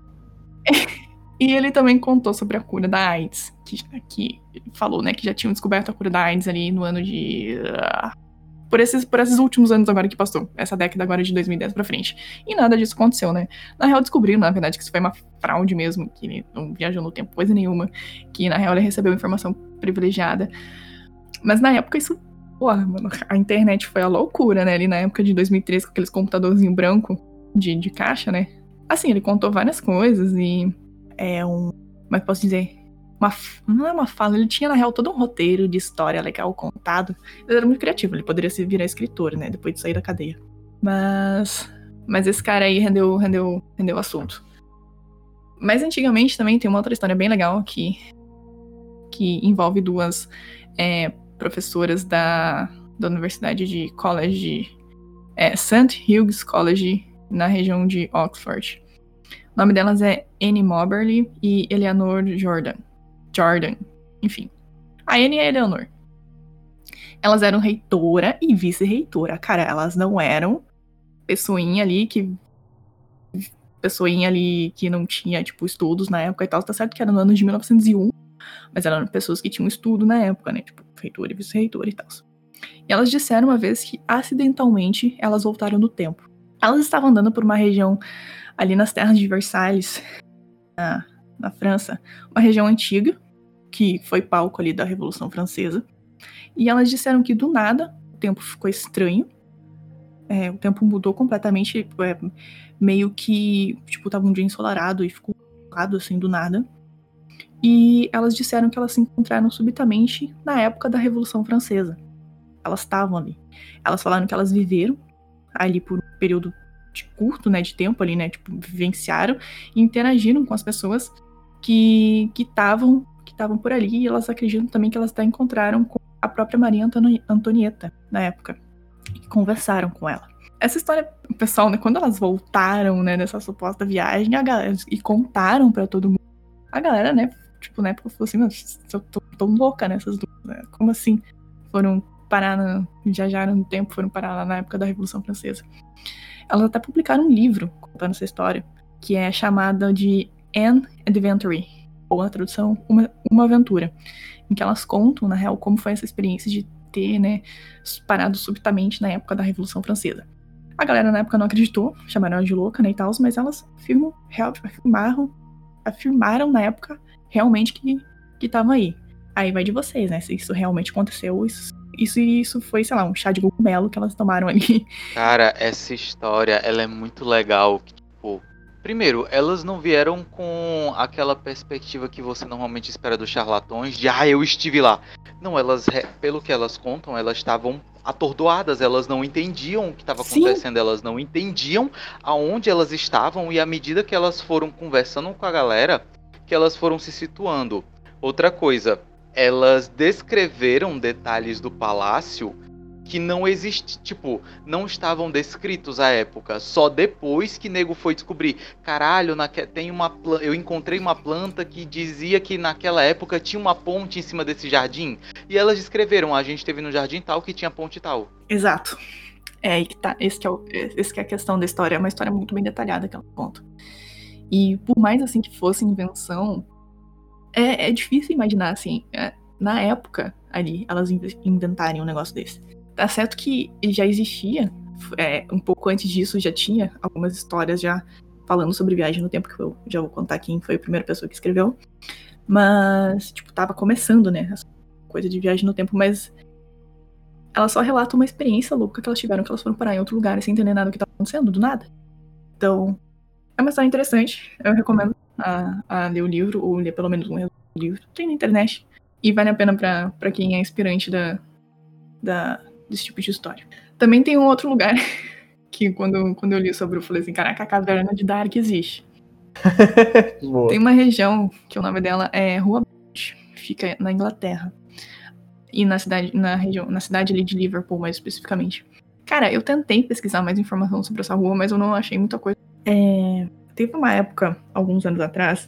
E ele também contou sobre a cura da AIDS, que, que ele falou, né, que já tinham descoberto a cura da AIDS ali no ano de... Uh, por, esses, por esses últimos anos agora que passou, essa década agora de dois mil e dez pra frente. E nada disso aconteceu, né? Na real, descobriram, na verdade, que isso foi uma fraude mesmo, que ele não viajou no tempo coisa nenhuma, que na real ele recebeu informação privilegiada. Mas na época isso... Porra, mano, a internet foi a loucura, né? Ali na época de dois mil e treze, com aqueles computadorzinhos brancos de, de caixa, né? Assim, ele contou várias coisas e... É um... Como é que posso dizer? Uma, não é uma fala, ele tinha na real todo um roteiro de história legal contado. Ele era muito criativo, ele poderia se virar escritor, né? Depois de sair da cadeia. Mas... Mas esse cara aí rendeu, rendeu, rendeu assunto. Mas antigamente também tem uma outra história bem legal que... Que envolve duas é, professoras da, da Universidade de College... É, Saint Hugh's College, na região de Oxford. O nome delas é Annie Moberly e Eleanor Jordan. Jordan, enfim. A Annie e a Eleanor. Elas eram reitora e vice-reitora. Cara, elas não eram pessoinha ali que... Pessoinha ali que não tinha, tipo, estudos na época e tal. Tá certo que era no ano de mil novecentos e um. Mas eram pessoas que tinham estudo na época, né? Tipo, reitora e vice-reitora e tal. E elas disseram uma vez que, acidentalmente, elas voltaram no tempo. Elas estavam andando por uma região... ali nas terras de Versalhes, na, na França, uma região antiga, que foi palco ali da Revolução Francesa, e elas disseram que do nada o tempo ficou estranho, é, o tempo mudou completamente, é, meio que, tipo, tava um dia ensolarado e ficou nublado, assim, do nada, e elas disseram que elas se encontraram subitamente na época da Revolução Francesa. Elas estavam ali. Elas falaram que elas viveram ali por um período de curto, né, de tempo ali, né, tipo, vivenciaram e interagiram com as pessoas que que estavam que estavam por ali, e elas acreditam também que elas até encontraram com a própria Maria Antoni- Antonieta na época, e conversaram com ela. Essa história, o pessoal, né, quando elas voltaram, né, nessa suposta viagem, a galera, e contaram pra todo mundo, a galera, né, tipo, na época falou assim, meu, eu tô, tô louca nessas duas, né? Como assim foram parar, na, viajaram no tempo, foram parar lá na época da Revolução Francesa. Elas até publicaram um livro contando essa história, que é chamada de An Adventure, ou a tradução, uma, uma aventura, em que elas contam, na real, como foi essa experiência de ter, né, parado subitamente na época da Revolução Francesa. A galera na época não acreditou, chamaram ela de louca, né, e tal, mas elas afirmam, real, afirmaram, afirmaram na época realmente que estavam aí. Aí vai de vocês, né, se isso realmente aconteceu, isso... Isso, isso foi, sei lá, um chá de cogumelo que elas tomaram ali. Cara, essa história, ela é muito legal. Tipo, primeiro, elas não vieram com aquela perspectiva que você normalmente espera dos charlatões, de, ah, eu estive lá. Não, elas, pelo que elas contam, elas estavam atordoadas, elas não entendiam o que estava acontecendo, elas não entendiam aonde elas estavam, e à medida que elas foram conversando com a galera, que elas foram se situando. Outra coisa... Elas descreveram detalhes do palácio que não existiam, tipo, não estavam descritos à época. Só depois que nego foi descobrir. Caralho, naque... tem uma pla... eu encontrei uma planta que dizia que naquela época tinha uma ponte em cima desse jardim. E elas descreveram, a gente esteve no jardim tal que tinha ponte tal. Exato. É aí que tá. Esse que é, o... Esse que é a questão da história. É uma história muito bem detalhada que ela conta. E por mais assim que fosse invenção... É, é difícil imaginar, assim, é, na época ali, elas inventarem um negócio desse. Tá certo que já existia, é, um pouco antes disso já tinha algumas histórias já falando sobre viagem no tempo, que eu já vou contar quem foi a primeira pessoa que escreveu. Mas, tipo, tava começando, né, essa coisa de viagem no tempo, mas elas só relatam uma experiência louca que elas tiveram, que elas foram parar em outro lugar sem entender nada do que tava acontecendo, do nada. Então, é uma história interessante, eu recomendo A, a ler o livro, ou ler pelo menos um livro. Tem na internet. E vale a pena pra, pra quem é inspirante da, da, desse tipo de história. Também tem um outro lugar que quando, quando eu li sobre, eu falei assim, caraca, a caverna de Dark existe. Tem uma região que o nome dela é Rua Bolt, fica na Inglaterra. E na cidade, na região, na cidade ali de Liverpool, mais especificamente. Cara, eu tentei pesquisar mais informação sobre essa rua, mas eu não achei muita coisa. É, teve uma época, alguns anos atrás,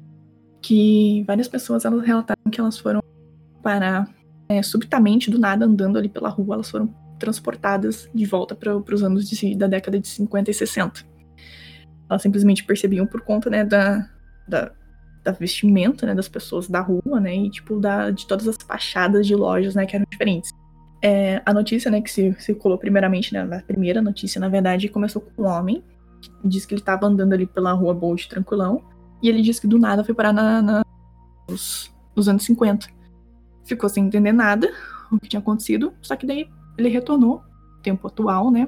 que várias pessoas elas relataram que elas foram parar é, subitamente, do nada, andando ali pela rua, elas foram transportadas de volta para os anos de, da década de cinquenta e sessenta. Elas simplesmente percebiam por conta, né, da, da, da vestimenta, né, das pessoas da rua, né, e tipo, da, de todas as fachadas de lojas, né, que eram diferentes. É, a notícia, né, que se circulou primeiramente, né, a primeira notícia, na verdade, começou com um homem, que disse que ele estava andando ali pela Rua Bolt tranquilão, e ele disse que do nada foi parar na, na, nos, nos anos cinquenta. Ficou sem entender nada o que tinha acontecido, só que daí ele retornou, tempo atual, né,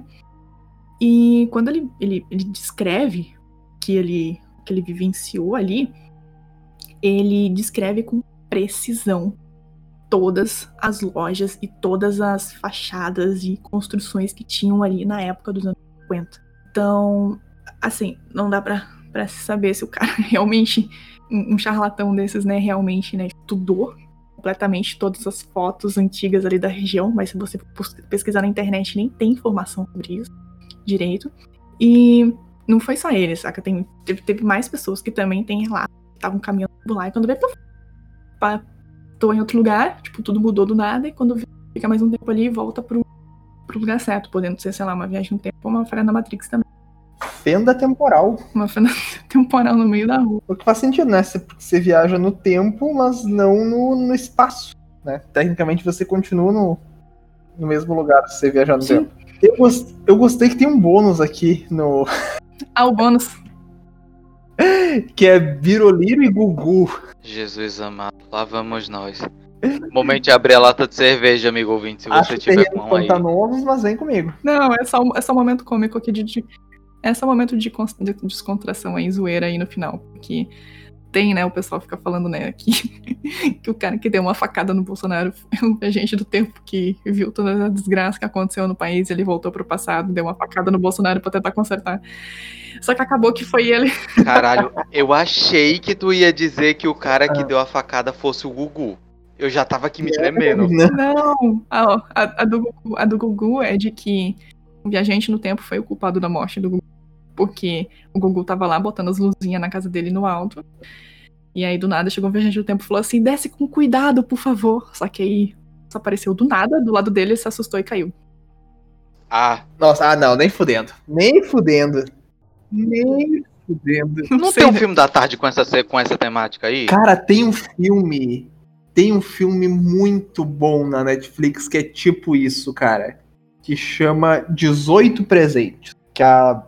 e quando ele, ele, ele descreve que ele, que ele vivenciou ali, ele descreve com precisão todas as lojas e todas as fachadas e construções que tinham ali na época dos anos cinquenta. Então, assim, não dá pra, pra saber se o cara realmente, um charlatão desses, né, realmente, né, estudou completamente todas as fotos antigas ali da região, mas se você pesquisar na internet nem tem informação sobre isso direito. E não foi só ele, saca? Tem, teve, teve mais pessoas que também têm relatos, estavam caminhando por lá e quando vê, pá, tô em outro lugar, tipo, tudo mudou do nada, e quando fica mais um tempo ali, volta pro, pro lugar certo, podendo ser, sei lá, uma viagem no tempo ou uma falha na Matrix também. Fenda temporal. Uma fenda temporal no meio da rua. O que faz sentido, né? Você, você viaja no tempo, mas não no, no espaço, né? Tecnicamente você continua no, no mesmo lugar se você viajar no Sim. tempo. Eu, gost, eu gostei que tem um bônus aqui no... Ah, o bônus. que é Biroliro e Gugu. Jesus amado, lá vamos nós. Momento de abrir a lata de cerveja, amigo ouvinte, se Acho você que tiver terrenos com um aí. pantanosos, mas vem comigo. Não, é só, é só um momento cômico aqui de... de é só um momento de, de descontração aí, zoeira aí no final. Porque tem, né, o pessoal fica falando, né, que, que o cara que deu uma facada no Bolsonaro foi a gente do tempo que viu toda a desgraça que aconteceu no país, ele voltou pro passado, deu uma facada no Bolsonaro pra tentar consertar. Só que acabou que foi ele. Caralho, eu achei que tu ia dizer que o cara que deu a facada fosse o Gugu. Eu já tava aqui me tremendo. Não, a, a, a, do Gugu, a do Gugu é de que o viajante no tempo foi o culpado da morte do Gugu. Porque o Gugu tava lá botando as luzinhas na casa dele no alto. E aí do nada chegou um viajante do tempo e falou assim, desce com cuidado, por favor. Só que aí só apareceu do nada, do lado dele, ele se assustou e caiu. Ah. Nossa, ah não, nem fudendo. Nem fudendo. Nem fudendo. Não, não tem um filme da tarde com essa, com essa temática aí? Cara, tem um filme... Tem um filme muito bom na Netflix que é tipo isso, cara. Que chama dezoito Presentes. Que a,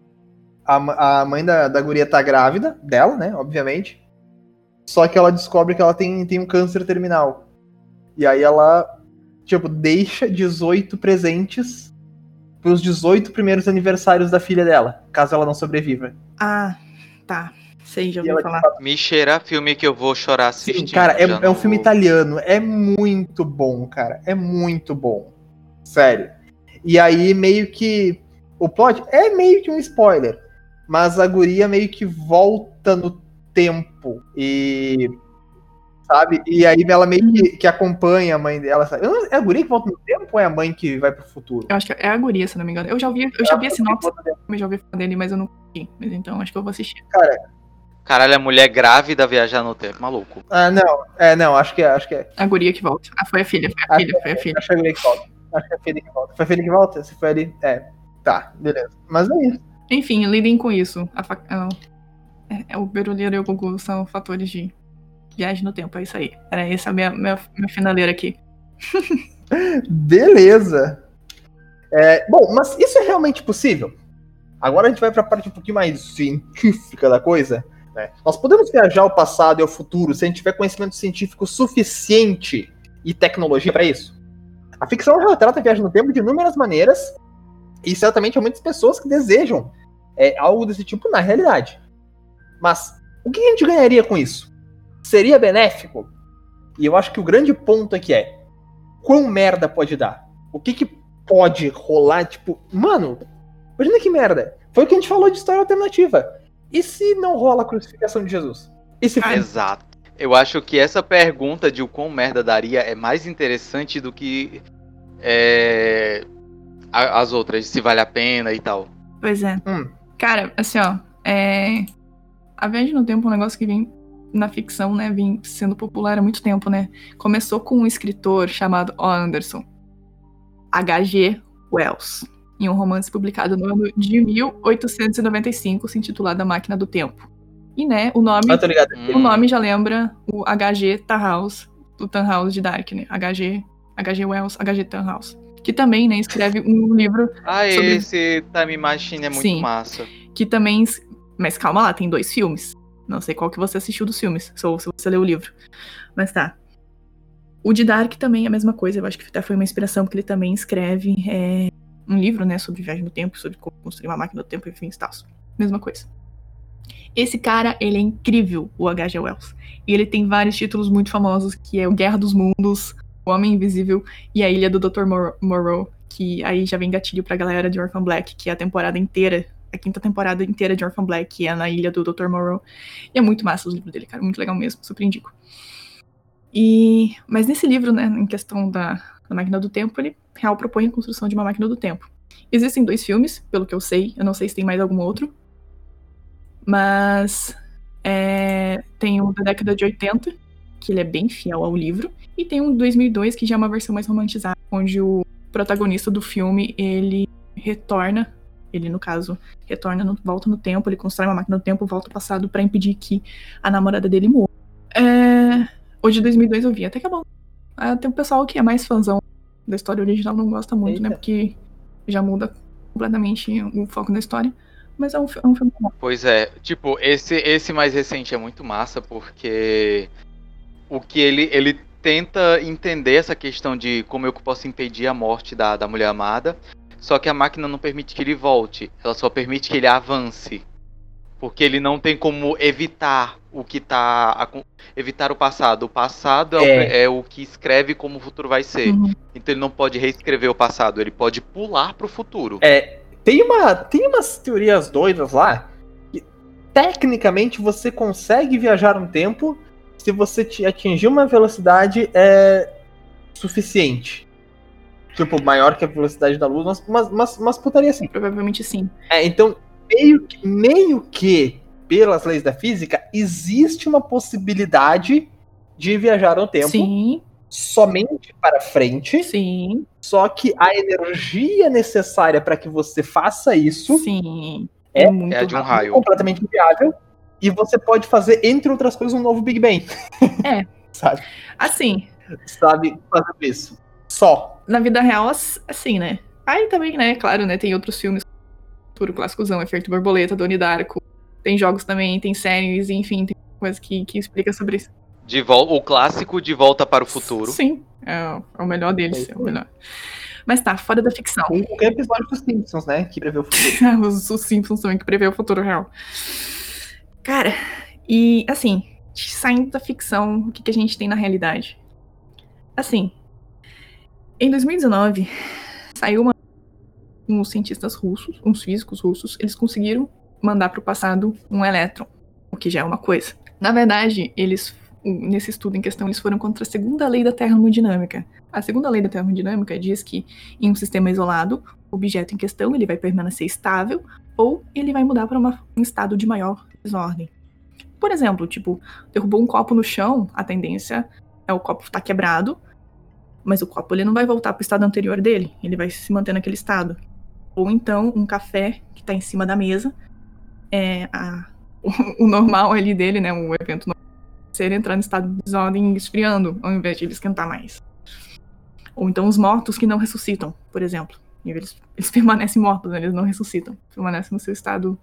a, a mãe da, da guria tá grávida, dela, né, obviamente. Só que ela descobre que ela tem, tem um câncer terminal. E aí ela, tipo, deixa dezoito presentes pros dezoito primeiros aniversários da filha dela, caso ela não sobreviva. Ah, tá. Sei, já E ouvi ela, falar. tipo, Me cheira filme que eu vou chorar assistindo. sim, cara, é, é um não filme vou... italiano. É muito bom, cara. É muito bom. Sério. E aí, meio que... O plot é meio que um spoiler. Mas a guria meio que volta no tempo. E... Sabe? E aí ela meio que, que acompanha a mãe dela. Sabe? É a guria que volta no tempo ou é a mãe que vai pro futuro? Eu acho que é a guria, se não me engano. Eu já vi, eu já vi a sinopse, eu já ouvi falar dele, mas eu não vi. Mas então acho que eu vou assistir. Cara... Caralho, a mulher grávida viajar no tempo, maluco. Ah, não. É, não, acho que é. Acho que é. A guria que volta. Ah, foi a filha, foi a Acho filha, foi a filha. Acho que é a guria que volta. Acho que é a filha que volta. Foi a filha que volta? Se foi ali. É. Tá, beleza. Mas é isso. Enfim, lidem com isso. A fa... é, é, o Berolheiro e o Gugu são fatores de viagem no tempo, é isso aí. Era essa a minha, minha, minha finaleira aqui. Beleza. É, bom, mas isso é realmente possível? Agora a gente vai pra parte um pouquinho mais científica da coisa. Né? Nós podemos viajar ao passado e ao futuro se a gente tiver conhecimento científico suficiente e tecnologia para isso. A ficção retrata a viagem no tempo de inúmeras maneiras e certamente há muitas pessoas que desejam é, algo desse tipo na realidade. Mas o que a gente ganharia com isso? Seria benéfico? E eu acho que o grande ponto aqui é quão merda pode dar? O que que pode rolar? Tipo, mano, imagina que merda. Foi o que a gente falou de história alternativa. E se não rola a crucificação de Jesus? E se Ah, exato. Eu acho que essa pergunta de o quão merda daria é mais interessante do que é, a- as outras, se vale a pena e tal. Pois é. Hum. Cara, assim, ó, é... a viagem no tempo é um negócio que vem na ficção, né, vem sendo popular há muito tempo, né? Começou com um escritor chamado O. Anderson, H G. Wells, em um romance publicado no ano de mil oitocentos e noventa e cinco, se intitulado A Máquina do Tempo. E, né, o nome, Ah, tô ligado. o nome já lembra o H G. Tannhaus, do Tannhaus de Dark, né? H G. H G. Wells, H G. Tannhaus. Que também, né, escreve um livro... Ah, sobre... esse Time Machine é muito Sim, massa. Que também... Mas calma lá, tem dois filmes. Não sei qual que você assistiu dos filmes, ou se você leu o livro. Mas tá. O de Dark também é a mesma coisa. Eu acho que até foi uma inspiração, porque ele também escreve é, um livro, né, sobre viagem no tempo, sobre como construir uma máquina do tempo, enfim, e tal. Mesma coisa. Esse cara, ele é incrível, o H G. Wells. E ele tem vários títulos muito famosos, que é o Guerra dos Mundos, O Homem Invisível e A Ilha do doutor Mor- Moreau, que aí já vem gatilho pra galera de Orphan Black, que é a temporada inteira, a quinta temporada inteira de Orphan Black, que é na Ilha do doutor Moreau. E é muito massa os livros dele, cara, muito legal mesmo, super indico. E... Mas nesse livro, né, em questão da, da máquina do tempo, ele real propõe a construção de uma máquina do tempo. Existem dois filmes, pelo que eu sei, eu não sei se tem mais algum outro, mas é, tem o da década de oitenta, que ele é bem fiel ao livro, e tem um de dois mil e dois, que já é uma versão mais romantizada, onde o protagonista do filme, ele retorna, ele no caso, retorna, no, volta no tempo, ele constrói uma máquina do tempo, volta ao passado pra impedir que a namorada dele morra. É, o de dois mil e dois eu vi, até que é bom. É, tem um pessoal que é mais fãzão da história original, não gosta muito, Eita. né, porque já muda completamente o foco da história. Mas é um, é um filme bom. Pois é, tipo, esse, esse mais recente é muito massa, porque o que ele, ele tenta entender essa questão de como eu posso impedir a morte da, da mulher amada, só que a máquina não permite que ele volte, ela só permite que ele avance. Porque ele não tem como evitar o que tá. Evitar o passado. O passado é, É. O, é o que escreve como o futuro vai ser. Uhum. Então ele não pode reescrever o passado, ele pode pular pro futuro. É, tem, uma, tem umas teorias doidas lá que, tecnicamente, você consegue viajar no tempo se você te- atingir uma velocidade é, suficiente. Tipo, maior que a velocidade da luz, mas, mas, mas, mas putaria assim. Provavelmente sim. É, então, meio que, meio que, pelas leis da física, existe uma possibilidade de viajar no tempo Sim, somente para frente, sim, só que a energia necessária para que você faça isso sim. É- É muito é a de um rápido. raio. completamente inviável, e você pode fazer, entre outras coisas, um novo Big Bang. É. Sabe? Assim, Sabe fazer isso. Só. na vida real, ass- assim, né? Aí também, né, claro, né, tem outros filmes, Futuro Clássicozão, Efeito Borboleta, Donnie Darko. Tem jogos também, tem séries, enfim, tem coisa que, que explica sobre isso. De vol- o clássico De Volta para o Futuro. Sim, é, o- é o melhor deles, É é o melhor. Mas tá, fora da ficção. Com qualquer episódio dos Simpsons, né? Que prevê o futuro. os, os Simpsons também, que prevê o futuro real. Cara, e assim, saindo da ficção, o que, que a gente tem na realidade? Assim, em dois mil e dezenove, saiu uma, uns cientistas russos, uns físicos russos, eles conseguiram mandar para o passado um elétron, o que já é uma coisa. Na verdade, eles, nesse estudo em questão, eles foram contra a segunda lei da termodinâmica. A segunda lei da termodinâmica diz que em um sistema isolado, o objeto em questão ele vai permanecer estável ou ele vai mudar para uma- um estado de maior desordem. Por exemplo, tipo, derrubou um copo no chão, a tendência é o copo estar quebrado, mas o copo ele não vai voltar para o estado anterior dele, ele vai se manter naquele estado. Ou então, um café que está em cima da mesa, é a, o, o normal ali dele, né, o evento normal, seria entrar no estado de desordem esfriando, ao invés de ele esquentar mais. Ou então os mortos que não ressuscitam, por exemplo. Eles, eles permanecem mortos, né, eles não ressuscitam, permanecem no seu estado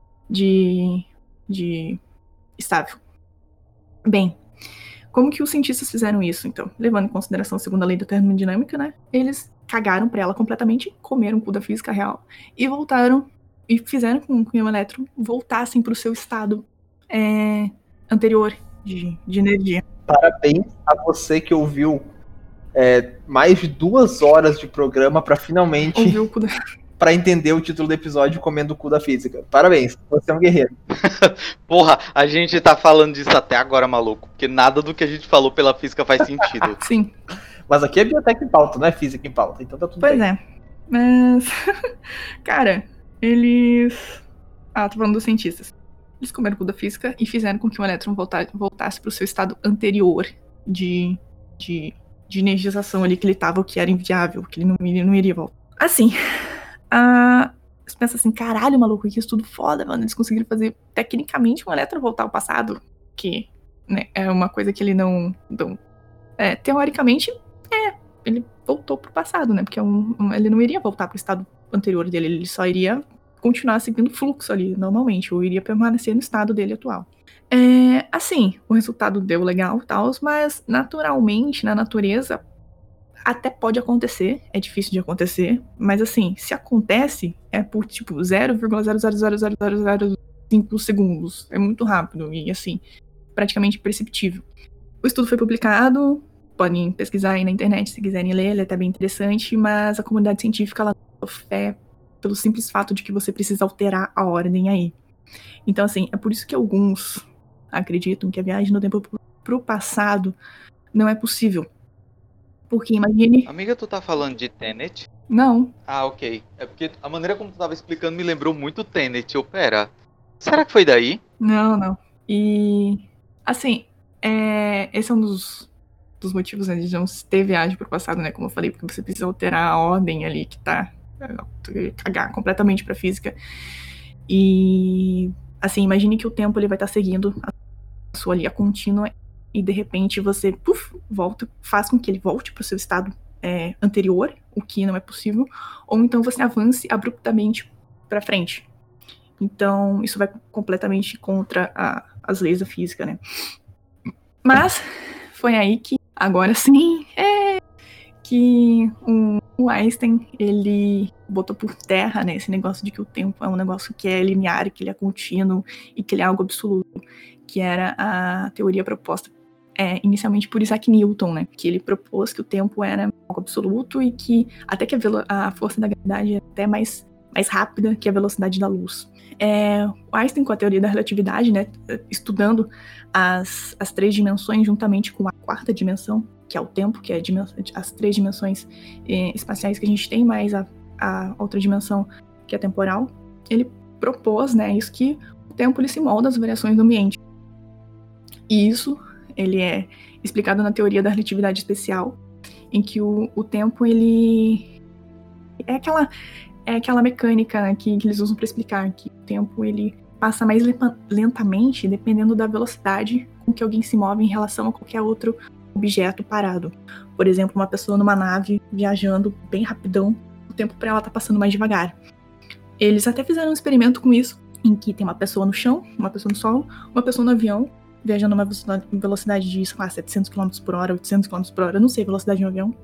de, de estável. Bem, como que os cientistas fizeram isso, então? Levando em consideração a segunda lei da termodinâmica, né? Eles cagaram pra ela completamente, comeram o cu da física real e voltaram e fizeram com que o elétron voltassem pro seu estado é, anterior de, de energia. Parabéns a você que ouviu é, mais de duas horas de programa pra finalmente Ouviu o cu da... pra entender o título do episódio comendo o cu da física. Parabéns, você é um guerreiro. Porra, a gente tá falando disso até agora, maluco. Porque nada do que a gente falou pela física faz sentido. Sim. Mas aqui é biotec em pauta, não é física em pauta, então tá tudo Pois bem. é. Mas, cara, eles... Ah, tô falando dos cientistas. Eles comeram o cu da física e fizeram com que o elétron volta- voltasse pro seu estado anterior de, de, de energização ali que ele tava, o que era inviável, que ele não, iria- não iria voltar. Assim, a... você pensa assim, caralho, maluco, que estudo foda, mano. Eles conseguiram fazer, tecnicamente, um elétron voltar ao passado, que, né, é uma coisa que ele não... não é, teoricamente, é, ele voltou pro passado, né? Porque é um, um, ele não iria voltar pro estado anterior dele, ele só iria continuar seguindo o fluxo ali, normalmente, ou iria permanecer no estado dele atual. É, assim, o resultado deu legal e tal, mas naturalmente, na natureza, até pode acontecer, é difícil de acontecer, mas assim, se acontece, é por tipo zero vírgula zero zero zero zero zero zero cinco segundos. É muito rápido e assim, praticamente imperceptível. O estudo foi publicado, podem pesquisar aí na internet se quiserem ler, ele é até bem interessante, mas a comunidade científica ela dá fé pelo simples fato de que você precisa alterar a ordem aí. Então assim, é por isso que alguns acreditam que a viagem no tempo pro passado não é possível. Porque imagine... Amiga, tu tá falando de Tenet? Não. Ah, ok. É porque a maneira como tu tava explicando me lembrou muito Tenet. Eu, pera, será que foi daí? Não, não. E, assim, é, esse é um dos, dos motivos, né, de não ter viagem pro passado, né, como eu falei, porque você precisa alterar a ordem ali que tá, é, cagar completamente pra física. E, assim, imagine que o tempo ele vai estar seguindo a sua linha contínua e, de repente, você, puf, volta, faz com que ele volte pro seu estado é, anterior, o que não é possível, ou então você avance abruptamente pra frente. Então, isso vai completamente contra a, as leis da física, né? Mas, foi aí que, agora sim, é que um, o Einstein, ele botou por terra, né, esse negócio de que o tempo é um negócio que é linear, que ele é contínuo e que ele é algo absoluto, que era a teoria proposta é, inicialmente por Isaac Newton, né, que ele propôs que o tempo era algo absoluto e que até que a, velo- a força da gravidade é até mais, mais rápida que a velocidade da luz. É, o Einstein, com a teoria da relatividade, né, estudando as, as três dimensões juntamente com a quarta dimensão, que é o tempo, que é as três dimensões eh, espaciais que a gente tem, mais a, a outra dimensão que é temporal, ele propôs, né, isso que o tempo ele se molda às variações do ambiente. E isso ele é explicado na teoria da relatividade especial, em que o, o tempo ele é aquela é aquela mecânica, né, que, que eles usam para explicar que o tempo ele passa mais lentamente dependendo da velocidade com que alguém se move em relação a qualquer outro objeto parado. Por exemplo, uma pessoa numa nave viajando bem rapidão, o tempo para ela tá passando mais devagar. Eles até fizeram um experimento com isso, em que tem uma pessoa no chão, uma pessoa no solo, uma pessoa no avião, viajando a uma velocidade de, sei lá, setecentos quilômetros por hora, oitocentos quilômetros por hora, eu não sei a velocidade de um avião.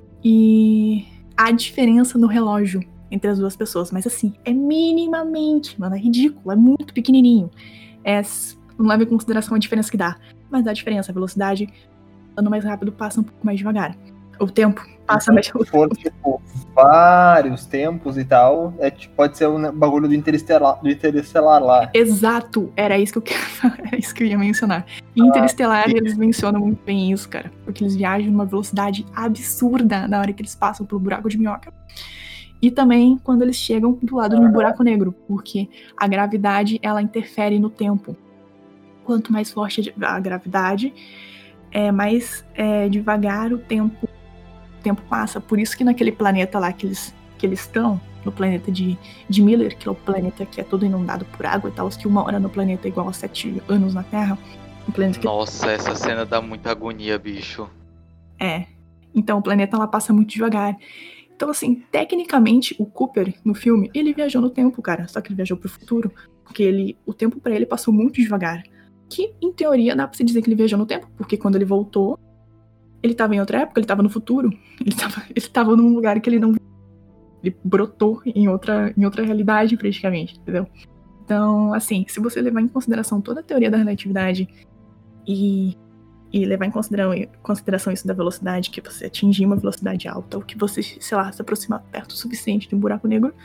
E há diferença no relógio entre as duas pessoas, mas assim, é minimamente, mano, é ridículo, é muito pequenininho. É, não leva em consideração a diferença que dá, mas dá diferença, a velocidade andando mais rápido passa um pouco mais devagar. O tempo passa então, mais... Se for, tipo, vários tempos e tal, é, pode ser um bagulho do Interestelar, do Interestelar lá. Exato, era isso que eu, quero, era isso que eu ia mencionar. Em Interestelar, ah, eles mencionam muito bem isso, cara, porque eles viajam numa velocidade absurda na hora que eles passam pelo buraco de minhoca. E também quando eles chegam do lado de um buraco negro, porque a gravidade, ela interfere no tempo. Quanto mais forte a gravidade, é mais é, devagar o tempo, o tempo passa. Por isso que naquele planeta lá que eles, que eles estão, no planeta de, de Miller, que é o planeta que é todo inundado por água e tal, que uma hora no planeta é igual a sete anos na Terra. Um planeta que... Nossa, essa cena dá muita agonia, bicho. É. Então o planeta lá passa muito devagar. Então, assim, tecnicamente, o Cooper, no filme, ele viajou no tempo, cara. Só que ele viajou pro futuro. Porque ele, o tempo pra ele passou muito devagar. Que, em teoria, dá pra se dizer que ele viajou no tempo. Porque quando ele voltou, ele tava em outra época, ele tava no futuro. Ele tava, ele tava num lugar que ele não... Ele brotou em outra, em outra realidade, praticamente, entendeu? Então, assim, se você levar em consideração toda a teoria da relatividade e... e levar em consideração, consideração isso da velocidade, que você atingir uma velocidade alta, ou que você, sei lá, se aproximar perto o suficiente de um buraco negro,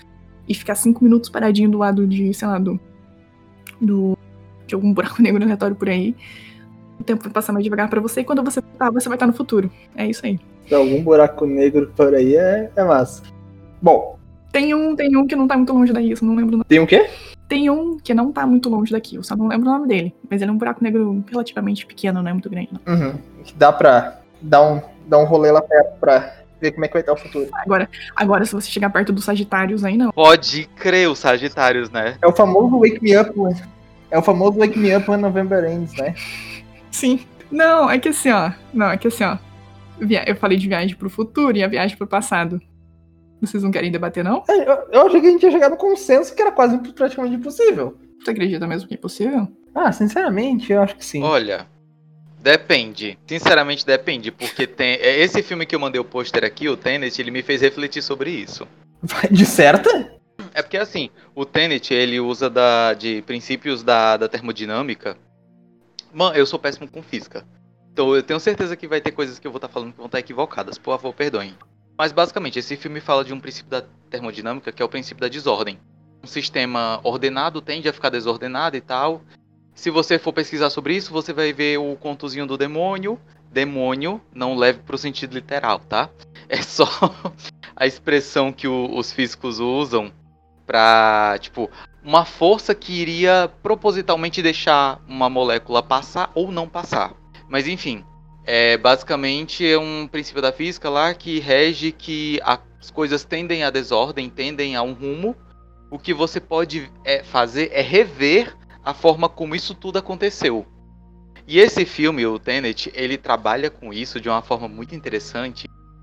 e ficar cinco minutos paradinho do lado de, sei lá, do, do de algum buraco negro aleatório por aí, o tempo vai passar mais devagar pra você, e quando você tá, você vai estar no futuro. É isso aí. Se algum buraco negro por aí é, é massa. Bom. Tem um, tem um que não tá muito longe daqui, eu só não lembro o nome. Tem um quê? Tem um que não tá muito longe daqui, eu só não lembro o nome dele. Mas ele é um buraco negro relativamente pequeno, não é muito grande, não. Uhum. Dá pra dar um, dar um rolê lá perto pra ver como é que vai estar o futuro. Agora, agora, se você chegar perto dos Sagitários, aí não. Pode crer, os Sagitários, né? É o famoso Wake Me Up, é o famoso Wake Me Up when November Ends, né? Sim. Não, é que assim, ó. Não, é que assim, ó. Eu falei de viagem pro futuro e a viagem pro passado. Vocês não querem debater, não? É, eu, eu achei que a gente ia chegar no consenso que era quase praticamente impossível. Você acredita mesmo que é possível? Ah, sinceramente, eu acho que sim. Olha, depende. Sinceramente, depende. Porque tem esse filme que eu mandei o pôster aqui, o Tenet, ele me fez refletir sobre isso. De certa? É porque, assim, o Tenet, ele usa da, de princípios da, da termodinâmica. Mano, eu sou péssimo com física. Então eu tenho certeza que vai ter coisas que eu vou estar falando que vão estar equivocadas. Por favor, perdoem. Mas basicamente, esse filme fala de um princípio da termodinâmica, que é o princípio da desordem. Um sistema ordenado tende a ficar desordenado e tal. Se você for pesquisar sobre isso, você vai ver o contozinho do demônio. Demônio, não leve para o sentido literal, tá? É só a expressão que o, os físicos usam para, tipo, uma força que iria propositalmente deixar uma molécula passar ou não passar. Mas enfim, é, basicamente é um princípio da física lá que rege que as coisas tendem à desordem, tendem a um rumo. O que você pode é, fazer é rever a forma como isso tudo aconteceu. E esse filme, o Tenet, ele trabalha com isso de uma forma muito interessante,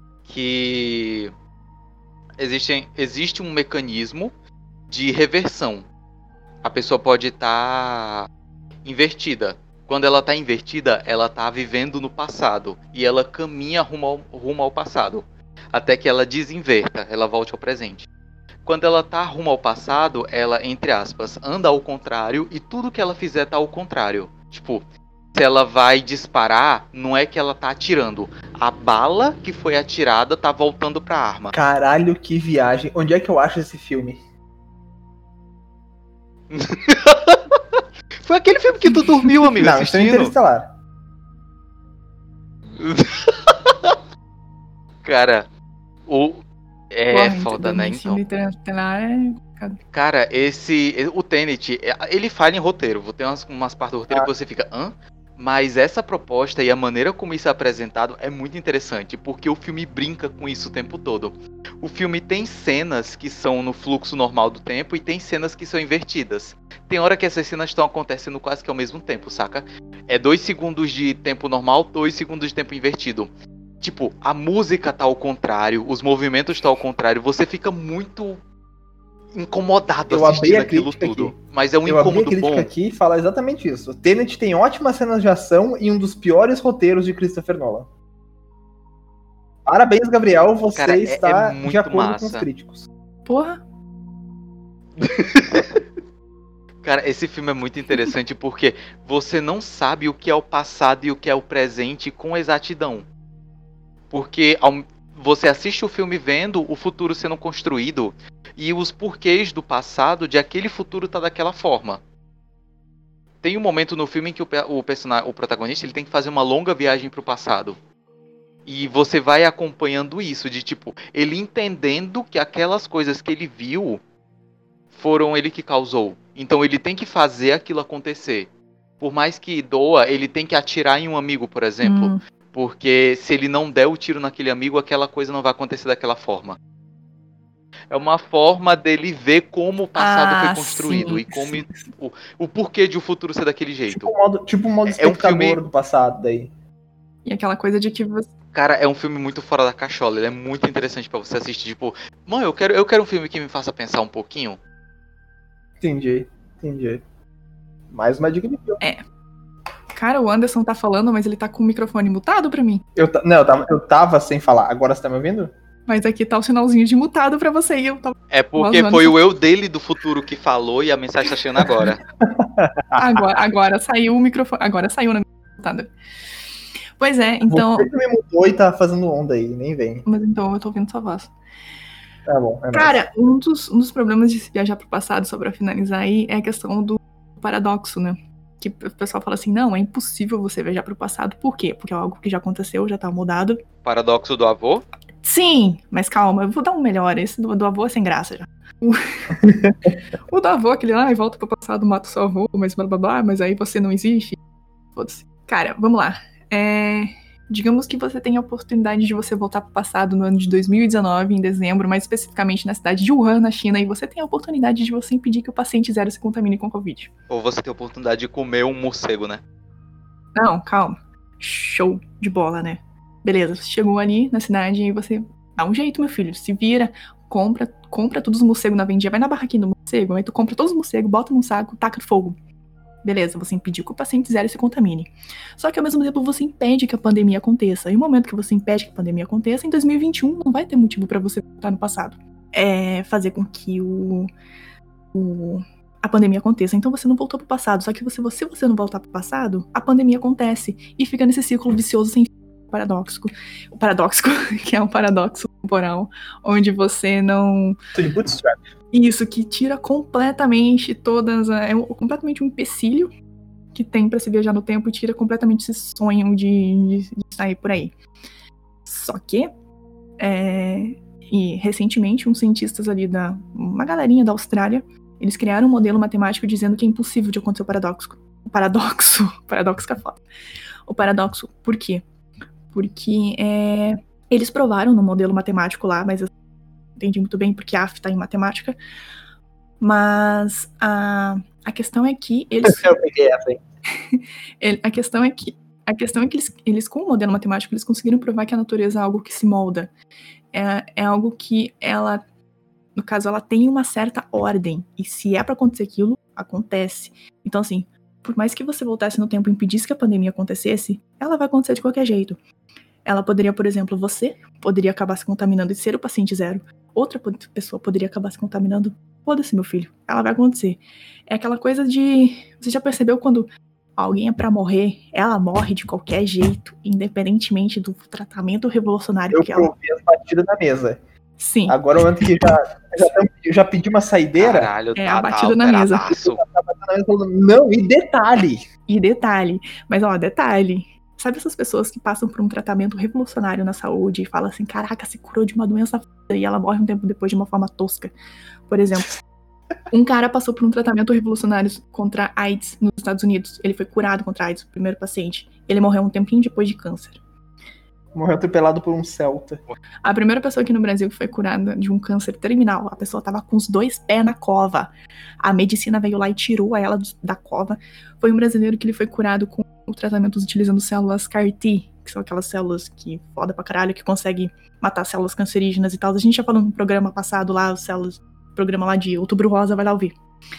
que existe, existe um mecanismo de reversão. A pessoa pode estar invertida. Quando ela está invertida, ela está vivendo no passado. E ela caminha rumo ao, rumo ao passado. Até que ela desinverta, ela volte ao presente. Quando ela está rumo ao passado, ela, entre aspas, anda ao contrário. E tudo que ela fizer está ao contrário. Tipo, se ela vai disparar, não é que ela está atirando. A bala que foi atirada está voltando para a arma. Caralho, que viagem. Onde é que eu acho esse filme? Foi aquele filme que tu dormiu, amigo, Não, assistindo. isso é Interestelar. Cara, o... É Porra, foda, né, então. Interestelar é... Cara, esse... O Tenet, ele falha em roteiro. Tem umas, umas partes do roteiro ah. que você fica... Hã? Mas essa proposta e a maneira como isso é apresentado é muito interessante, porque o filme brinca com isso o tempo todo. O filme tem cenas que são no fluxo normal do tempo e tem cenas que são invertidas. Tem hora que essas cenas estão acontecendo quase que ao mesmo tempo, saca? É dois segundos de tempo normal, dois segundos de tempo invertido. Tipo, a música tá ao contrário, os movimentos tá ao contrário, você fica muito incomodado eu assistindo aquilo tudo. Aqui. Mas é um eu incômodo abri a bom. Aqui fala exatamente isso. Tenet tem ótimas cenas de ação e um dos piores roteiros de Christopher Nolan. Parabéns, Gabriel, você Cara, está é, é de acordo massa. com os críticos. Porra. Cara, esse filme é muito interessante porque você não sabe o que é o passado e o que é o presente com exatidão. Porque ao, você assiste o filme vendo o futuro sendo construído e os porquês do passado de aquele futuro tá daquela forma. Tem um momento no filme em que o, o, personagem, o protagonista ele tem que fazer uma longa viagem pro passado. E você vai acompanhando isso, de tipo, ele entendendo que aquelas coisas que ele viu foram ele que causou. Então ele tem que fazer aquilo acontecer. Por mais que doa, ele tem que atirar em um amigo, por exemplo. Hum. Porque se ele não der o tiro naquele amigo, aquela coisa não vai acontecer daquela forma. É uma forma dele ver como o passado ah, foi construído. Sim, e como sim. O, o porquê de o futuro ser daquele jeito. Tipo um modo, tipo um modo espectador é um filme... do passado daí. E aquela coisa de que você... Cara, é um filme muito fora da cachola. Ele é muito interessante pra você assistir. Tipo, mãe, eu quero, eu quero um filme que me faça pensar um pouquinho. Entendi, entendi. Mais uma dica de filme. É. Cara, o Anderson tá falando, mas ele tá com o microfone mutado pra mim. Eu t- não, eu tava, eu tava sem falar. Agora você tá me ouvindo? Mas aqui tá o sinalzinho de mutado pra você e eu tava... É porque foi o eu dele do futuro que falou e a mensagem tá chegando agora. agora, agora saiu o microfone. Agora saiu na mutada. Pois é, então... Você que me mudou e tá fazendo onda aí, nem vem. Mas então eu tô ouvindo sua voz. Tá bom, é Cara, um dos, um dos problemas de se viajar pro passado, só pra finalizar aí, é a questão do paradoxo, né? Que o pessoal fala assim, não, é impossível você viajar pro passado. Por quê? Porque é algo que já aconteceu, já tá mudado. Paradoxo do avô? Sim, mas calma, eu vou dar um melhor. Esse do, do avô é sem graça já. O, o do avô, aquele lá, e volta pro passado, mata o seu avô, mas blá blá blá, mas aí você não existe. Foda-se. Cara, vamos lá. É... Digamos que você tem a oportunidade de você voltar pro passado no ano de dois mil e dezenove, em dezembro, mais especificamente na cidade de Wuhan, na China, e você tem a oportunidade de você impedir que o paciente zero se contamine com Covid. Ou você tem a oportunidade de comer um morcego, né? Não, calma. Show de bola, né? Beleza, você chegou ali na cidade e você dá um jeito, meu filho. Se vira, compra, compra todos os morcegos na vendinha, vai na barraquinha do morcego, aí tu compra todos os morcegos, bota num saco, taca no fogo. Beleza, você impediu que o paciente zero se contamine. Só que ao mesmo tempo você impede que a pandemia aconteça. E no momento que você impede que a pandemia aconteça, em dois mil e vinte e um não vai ter motivo pra você voltar no passado. É fazer com que o, o, a pandemia aconteça. Então você não voltou pro passado. Só que você, se você não voltar pro passado, a pandemia acontece. E fica nesse círculo vicioso sem paradoxo. O paradoxo, que é um paradoxo temporal, onde você não... De bootstrap. Isso, que tira completamente todas... É um, completamente um empecilho que tem pra se viajar no tempo e tira completamente esse sonho de, de, de sair por aí. Só que... É, e recentemente, uns cientistas ali da... Uma galerinha da Austrália, eles criaram um modelo matemático dizendo que é impossível de acontecer o paradoxo. O paradoxo. O paradoxo que é foda. O paradoxo, por quê? Porque é, eles provaram no modelo matemático lá, mas eu não entendi muito bem porque a A F tá em matemática. Mas a, a questão é que eles... Eu peguei essa, hein? a questão é que, a questão é que eles, eles, com o modelo matemático, eles conseguiram provar que a natureza é algo que se molda. É, é algo que ela, no caso, ela tem uma certa ordem. E se é pra acontecer aquilo, acontece. Então, assim, por mais que você voltasse no tempo e impedisse que a pandemia acontecesse, ela vai acontecer de qualquer jeito. Ela poderia, por exemplo, você poderia acabar se contaminando e ser o paciente zero. Outra pessoa poderia acabar se contaminando. Foda-se, meu filho. Ela vai acontecer. É aquela coisa de... Você já percebeu quando alguém é pra morrer, ela morre de qualquer jeito, independentemente do tratamento revolucionário Eu que ela... provei as batidas da mesa. Sim. Agora, o que já, já, eu já pedi uma saideira. Caralho, É, tá, a tá batida na mesa. alteradaço. Não, e detalhe. E detalhe, mas ó, detalhe. Sabe essas pessoas que passam por um tratamento revolucionário na saúde e falam assim, caraca, se curou de uma doença foda, e ela morre um tempo depois de uma forma tosca? Por exemplo, um cara passou por um tratamento revolucionário contra AIDS nos Estados Unidos. Ele foi curado contra AIDS, o primeiro paciente. Ele morreu um tempinho depois de câncer. Morreu atropelado por um celta. A primeira pessoa aqui no Brasil que foi curada de um câncer terminal, a pessoa tava com os dois pés na cova. A medicina veio lá e tirou ela da cova. Foi um brasileiro que ele foi curado com o tratamento utilizando células C A R T, que são aquelas células que foda pra caralho, que conseguem matar células cancerígenas e tal. A gente já falou no programa passado lá, as células, programa lá de Outubro Rosa, vai lá ouvir.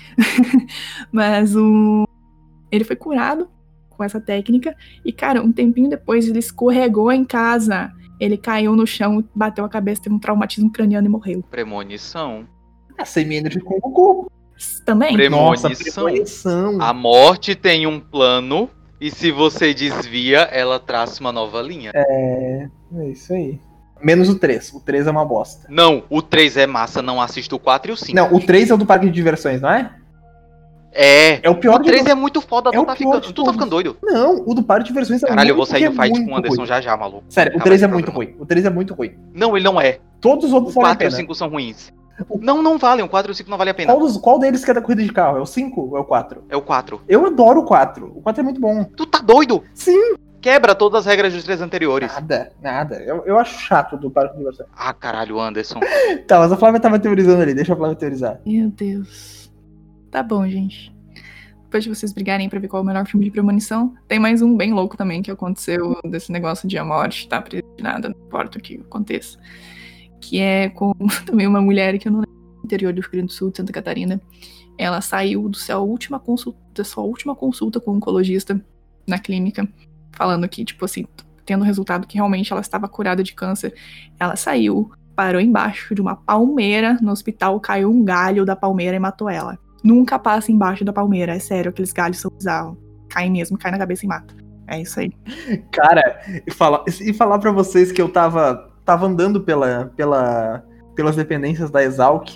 Mas o... ele foi curado com essa técnica, e cara, um tempinho depois ele escorregou em casa, ele caiu no chão, bateu a cabeça, teve um traumatismo craniano e morreu. Premonição. Essa emenda de Congo. Também? Premonição. Nossa, premonição. A morte tem um plano, e se você desvia, ela traça uma nova linha. É, é isso aí. Menos o três. O três é uma bosta. Não, o três é massa, não assista o quatro e o cinco. Não, o três é o do parque de diversões, não é? É. É o pior O três de... é muito foda, É tu o tá, pior ficando, de tu tá todos. ficando doido. Não, o do parque de diversões é Caralho, eu muito, vou sair do é fight muito com o Anderson ruim. já já, maluco. Sério, o Acaba três é esse muito programa. ruim. O três é muito ruim. Não, ele não é. Todos os O outros valem a quatro e o pena. cinco são ruins. Não, não valem. O quatro e o cinco não valem a pena. Qual, dos, qual deles que é da corrida de carro? É o cinco ou é o quatro? É o quatro. Eu adoro o quatro. O quatro é muito bom. Tu tá doido? Sim. Quebra todas as regras dos três anteriores. Nada, nada. Eu, eu acho chato do parque de diversões. Ah, caralho, Anderson. Tá, mas a Flávia tava teorizando ali. Deixa a Flávia teorizar. Meu Deus. Tá bom, gente. Depois de vocês brigarem pra ver qual é o melhor filme de premonição, tem mais um bem louco também que aconteceu desse negócio de a morte tá predestinada, não importa o que aconteça. Que é com também uma mulher que eu não lembro, no interior do Rio Grande do Sul, de Santa Catarina. Ela saiu do seu última consulta, da sua última consulta com um oncologista na clínica, falando que, tipo assim, tendo o resultado que realmente ela estava curada de câncer. Ela saiu, parou embaixo de uma palmeira no hospital, caiu um galho da palmeira e matou ela. Nunca passa embaixo da palmeira, é sério, aqueles galhos são bizarros. Cai mesmo, cai na cabeça e mata. É isso aí. Cara, e falar, e falar pra vocês que eu tava, tava andando pela, pela, pelas dependências da Exalc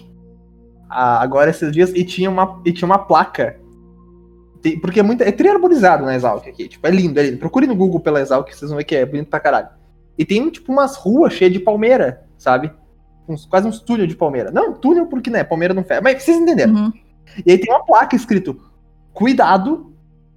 ah, agora esses dias e tinha uma, e tinha uma placa. Tem, porque é, muito, é triarborizado na Exalc aqui. Tipo, é lindo, é lindo. Procure no Google pela Exalc, vocês vão ver que é bonito pra caralho. E tem, tipo, umas ruas cheias de palmeira, sabe? Uns, quase uns túnel de palmeira. Não, túnel porque, né, palmeira não ferra. Mas vocês entenderam. Uhum. E aí tem uma placa escrito: cuidado,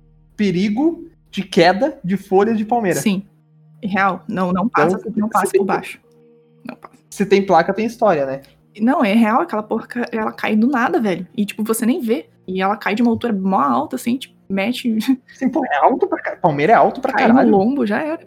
perigo de queda de folhas de palmeira. Sim. Real. Não, não passa, Então, não passa se por tem- baixo. Não passa. Se tem placa, tem história, né? Não, é real, aquela porca, ela cai do nada, velho. E, tipo, você nem vê. E ela cai de uma altura mó alta, assim, tipo, mete, Assim, pô, é alto pra caralho. Palmeira é alto pra cai no caralho. lombo, já era.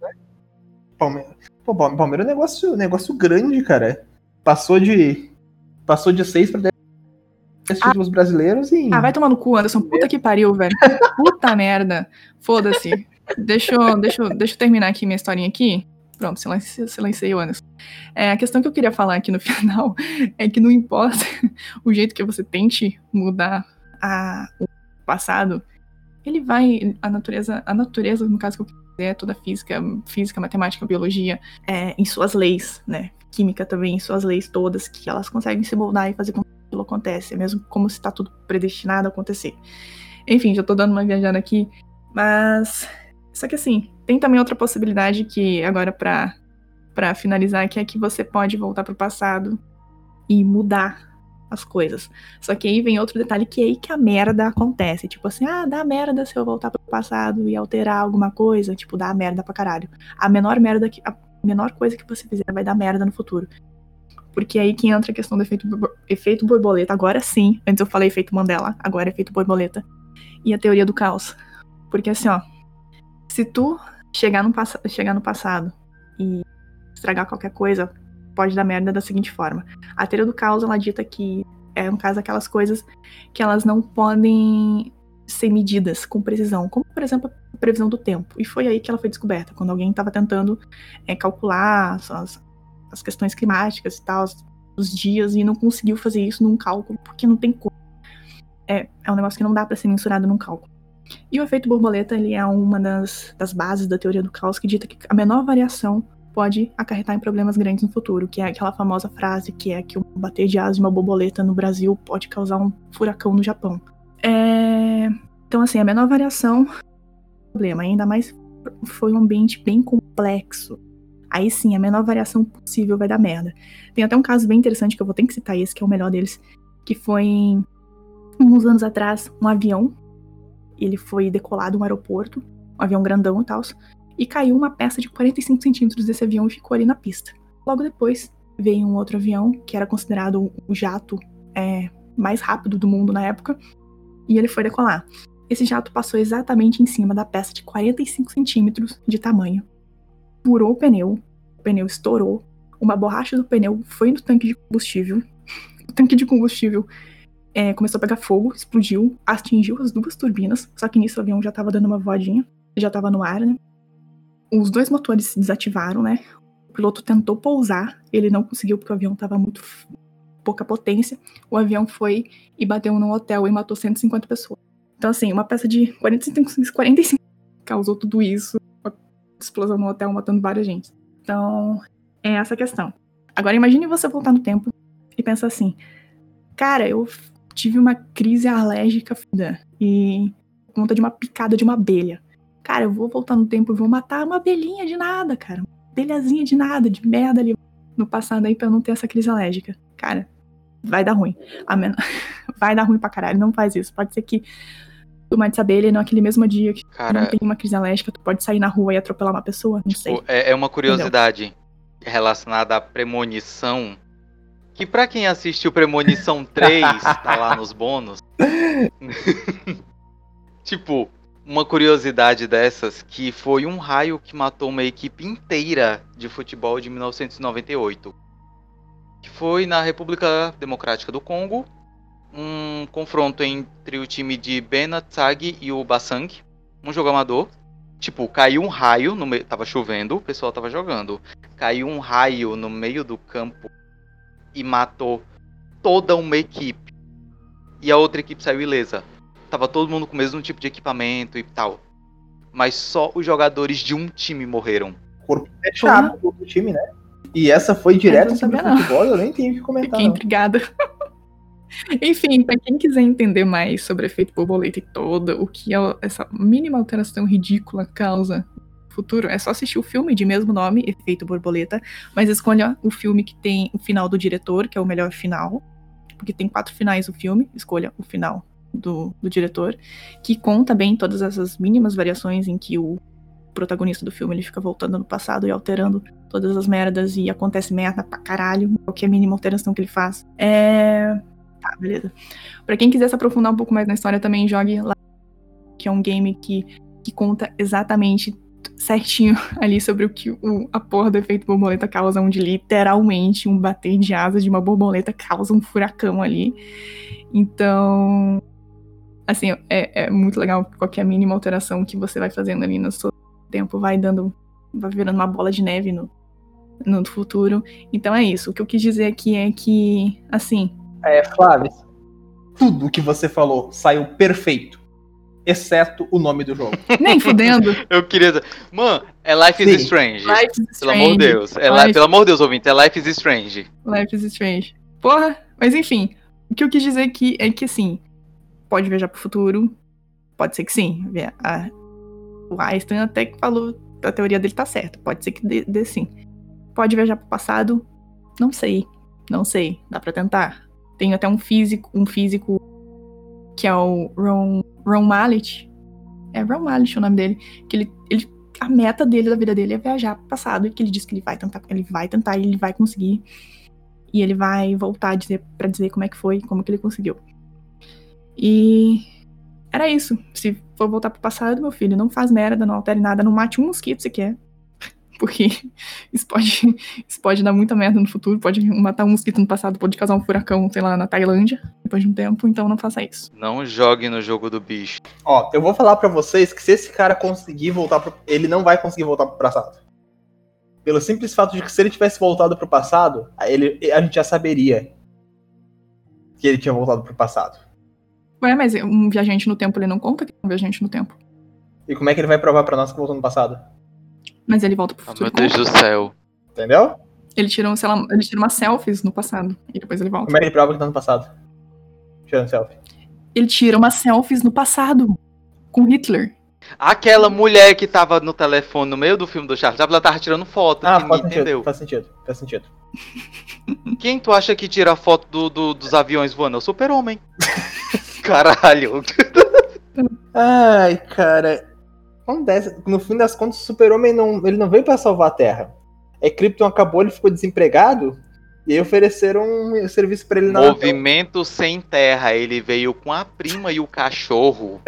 Palmeira. Pô, Palme- Palmeira é um negócio, negócio grande, cara. Passou de. Passou de seis pra dez títulos brasileiros e. Ah, vai tomar no cu, Anderson. Puta que pariu, velho. Puta merda. Foda-se. Deixa eu, deixa, eu, deixa eu terminar aqui minha historinha aqui. Pronto, silenci- silenciei o Anderson. É, a questão que eu queria falar aqui no final é que não importa o jeito que você tente mudar a, o passado, ele vai. A natureza, a natureza, no caso que eu quiser, toda física, física, matemática, biologia, é, em suas leis, né? Química também, em suas leis todas, que elas conseguem se moldar e fazer com que aquilo aconteça, mesmo como se tá tudo predestinado a acontecer. Enfim, já tô dando uma viajada aqui, mas. Só que assim, tem também outra possibilidade que, agora pra, pra finalizar, que é que você pode voltar pro passado e mudar as coisas. Só que aí vem outro detalhe, que é aí que a merda acontece. Tipo assim, ah, dá merda se eu voltar pro passado e alterar alguma coisa. Tipo, dá merda pra caralho. A menor merda, que, a menor coisa que você fizer vai dar merda no futuro. Porque é aí que entra a questão do efeito, borbo- efeito borboleta. Agora sim, antes eu falei efeito Mandela, agora é efeito borboleta. E a teoria do caos. Porque assim, ó, se tu chegar no, pass- chegar no passado e estragar qualquer coisa, pode dar merda da seguinte forma. A teoria do caos, ela dita que é, no caso, aquelas coisas que elas não podem ser medidas com precisão, como, por exemplo, a previsão do tempo. E foi aí que ela foi descoberta, quando alguém estava tentando é, calcular as, as questões climáticas e tal, os, os dias, e não conseguiu fazer isso num cálculo, porque não tem como. É, é um negócio que não dá para ser mensurado num cálculo. E o efeito borboleta, ele é uma das, das bases da teoria do caos, que dita que a menor variação pode acarretar em problemas grandes no futuro, que é aquela famosa frase que é que o bater de asas de uma borboleta no Brasil pode causar um furacão no Japão. É... Então, assim, a menor variação problema, ainda mais foi um ambiente bem complexo. Aí sim, a menor variação possível vai dar merda. Tem até um caso bem interessante que eu vou ter que citar esse, que é o melhor deles, que foi uns anos atrás, um avião. Ele foi decolado em um aeroporto, um avião grandão e tal, e caiu uma peça de quarenta e cinco centímetros desse avião e ficou ali na pista. Logo depois, veio um outro avião, que era considerado o jato é, mais rápido do mundo na época, e ele foi decolar. Esse jato passou exatamente em cima da peça de quarenta e cinco centímetros de tamanho. Furou o pneu, o pneu estourou, uma borracha do pneu foi no tanque de combustível, o tanque de combustível É, começou a pegar fogo, explodiu, atingiu as duas turbinas, só que nisso o avião já tava dando uma voadinha, já tava no ar, né? Os dois motores se desativaram, né? O piloto tentou pousar, ele não conseguiu porque o avião tava muito f- pouca potência. O avião foi e bateu num hotel e matou cento e cinquenta pessoas. Então, assim, uma peça de quarenta e cinco, quarenta e cinco causou tudo isso, uma explosão no hotel, matando várias gente. Então, é essa a questão. Agora, imagine você voltar no tempo e pensar assim, cara, eu tive uma crise alérgica fodida e por conta de uma picada de uma abelha. Cara, eu vou voltar no tempo e vou matar uma abelhinha de nada, cara. Uma abelhazinha de nada, de merda ali no passado aí pra eu não ter essa crise alérgica. Cara, vai dar ruim. Men... vai dar ruim pra caralho, não faz isso. Pode ser que tu mate essa abelha e não aquele mesmo dia que Cara, não tem uma crise alérgica, tu pode sair na rua e atropelar uma pessoa, não sei. tipo, é, é uma curiosidade relacionada à premonição. Que pra quem assistiu Premonição três, tá lá nos bônus. Tipo, uma curiosidade dessas, que foi um raio que matou uma equipe inteira de futebol de mil novecentos e noventa e oito. Que foi na República Democrática do Congo, um confronto entre o time de Benatsag e o Basang, um jogo amador. Tipo, caiu um raio, no meio, tava chovendo, o pessoal tava jogando. Caiu um raio no meio do campo e matou toda uma equipe. E a outra equipe saiu ilesa. Tava todo mundo com o mesmo tipo de equipamento e tal. Mas só os jogadores de um time morreram. Corpo fechado do outro time, né? E essa foi direto Essa eu sobre sabia, não. futebol, eu nem tenho o que comentar. Fiquei Não. intrigada. Enfim, pra quem quiser entender mais sobre o efeito borboleta e todo, o que é essa mínima alteração ridícula causa no futuro, é só assistir o filme de mesmo nome, Efeito Borboleta, mas escolha o filme que tem o final do diretor, que é o melhor final, porque tem quatro finais o filme, escolha o final do, do diretor, que conta bem todas essas mínimas variações em que o protagonista do filme ele fica voltando no passado e alterando todas as merdas e acontece merda pra caralho, qualquer mínima alteração que ele faz. É... Tá, beleza. Pra quem quiser se aprofundar um pouco mais na história, também jogue lá, que é um game que, que conta exatamente certinho ali sobre o que o, a porra do efeito borboleta causa, onde literalmente um bater de asas de uma borboleta causa um furacão ali. Então, assim, é, é muito legal. Qualquer mínima alteração que você vai fazendo ali no seu tempo vai dando, vai virando uma bola de neve no, no futuro. Então é isso. O que eu quis dizer aqui é que, assim... É, Flávio, tudo que você falou saiu perfeito, exceto o nome do jogo. Nem fudendo. Eu queria dizer. Mano, é Life is Sim. Strange. Life is Pelo amor de Deus. É Life- li... Pelo amor de Deus, ouvinte, é Life is Strange. Life is Strange. Porra, mas enfim. O que eu quis dizer aqui é que, assim, pode viajar pro futuro. Pode ser que sim. A, o Einstein até que falou, a teoria dele tá certa. Pode ser que dê, dê sim. Pode viajar pro passado? Não sei. Não sei. Dá pra tentar. Tem até um físico, um físico que é o Ron, Ron Mallett. É Ron Mallett o nome dele. Que ele, ele, a meta dele, da vida dele, é viajar pro passado. E que ele diz que ele vai tentar, ele vai tentar e ele vai conseguir. E ele vai voltar a dizer, pra dizer como é que foi, como que ele conseguiu. E era isso. Se for voltar pro passado, meu filho, não faz merda, não altere nada, não mate um mosquito se quer. Porque isso pode, isso pode dar muita merda no futuro. Pode matar um mosquito no passado, pode causar um furacão, sei lá, na Tailândia, depois de um tempo. Então não faça isso. Não jogue no jogo do bicho. Ó, eu vou falar pra vocês que se esse cara conseguir voltar pro... ele não vai conseguir voltar pro passado. Pelo simples fato de que se ele tivesse voltado pro passado, ele, a gente já saberia que ele tinha voltado pro passado. Ué, mas um viajante no tempo, ele não conta que é um viajante no tempo. E como é que ele vai provar pra nós que voltou no passado? Mas ele volta pro Oh, futuro. meu Deus do céu. Entendeu? Ele tira, um, sei lá, ele tira umas selfies no passado. E depois ele volta. Como é que ele prova que tá no passado? Tirando selfie. Ele tira umas selfies no passado. Com Hitler. Aquela mulher que tava no telefone no meio do filme do Charles Chaplin, ela tava tirando foto. Ah, que faz ninguém sentido, entendeu. faz sentido, faz sentido. Quem tu acha que tira a foto do, do- dos aviões voando? É o Super-Homem. Caralho. Ai, cara. Acontece. No fim das contas, o Super-Homem não, ele não veio pra salvar a Terra. É, Krypton acabou, ele ficou desempregado. E aí ofereceram um serviço pra ele na Movimento sem terra. Ele veio com a prima e o cachorro.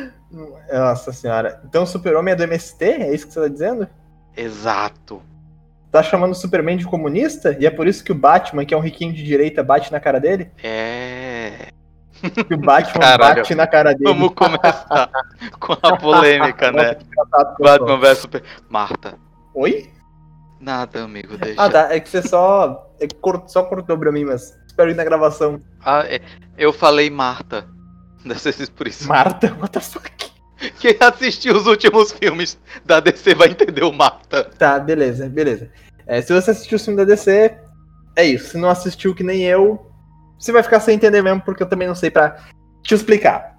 Nossa senhora. Então o Super-Homem é do M S T? É isso que você tá dizendo? Exato. Tá chamando o Superman de comunista? E é por isso que o Batman, que é um riquinho de direita, bate na cara dele? É. Que o Batman Caralho. bate na cara dele. Vamos começar com a polêmica, né? Nossa, que engraçado que eu Batman sou. vs Super. Marta. Oi? Nada, amigo, deixa. Ah, tá. É que você só, é que cor- só cortou pra mim, mas espero ir na gravação. Ah, é. Eu falei Marta. Deve ser isso por isso. Marta, what the fuck? Quem assistiu os últimos filmes da D C vai entender o Marta. Tá, beleza, beleza. É, se você assistiu o filme da D C, é isso. Se não assistiu que nem eu, você vai ficar sem entender mesmo, porque eu também não sei pra te explicar.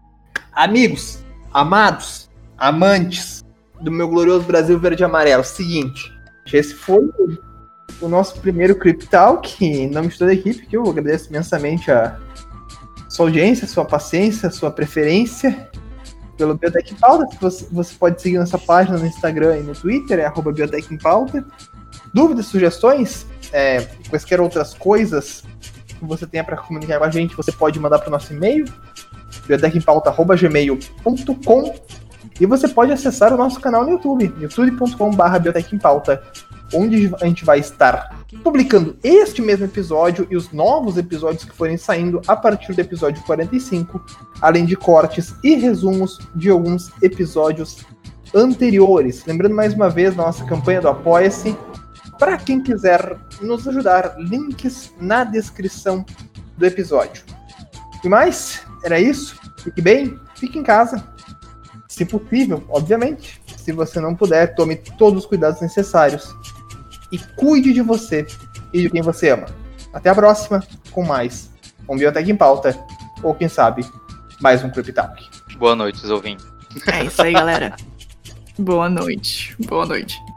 Amigos, amados, amantes do meu glorioso Brasil Verde e Amarelo, seguinte, esse foi o nosso primeiro Crypt Talk, em nome de toda a equipe, que eu agradeço imensamente a sua audiência, sua paciência, sua preferência pelo Biotech em Pauta. Você, você pode seguir nossa página no Instagram e no Twitter, é arroba Biotech em Pauta. Dúvidas, sugestões, é, quaisquer outras coisas que você tenha para comunicar com a gente, você pode mandar para o nosso e-mail, biotech em pauta arroba gmail ponto com, e você pode acessar o nosso canal no YouTube, youtube ponto com barra biotech em pauta, onde a gente vai estar publicando este mesmo episódio e os novos episódios que forem saindo a partir do episódio quarenta e cinco, além de cortes e resumos de alguns episódios anteriores. Lembrando mais uma vez nossa campanha do Apoia-se. Para quem quiser nos ajudar, links na descrição do episódio. E mais, era isso. Fique bem, fique em casa. Se possível, obviamente. Se você não puder, tome todos os cuidados necessários. e cuide de você e de quem você ama. Até a próxima, com mais um Biotech em Pauta, ou quem sabe, mais um Creep Talk. Boa noite, ouvintes. É isso aí, galera. Boa noite. Boa noite.